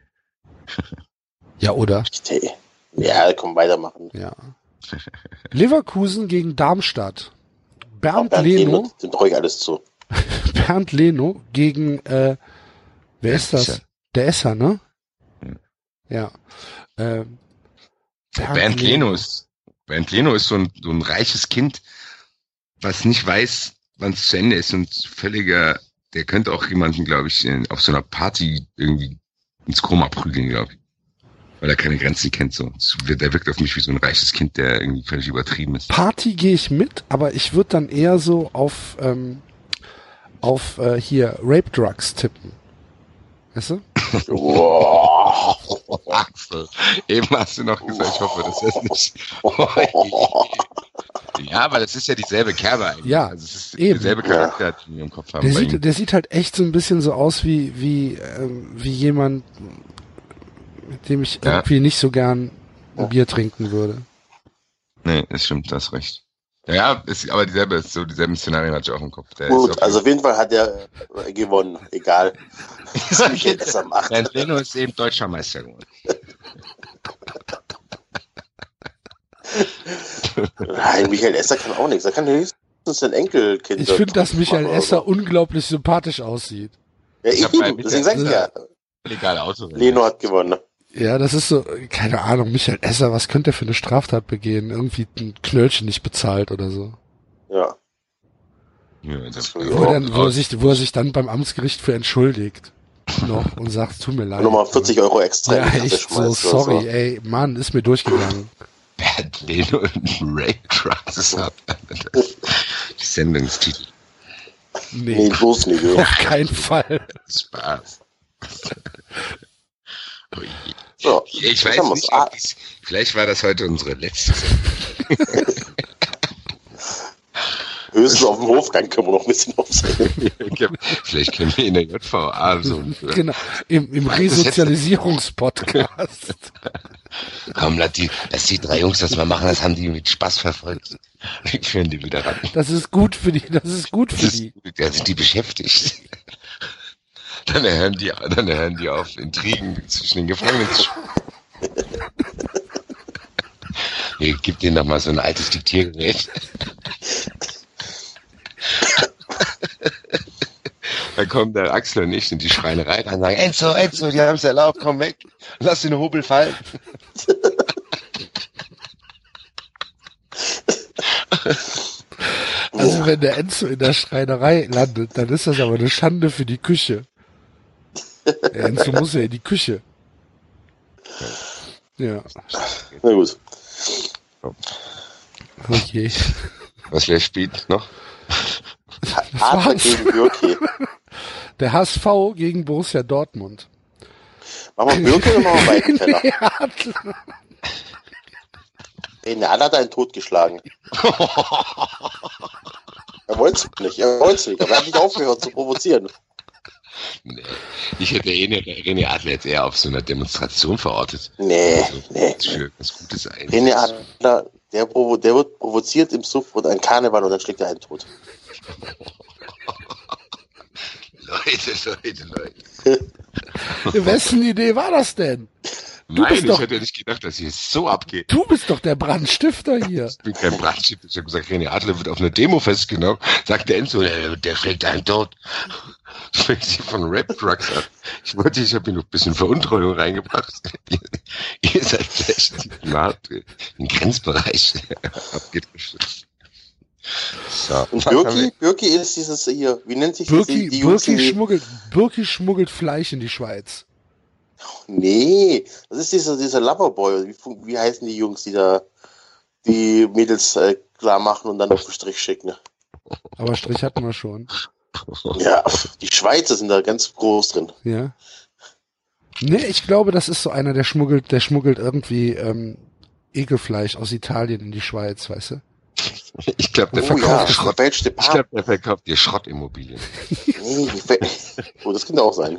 Ja, oder? Hey. Ja, komm, weitermachen. Ja. Leverkusen gegen Darmstadt. Bernd Bernd Leno, Leno, dem traue ich alles zu. Bernd Leno gegen, äh, wer ist das? Esser. Der Esser, ne? Hm. Ja. Ähm, Bernd Leno ist, Bernd Leno ist so ein, so ein reiches Kind, was nicht weiß, wann es zu Ende ist und völliger, der könnte auch jemanden, glaube ich, in, auf so einer Party irgendwie ins Koma prügeln, glaube ich. Weil er keine Grenzen kennt, so. Das wird- Der wirkt auf mich wie so ein reiches Kind, der irgendwie völlig übertrieben ist. Party gehe ich mit, aber ich würde dann eher so auf, ähm, auf äh, hier Rape Drugs tippen. Weißt du? Wow. Axel, eben hast du noch gesagt, ich hoffe, das ist nicht. Ja, aber das ist ja dieselbe Kerbe eigentlich. Ja, also es ist eben. derselbe Charakter, den wir im Kopf haben. Der bei ihm. sieht, der sieht halt echt so ein bisschen so aus wie, wie, ähm, wie jemand, mit dem ich Ja. irgendwie nicht so gern ein Bier trinken würde. Nee, das stimmt, das ist recht. Ja, ja, ist, aber dieselbe, so dieselben Szenarien hatte ich auch im Kopf. Der ist Gut, auf also auf jeden Fall hat er äh, gewonnen. Egal. Was Michael Esser macht. Bernd Leno ist eben deutscher Meister geworden. Nein, Michael Esser kann auch nichts. Er kann höchstens sein Enkelkind. Ich finde, dass Michael machen oder Esser so. unglaublich sympathisch aussieht. Ja, Ich hab bei eben. Deswegen sag ich ja. Legale Auto. Leno hat gewonnen. Ja, das ist so, keine Ahnung, Michael Esser, was könnte er für eine Straftat begehen? Irgendwie ein Knöllchen nicht bezahlt oder so. Ja. Ja, das, Ja. Wo, er dann, wo, er sich, wo er sich dann beim Amtsgericht für entschuldigt. Noch und sagt, tut mir leid. Nochmal vierzig Euro extra Ja, in die Kasse echt so, schmeißt oder sorry, so. ey, Mann, ist mir durchgegangen. Bernd Leno und Ray Trucks ab. Die Sendungstitel. Nee, bloß nicht. Ja. Auf keinen Fall. Spaß. Oh je. So, Ich jetzt weiß haben wir's. nicht, ob dies, vielleicht war das heute unsere letzte Sendung. Höchstens auf dem Hofgang können wir noch ein bisschen aufsehen. Vielleicht können wir in der J V A so ein, Genau, im, im Resozialisierungspodcast. komm, lass die, lass die drei Jungs das mal machen, das haben die mit Spaß verfolgt. Ich finde die wieder ran. Das ist gut für die, das ist gut für Das die. ist, da sind die beschäftigt. Dann hören die, dann hören die auf, Intrigen zwischen den Gefangenen zu spielen. Hier, gib denen doch mal so ein altes Diktiergerät. Dann kommen der Axel und ich in die Schreinerei, dann sagen, Enzo, Enzo, die haben es erlaubt, komm weg, lass den Hobel fallen. Also wenn der Enzo in der Schreinerei landet, dann ist das aber eine Schande für die Küche. Der Enzo muss ja in die Küche. Ja. Na gut. Okay. Was wer spielt noch? Adler war's. gegen Birki. Der H S V gegen Borussia Dortmund. Machen wir Birki oder machen wir Weidenfeller? Nee, Adler. Ey, der Adler hat einen totgeschlagen. Er wollte es nicht, er wollte es nicht, aber er hat nicht aufgehört zu provozieren. Nee. Ich hätte René, René Adler jetzt eher auf so einer Demonstration verortet. Nee, Also, nee. für was Gutes ein. René Adler, der, provo der wird provoziert im Suff und ein Karneval und dann schlägt er einen tot. Leute, Leute, Leute. Wessen Idee war das denn? Du Nein, bist ich doch- hätte nicht gedacht, dass hier so abgeht. Du bist doch der Brandstifter hier. Ich bin kein Brandstifter. Ich habe gesagt, René Adler wird auf einer Demo festgenommen. Sagt der Enzo, der, der schlägt einen tot. Fängt sie von Rap-Drugs an. Ich wollte, ich habe hier noch ein bisschen Veruntreuung reingebracht. ihr, ihr seid vielleicht im Grenzbereich abgedriftet. So. Und Birki, Birki ist dieses hier, wie nennt sich das? Birki, Die Jungs, Birki, die, schmuggelt, Birki schmuggelt Fleisch in die Schweiz. nee, das ist dieser, dieser Loverboy. Wie, fun- wie heißen die Jungs, die da die Mädels äh, klar machen und dann auf den Strich schicken? Ne? Aber Strich hatten wir schon. Ja, die Schweizer sind da ganz groß drin. Ja. Nee, ich glaube, das ist so einer, der schmuggelt, der schmuggelt irgendwie ähm, Ekelfleisch aus Italien in die Schweiz, weißt du? Ich glaube, der Oh verkauft ja, Schrott. verfälschte Ich Paar. glaube, der verkauft dir Schrottimmobilien. Nee, die ver- oh, das könnte auch sein.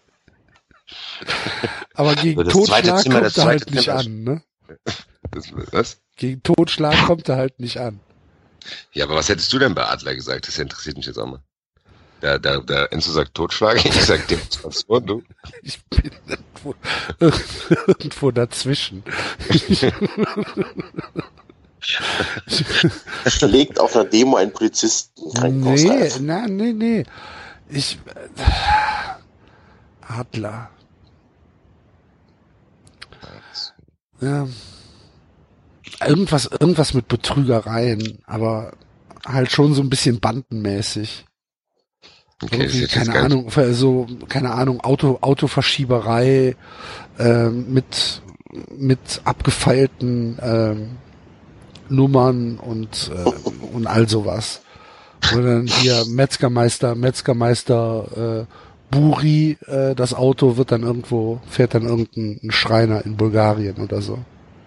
Aber gegen Das zweite Totschlag Zimmer, das kommt er halt zweite nicht Zimmer. an, ne? Das, was? Gegen Totschlag kommt er halt nicht an. Ja, aber was hättest du denn bei Adler gesagt? Das interessiert mich jetzt auch mal. Der, der, der Enzo sagt Totschlag, ich sag Demonstration, du. Ich bin irgendwo, irgendwo dazwischen. Schlägt auf einer Demo einen Polizisten im Krankenhaus Nee, rein. na, nee, nee. Ich, äh, Adler. Ja. Irgendwas, irgendwas mit Betrügereien, aber halt schon so ein bisschen bandenmäßig. Okay, das Irgendwie, ist jetzt keine gar nicht- Ahnung, für- so, keine Ahnung, Auto, Autoverschieberei, ähm, mit, mit abgefeilten, ähm, Nummern und, äh, und all sowas. Wo dann hier Metzgermeister, Metzgermeister, äh, Buri, äh, das Auto wird dann irgendwo, fährt dann irgendein Schreiner in Bulgarien oder so.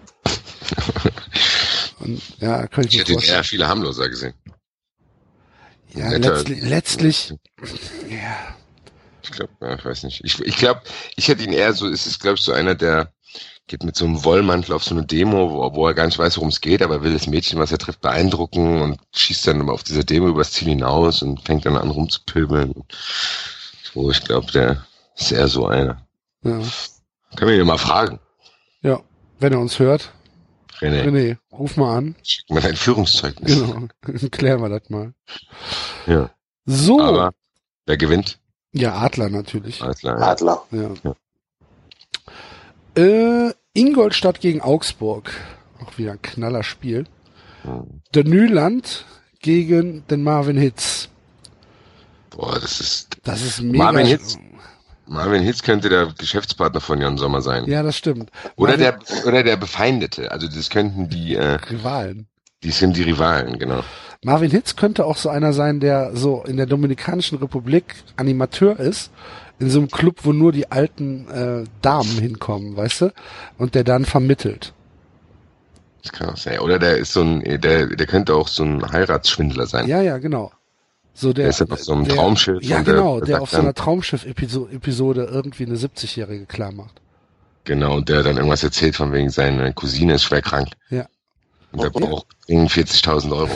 Und, ja, kann ich Ich mir hätte eher vorstellen. viele harmloser gesehen. Ja, netter- letztlich, letztlich, ja, Ich glaube, ja, ich weiß nicht. Ich, ich glaube, ich hätte ihn eher so, es ist, glaube ich, so einer, der geht mit so einem Wollmantel auf so eine Demo, wo, wo er gar nicht weiß, worum es geht, aber er will das Mädchen, was er trifft, beeindrucken und schießt dann auf dieser Demo übers Ziel hinaus und fängt dann an rumzupöbeln. So, ich glaube, der ist eher so einer. ja, Können wir ihn mal fragen. ja, wenn er uns hört, René, René, ruf mal an, schick mal dein Führungszeugnis. genau, klären wir das mal. Ja. So, Aber wer gewinnt? ja, Adler natürlich. Alles klar. Ja. Adler. Ja. Ja. Äh, Ingolstadt gegen Augsburg. Auch wieder ein Knallerspiel. Hm. Der Nyland gegen den Marvin Hitz. Boah, das ist, Das ist mega. Marvin Hitz? Marvin Hitz könnte der Geschäftspartner von Jan Sommer sein. Ja, das stimmt. Oder Marvin- der, oder der Befeindete. Also das könnten die, äh, Rivalen. die sind die Rivalen, genau. Marvin Hitz könnte auch so einer sein, der so in der Dominikanischen Republik Animateur ist, in so einem Club, wo nur die alten äh, Damen hinkommen, weißt du? Und der dann vermittelt. Das kann auch sein. Oder der ist so ein, der, der könnte auch so ein Heiratsschwindler sein. Ja, ja, genau. So der, der ist ja auf so einem der, Traumschiff. Ja, und genau, der, der auf so einer Traumschiff-Episode irgendwie eine siebzigjährige klar macht. Genau, und der dann irgendwas erzählt von wegen seiner Cousine ist schwer krank. Ja. Und der braucht vierzigtausend Euro.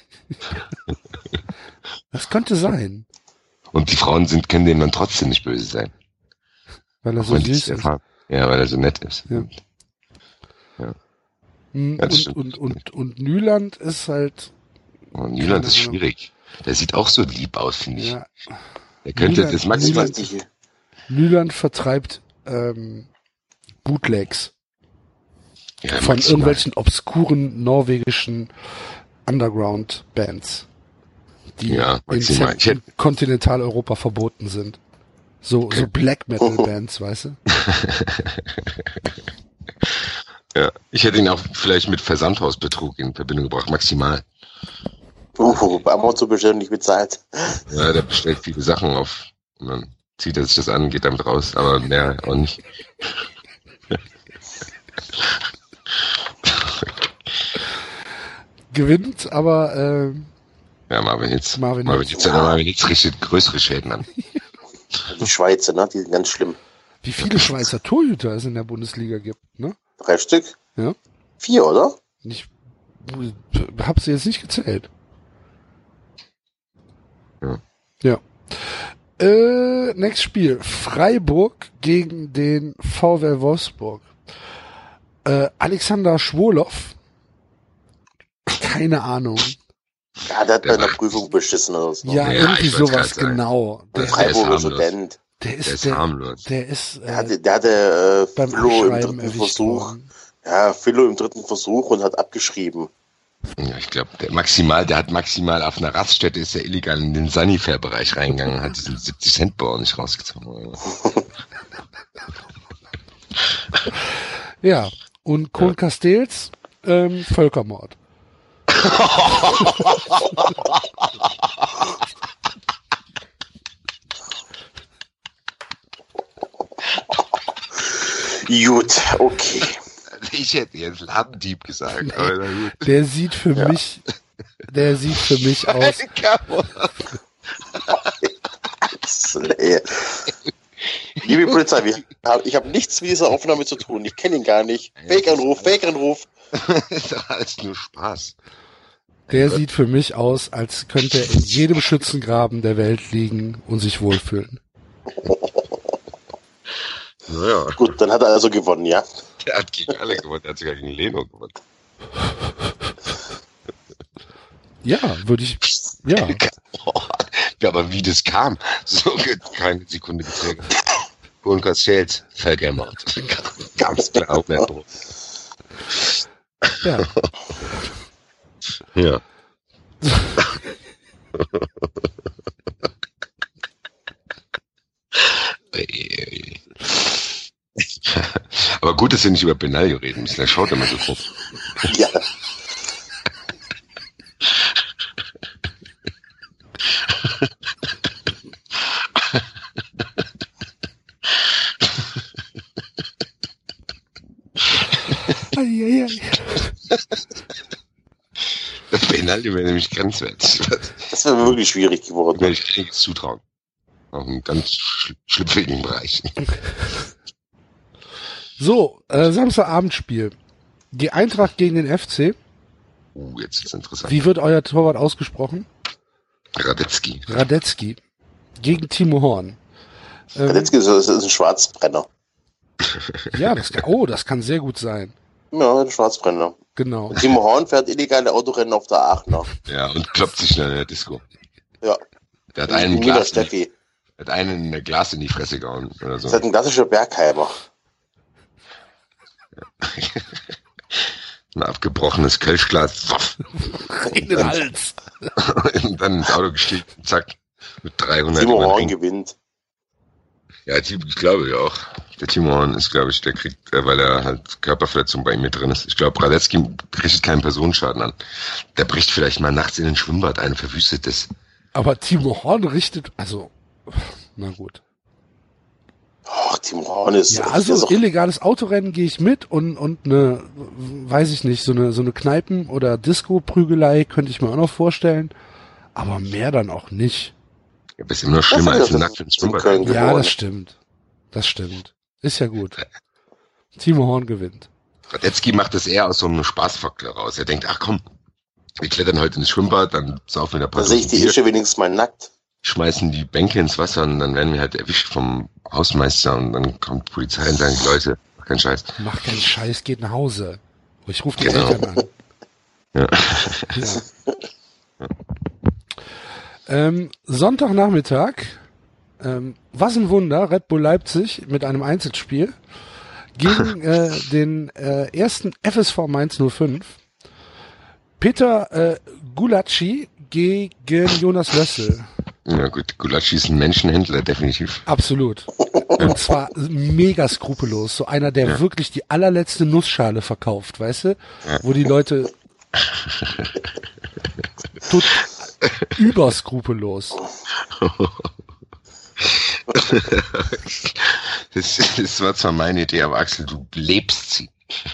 Das könnte sein. Und die Frauen sind, können dem dann trotzdem nicht böse sein. Weil er so süß ist. Ja, weil er so nett ist. Ja. Ja. Und, und, und, und, und Nyland ist halt... Und Nyland ist schwierig. Der sieht auch so lieb aus, finde ich. Ja. Der könnte Nyland, das maximal... Nyland, Nyland vertreibt ähm, Bootlegs. Ja, von maximal. irgendwelchen obskuren norwegischen Underground-Bands, die ja, in, Zent- in Kontinentaleuropa verboten sind. So, okay. so Black Metal-Bands, weißt du? Ja, ich hätte ihn auch vielleicht mit Versandhausbetrug in Verbindung gebracht, maximal. Uh, bei Amazon bestimmt nicht bezahlt. Ja, der bestellt viele Sachen auf und dann zieht er sich das an, geht damit raus, aber mehr auch nicht. Gewinnt, aber äh, ja, Marvin Hitz. Marvin Marvin Hitz, ja. Marvin Hitz richtet größere Schäden an. Die Schweizer, ne? Die sind ganz schlimm. Wie viele Schweizer Torhüter es in der Bundesliga gibt, ne? Drei Stück? Ja. Vier, oder? Ich hab sie jetzt nicht gezählt. Ja. Ja. Äh, nächstes Spiel. Freiburg gegen den VfL Wolfsburg. Äh, Alexander Schwolow. Keine Ahnung. Ja, der hat bei einer Prüfung beschissen oder so. Ja, Ja, irgendwie ich wollt's sowas, grad sagen. genau. Der Der, Freiburger Student. der ist, Der ist der, harmlos. der ist, Der äh, hatte, der hatte äh, beim Philo im Abschreiben dritten erwischt Versuch. worden. Ja, Philo im dritten Versuch und hat abgeschrieben. Ja, ich glaube, der maximal, der hat maximal auf einer Raststätte ist er illegal in den Sanifair-Bereich reingegangen, hat diesen siebzig Cent Bauer nicht rausgezogen. Ja, und Kohn Ja. Castells, ähm, Völkermord. Gut, okay. Ich hätte jetzt Ladendieb gesagt. Aber na gut. Der sieht für Ja. mich, der sieht für mich aus. Slay. Liebe Polizei, wir, ich habe nichts mit dieser Aufnahme zu tun. Ich kenne ihn gar nicht. Fake-Anruf, Fake-Anruf. Ist doch alles nur Spaß. Der sieht für mich aus, als könnte er in jedem Schützengraben der Welt liegen und sich wohlfühlen. Naja, Gut, dann hat er also gewonnen, ja? der hat gegen alle gewonnen, der hat sogar gegen Leno gewonnen. Ja, würde ich, ja. Ja, aber wie das kam, so keine Sekunde gezögert. Und Castells, Völkermord. Ganz klar auf der Brust. Ja. Ja. Aber gut, dass wir nicht über Benaglio reden müssen. Er schaut immer so rum. Ja. Eieiei. Benaglio wäre nämlich grenzwertig. Das wäre wirklich schwierig Da geworden. werde ich einiges zutrauen. Auch in ganz schl schlüpfrigen Bereichen. So, äh, Samstagabendspiel. Die Eintracht gegen den F C. Uh, jetzt ist interessant. Wie wird euer Torwart ausgesprochen? Radetzky. Radetzky. Gegen Timo Horn. Ähm, Radetzky ist, ist ein Schwarzbrenner. ja, das kann, oh, das kann sehr gut sein. Ja, ein Schwarzbrenner. Genau. Timo Horn fährt illegale Autorennen auf der Aachener. Ja, und kloppt sich in der Disco. Ja. Der hat einen Nina Glas, der Steffi. hat einen ein Glas in die Fresse gehauen oder Das so. ist halt ein klassischer Bergheimer. Ein abgebrochenes Kölschglas. Waff. In den Hals. Und dann ins Auto gestiegen, zack, mit dreihundert Timo über den Horn Ring. gewinnt. Ja, die, ich glaube ja auch. Der Timo Horn ist, glaube ich, der kriegt, äh, weil er halt Körperverletzung bei ihm mit drin ist. Ich glaube, Radetzky richtet keinen Personenschaden an. Der bricht vielleicht mal nachts in den Schwimmbad ein, verwüstet ist. Aber Timo Horn richtet, also, na gut. Ach, Timo Horn ist... Ja, ist also auch, illegales Autorennen gehe ich mit und und eine, weiß ich nicht, so eine so eine Kneipen- oder Disco-Prügelei könnte ich mir auch noch vorstellen. Aber mehr dann auch nicht. Ja, bist immer noch schlimmer Das als ist ein das Nackt im in Schwimmbad. Köln. Ja, Gewonnen. das stimmt. Das stimmt. Ist ja gut. Timo Horn gewinnt. Radetzky macht das eher aus so einem Spaßfaktor raus. Er denkt, ach komm, wir klettern heute ins Schwimmbad, dann saufen wir da ein paar da sehe ich die Bier, Ische wenigstens mal nackt. schmeißen die Bänke ins Wasser und dann werden wir halt erwischt vom Hausmeister und dann kommt die Polizei und sagen, Leute, mach keinen Scheiß. Mach keinen Scheiß, geht nach Hause. Ich rufe die Genau. Eltern an. Ja. Ja. Ähm, Sonntagnachmittag, ähm, was ein Wunder, Red Bull Leipzig mit einem Einzelspiel gegen äh, den äh, ersten F S V Mainz null fünf. Peter äh, Gulacsi gegen Jonas Lössel. Ja gut, Gulacsi ist ein Menschenhändler, definitiv. Absolut. Und zwar mega skrupellos. So einer, der Ja. wirklich die allerletzte Nussschale verkauft, weißt du? Ja. Wo die Leute tut überskrupellos. Das, das war zwar meine Idee, aber Axel, du lebst sie.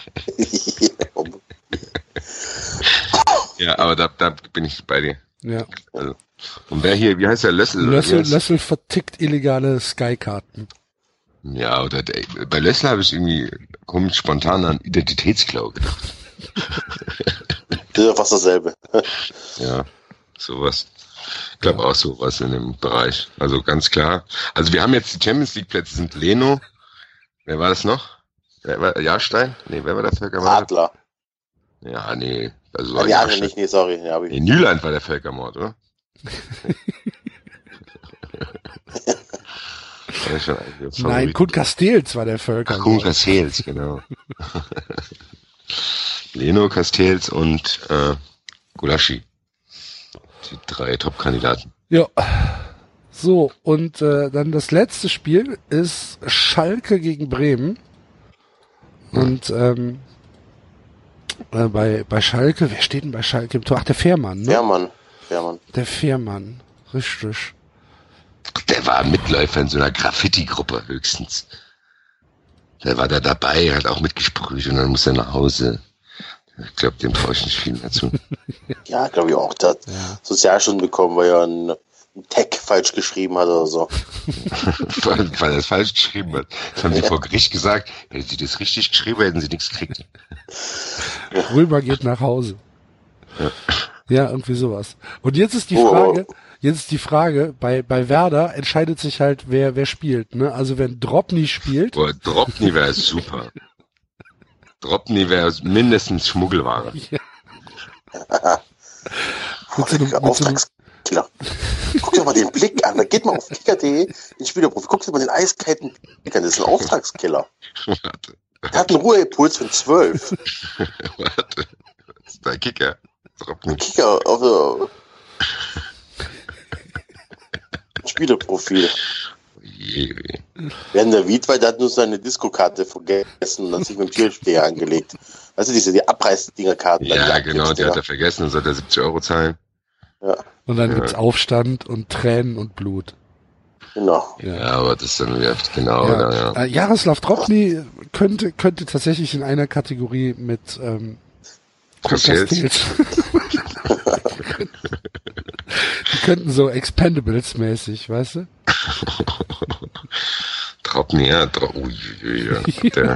Ja, aber da, da bin ich bei dir. Ja. Also, und wer hier, wie heißt der, Lössel? oder wie Lössel, heißt- Lössel vertickt illegale Sky-Karten. Ja, oder der, bei Lössel habe ich irgendwie komisch spontan an Identitätsklau gedacht. Das ist ja fast dasselbe. Ja, sowas. Ich glaube auch sowas in dem Bereich. Also ganz klar. Also wir haben jetzt die Champions League Plätze sind Leno. Wer war das noch? Wer war Jahrstein? Nee, wer war der Völkermord? Adler. Ja, nee. Also Ah, die Adler Jahrstein. nicht, nee, sorry. Ja, hab ich. Nee, Nyland war der Völkermord, oder? Ja, schon eigentlich Nein, Favorit. Kun Castells war der Ach, Kuhn Völkermord. Castells, genau. Leno, Castells und äh, Gulacsi. Die drei Top-Kandidaten. Ja. So, und äh, dann das letzte Spiel ist Schalke gegen Bremen. Und ähm, äh, bei, bei Schalke, wer steht denn bei Schalke im Tor? Ach, der Fährmann, ne? Ja, Mann. Ja, Mann. Der Fährmann, richtig. Der war Mitläufer in so einer Graffiti-Gruppe höchstens. Der war da dabei, hat auch mitgesprüht und dann muss er nach Hause. Ich glaube, dem traue ich nicht viel mehr zu. Ja, glaube ich auch. Der hat Ja. Sozialstunden bekommen, weil er einen, einen Tag falsch geschrieben hat oder so. weil, weil er es falsch geschrieben hat. Das haben sie vor Gericht gesagt. Hätten sie das richtig geschrieben, hätten sie nichts gekriegt. Römer geht nach Hause. Ja. Ja, irgendwie sowas. Und jetzt ist die Oh. Frage, jetzt ist die Frage, bei, bei Werder entscheidet sich halt, wer, wer spielt, ne? Also wenn Dropny spielt, Boah, Dropny wäre super. Dropny wäre mindestens Schmuggelware. mit so einem, mit so einem, Auftragskiller. Guck dir mal den Blick an. Da geht mal auf kicker punkt de, den Spielerprofi. Guck dir mal den eiskalten Blick an. Das ist ein Auftragskiller. Warte, Der hat einen Ruhepuls von zwölf. warte. Das ist der Kicker. Dropny. Kicker auf der Spielerprofil. Je, Während der Wiedwald, der hat nur seine Disco-Karte vergessen und hat sich mit dem Türsteher angelegt. Weißt du, diese die Abreißdingerkarten. Ja, genau, die hat er vergessen und sollte er siebzig Euro zahlen. Ja, und dann Ja. gibt's Aufstand und Tränen und Blut. genau. Ja. Ja, aber das ist dann wieder, genau, Ja. oder, ja. Äh, Jaroslav Dropny könnte, könnte tatsächlich in einer Kategorie mit ähm, Castells. Castells. Die könnten so Expendables-mäßig, weißt du? Dropny, ja, Dro ui, ui, ja, der.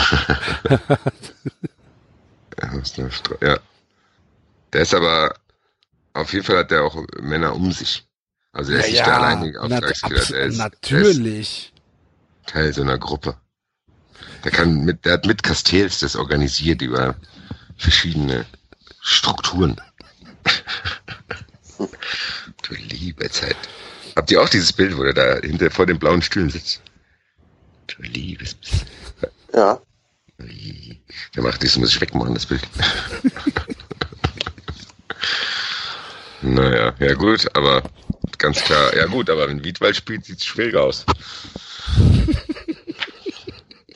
Ja, was ist der Stra- ja. Der ist aber, auf jeden Fall hat der auch Männer um sich. Also der ist nicht der alleinige nat- Auftragskiller, abs- der ist, der ist natürlich. Teil so einer Gruppe. Der kann mit, der hat mit Castells das organisiert über verschiedene Strukturen. Du liebe Zeit. Habt ihr auch dieses Bild, wo der da hinter vor den blauen Stühlen sitzt? Du liebes bisschen. Ja. Ui. Der macht das, muss ich wegmachen, das Bild. Naja, ja gut, aber ganz klar, ja gut, aber wenn Wiedwald spielt, sieht's schwieriger aus.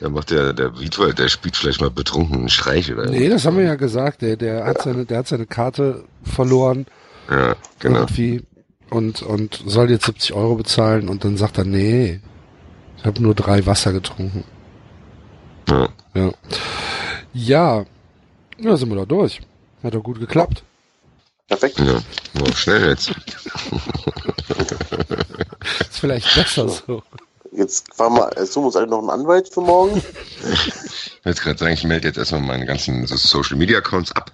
Da macht der, der Wiedwald, der spielt vielleicht mal betrunken einen Streich oder Nee, das haben wir ja gesagt. Der, der hat seine, der hat seine Karte verloren. Ja, genau. Irgendwie. Und, und soll jetzt siebzig Euro bezahlen und dann sagt er, nee, ich habe nur drei Wasser getrunken. Ja. Ja. Ja. Ja, sind wir doch durch. Hat doch gut geklappt. Perfekt. Ja, oh, schnell jetzt. Ist vielleicht besser so. Jetzt fahren wir, jetzt suchen wir uns alle noch einen Anwalt für morgen. Ich wollte gerade sagen, ich melde jetzt erstmal meine ganzen so Social Media Accounts ab.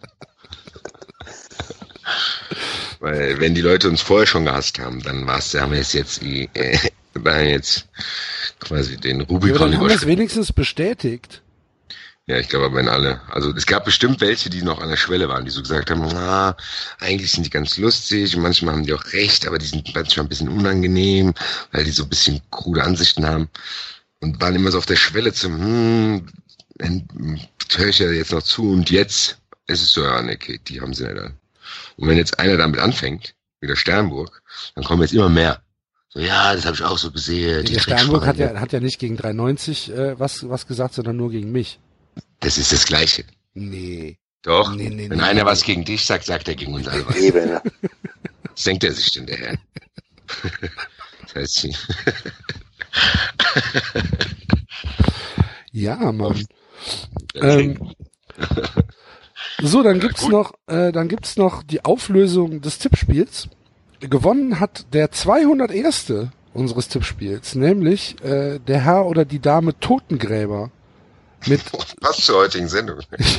Weil wenn die Leute uns vorher schon gehasst haben, dann war's, haben wir es jetzt, äh, dann jetzt quasi den Ja, Rubikon aber dann haben wir es überschritten. wenigstens bestätigt. Ja, ich glaube aber in alle. Also es gab bestimmt welche, die noch an der Schwelle waren, die so gesagt haben, na, eigentlich sind die ganz lustig und manchmal haben die auch recht, aber die sind manchmal ein bisschen unangenehm, weil die so ein bisschen krude Ansichten haben und waren immer so auf der Schwelle zum, hm, höre ich ja jetzt noch zu und jetzt ist es so, ja, ne, okay, die haben sie nicht an. Und wenn jetzt einer damit anfängt, wie der Sternburg, dann kommen jetzt immer mehr. So, ja, das habe ich auch so gesehen. Der Sternburg hat ja, hat ja nicht gegen drei neunzig äh, was, was gesagt, sondern nur gegen mich. Das ist das Gleiche. Nee. Doch, Nee, nee, wenn nee, einer nee. was gegen dich sagt, sagt er gegen uns alle was. Eben, ja. Was denkt er sich denn, der Herr? Das heißt, sie- Ja, Mann. Ähm, So, dann gibt's gut. noch, äh, dann gibt's noch die Auflösung des Tippspiels. Gewonnen hat der zweihunderterste unseres Tippspiels, nämlich äh, der Herr oder die Dame Totengräber mit passt zur heutigen Sendung.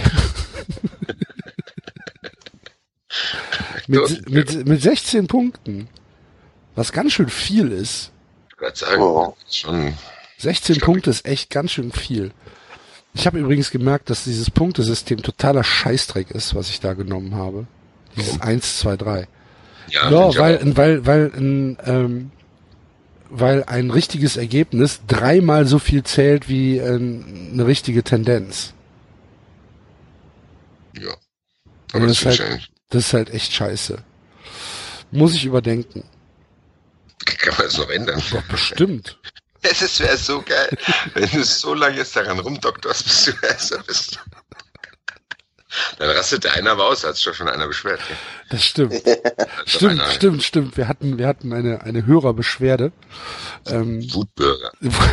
mit, mit mit sechzehn Punkten, was ganz schön viel ist. Ich würde sagen, Oh. schon. sechzehn Ich glaub, Punkte ist echt ganz schön viel. Ich habe übrigens gemerkt, dass dieses Punktesystem totaler Scheißdreck ist, was ich da genommen habe. Dieses eins, zwei, drei. Ja, Ja, find ich weil, auch. weil, weil, ein, ähm, weil ein richtiges Ergebnis dreimal so viel zählt wie äh, eine richtige Tendenz. Ja. Ja, Aber das das ist finde ich halt- eigentlich, Das ist halt echt scheiße. Muss ich überdenken. kann man das noch ändern. Doch, bestimmt. Es wäre so geil, wenn du so lange jetzt daran rumdoktorst, bis du erster bist. Dann rastet der einer aber aus, hat sich doch schon einer beschwert. Gell? Das stimmt. Hat doch Stimmt, einer stimmt, stimmt. Wir hatten, wir hatten eine, eine Hörerbeschwerde. Ähm, Wutbürger.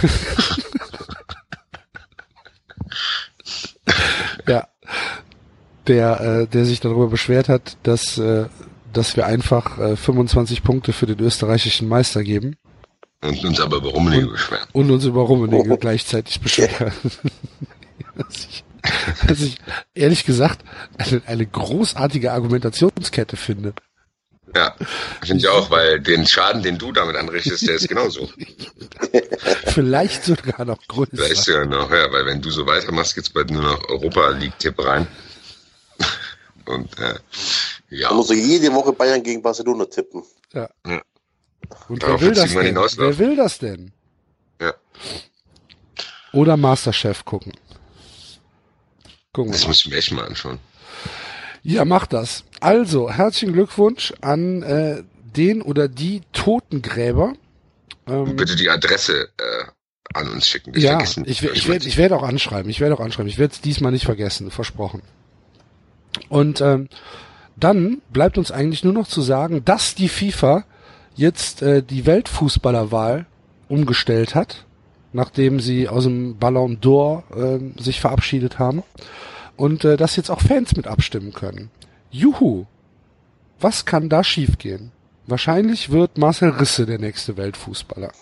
ja. Der, äh, der sich darüber beschwert hat, dass, äh, dass wir einfach äh, fünfundzwanzig Punkte für den österreichischen Meister geben Und uns aber über Rummenigge beschweren. und uns über Rummenigge gleichzeitig beschweren. dass, ich, dass ich ehrlich gesagt eine, eine großartige Argumentationskette finde. Ja, finde ich auch, weil den Schaden, den du damit anrichtest, der ist genauso. Vielleicht sogar noch größer. Weißt du ja noch, ja, weil wenn du so weitermachst, geht's bald nur noch Europa League-Tipp rein. Und äh, ja, Da musst du jede Woche Bayern gegen Barcelona tippen. Ja. Ja. Und Darauf wer will ziehen das wir denn? hinauslaufen. Wer will das denn? ja, Oder Masterchef gucken. Gucken wir das mal. muss ich mir echt mal anschauen. Ja, mach das. Also, herzlichen Glückwunsch an äh, den oder die Totengräber. Ähm, Bitte die Adresse äh, an uns schicken. Das ja, vergessen ich, wir wer- ich werde ich werd auch anschreiben. Ich werde auch anschreiben. Ich werde es diesmal nicht vergessen, versprochen. Und ähm, dann bleibt uns eigentlich nur noch zu sagen, dass die FIFA jetzt äh, die Weltfußballerwahl umgestellt hat, nachdem sie aus dem Ballon d'Or äh, sich verabschiedet haben und äh, dass jetzt auch Fans mit abstimmen können. Juhu! Was kann da schiefgehen? Wahrscheinlich wird Marcel Risse der nächste Weltfußballer.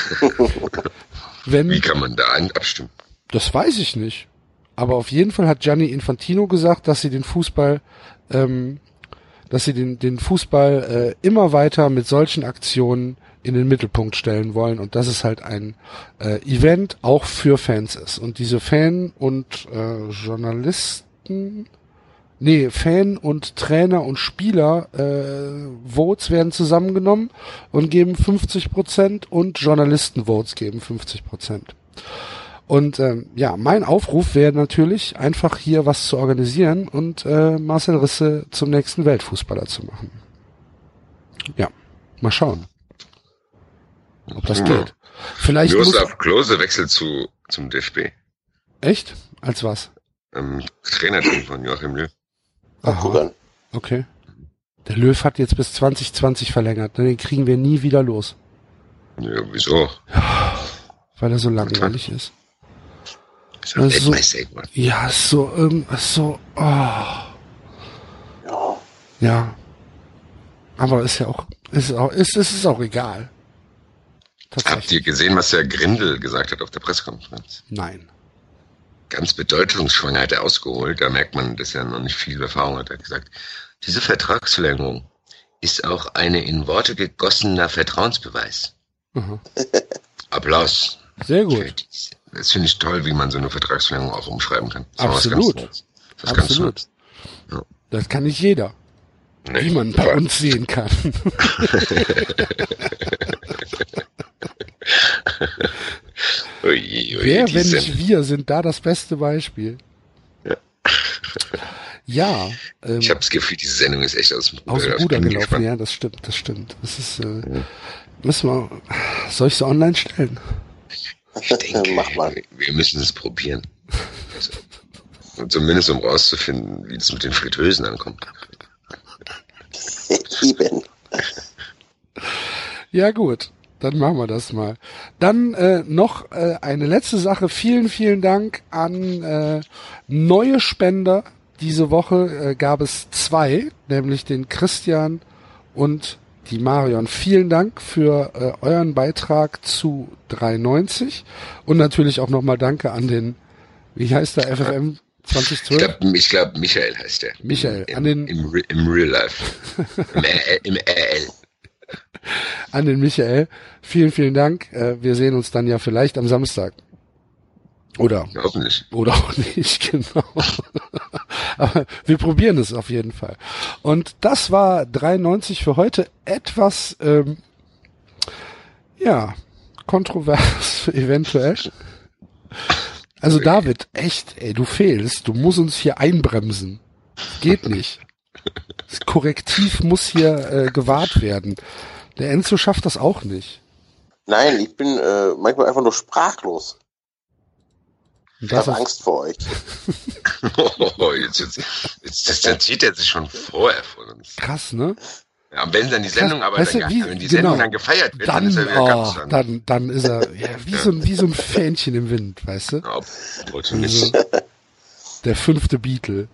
Wenn Wie kann man da ein- abstimmen? das weiß ich nicht. Aber auf jeden Fall hat Gianni Infantino gesagt, dass sie den Fußball, ähm, dass sie den, den Fußball äh, immer weiter mit solchen Aktionen in den Mittelpunkt stellen wollen und dass es halt ein äh, Event auch für Fans ist. Und diese Fan- und äh, Journalisten, nee, Fan- und Trainer- und Spieler-Votes werden zusammengenommen und geben fünfzig Prozent und Journalisten-Votes geben fünfzig Prozent. Und ähm, ja, mein Aufruf wäre natürlich, einfach hier was zu organisieren und äh, Marcel Risse zum nächsten Weltfußballer zu machen. Ja, mal schauen, ob das Ja. geht. Vielleicht muss, Miroslav Klose wechselt zu zum D F B. Echt? Als was? Ähm, Trainerteam von Joachim Löw. Guck Aha, an. okay. Der Löw hat jetzt bis zwanzig zwanzig verlängert. Den kriegen wir nie wieder los, Ja, wieso? weil er so langweilig ist. Ist doch Also- Weltmeister geworden. Ja, ist so irgendwas so, oh. Ja. Ja. Aber ist ja auch, ist auch, ist, ist, ist auch egal. Habt Tatsächlich. ihr gesehen, was der Grindel gesagt hat auf der Pressekonferenz? Nein. Ganz bedeutungsschwanger hat er ausgeholt. Da merkt man, dass er noch nicht viel Erfahrung hat. Er hat gesagt, diese Vertragsverlängerung ist auch eine in Worte gegossener Vertrauensbeweis. Aha. Applaus. Sehr gut. Das finde ich toll, wie man so eine Vertragsverlängerung auch umschreiben kann. Das war was Absolut. ganz Neues. Was ganz Absolut. Neues. Ja. Das kann nicht jeder, Nee. wie man bei Aber- uns sehen kann. Ui, ui, Wer, die wenn sind- nicht wir, sind da das beste Beispiel. Ja. Ja, ähm, Ich habe das Gefühl, diese Sendung ist echt aus dem aus dem äh, Ruder Knie gelaufen. gespannt. Ja, das stimmt, das stimmt. Das ist, äh, müssen wir, soll ich sie online stellen? Ich denke, Mach mal. wir müssen es probieren. Also, und zumindest um rauszufinden, wie das mit den Fritteusen ankommt. Eben. Ja gut, dann machen wir das mal. Dann äh, noch äh, eine letzte Sache. Vielen, vielen Dank an äh, neue Spender. Diese Woche äh, gab es zwei, nämlich den Christian und die Marion. Vielen Dank für äh, euren Beitrag zu drei neunzig und natürlich auch nochmal Danke an den, wie heißt der, F F M zwanzig Ich zwölf? glaube, ich glaub, Michael heißt der. Michael, Im, an den- im, Re- im Real Life. Im, R L, Im R L. An den Michael. Vielen, vielen Dank. Äh, wir sehen uns dann ja vielleicht am Samstag. Oder Ja, hoffentlich. Oder auch nicht, genau. Aber wir probieren es auf jeden Fall. Und das war dreiundneunzig für heute. Etwas, ähm, ja, kontrovers eventuell. Also David, echt, ey, du fehlst. Du musst uns hier einbremsen. Geht nicht. Das Korrektiv muss hier äh, gewahrt werden. Der Enzo schafft das auch nicht. Nein, ich bin äh, manchmal einfach nur sprachlos. Und Ich das habe ist- Angst vor euch. Oh, jetzt, jetzt, jetzt distanziert er sich schon vorher von uns. krass, ne? Ja, und wenn dann die Sendung aber Weißt dann, du, wie- wenn die genau. Sendung dann gefeiert wird, dann, Dann, ist er wieder oh, ganz dran. dann, dann ist er ja, wie, so ein, wie so ein Fähnchen im Wind, weißt du? Ja, wollte Also, nicht. der fünfte Beatle.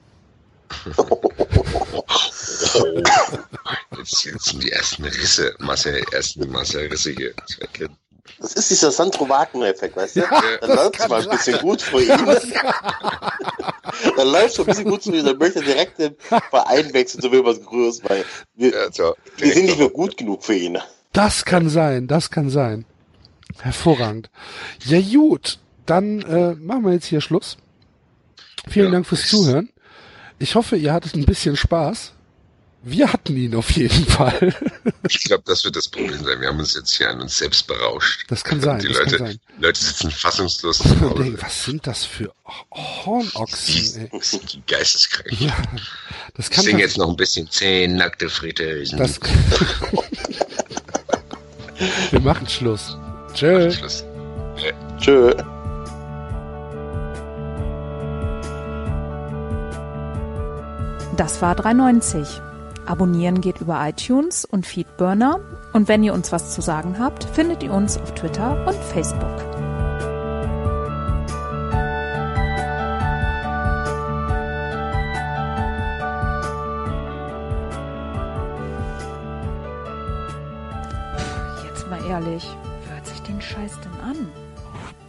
Jetzt, jetzt sind die ersten Risse, Marcel, ersten Marcel Risse hier. zu erkennen. Das ist dieser Sandro Wagner-Effekt, weißt du? Ja, dann das läuft es kann mal ein sein. bisschen gut für ihn. Dann läuft es ein bisschen gut für ihn, dann möchte er direkt den Verein wechseln, so wie was Größeres, weil wir, Ja, so, wir sind nicht mehr gut genug für ihn. Das kann sein, das kann sein. Hervorragend. Ja gut, dann äh, machen wir jetzt hier Schluss. Vielen Ja, Dank fürs ich- Zuhören. Ich hoffe, ihr hattet ein bisschen Spaß. Wir hatten ihn auf jeden Fall. Ich glaube, das wird das Problem sein. Wir haben uns jetzt hier an uns selbst berauscht. Das kann sein, Die das Leute, kann sein. die Leute sitzen fassungslos zu Und Hause. denken, was sind das für Hornochsen, Die, ey? das sind die geisteskrank. Ja, das Ich kann singe doch- jetzt noch ein bisschen zehn nackte Fritteusen. Das Wir machen Schluss. Tschö. Schluss. Tschö. Das war drei neunzig. Abonnieren geht über iTunes und Feedburner. Und wenn ihr uns was zu sagen habt, findet ihr uns auf Twitter und Facebook. Jetzt mal ehrlich, wer hört sich den Scheiß denn an?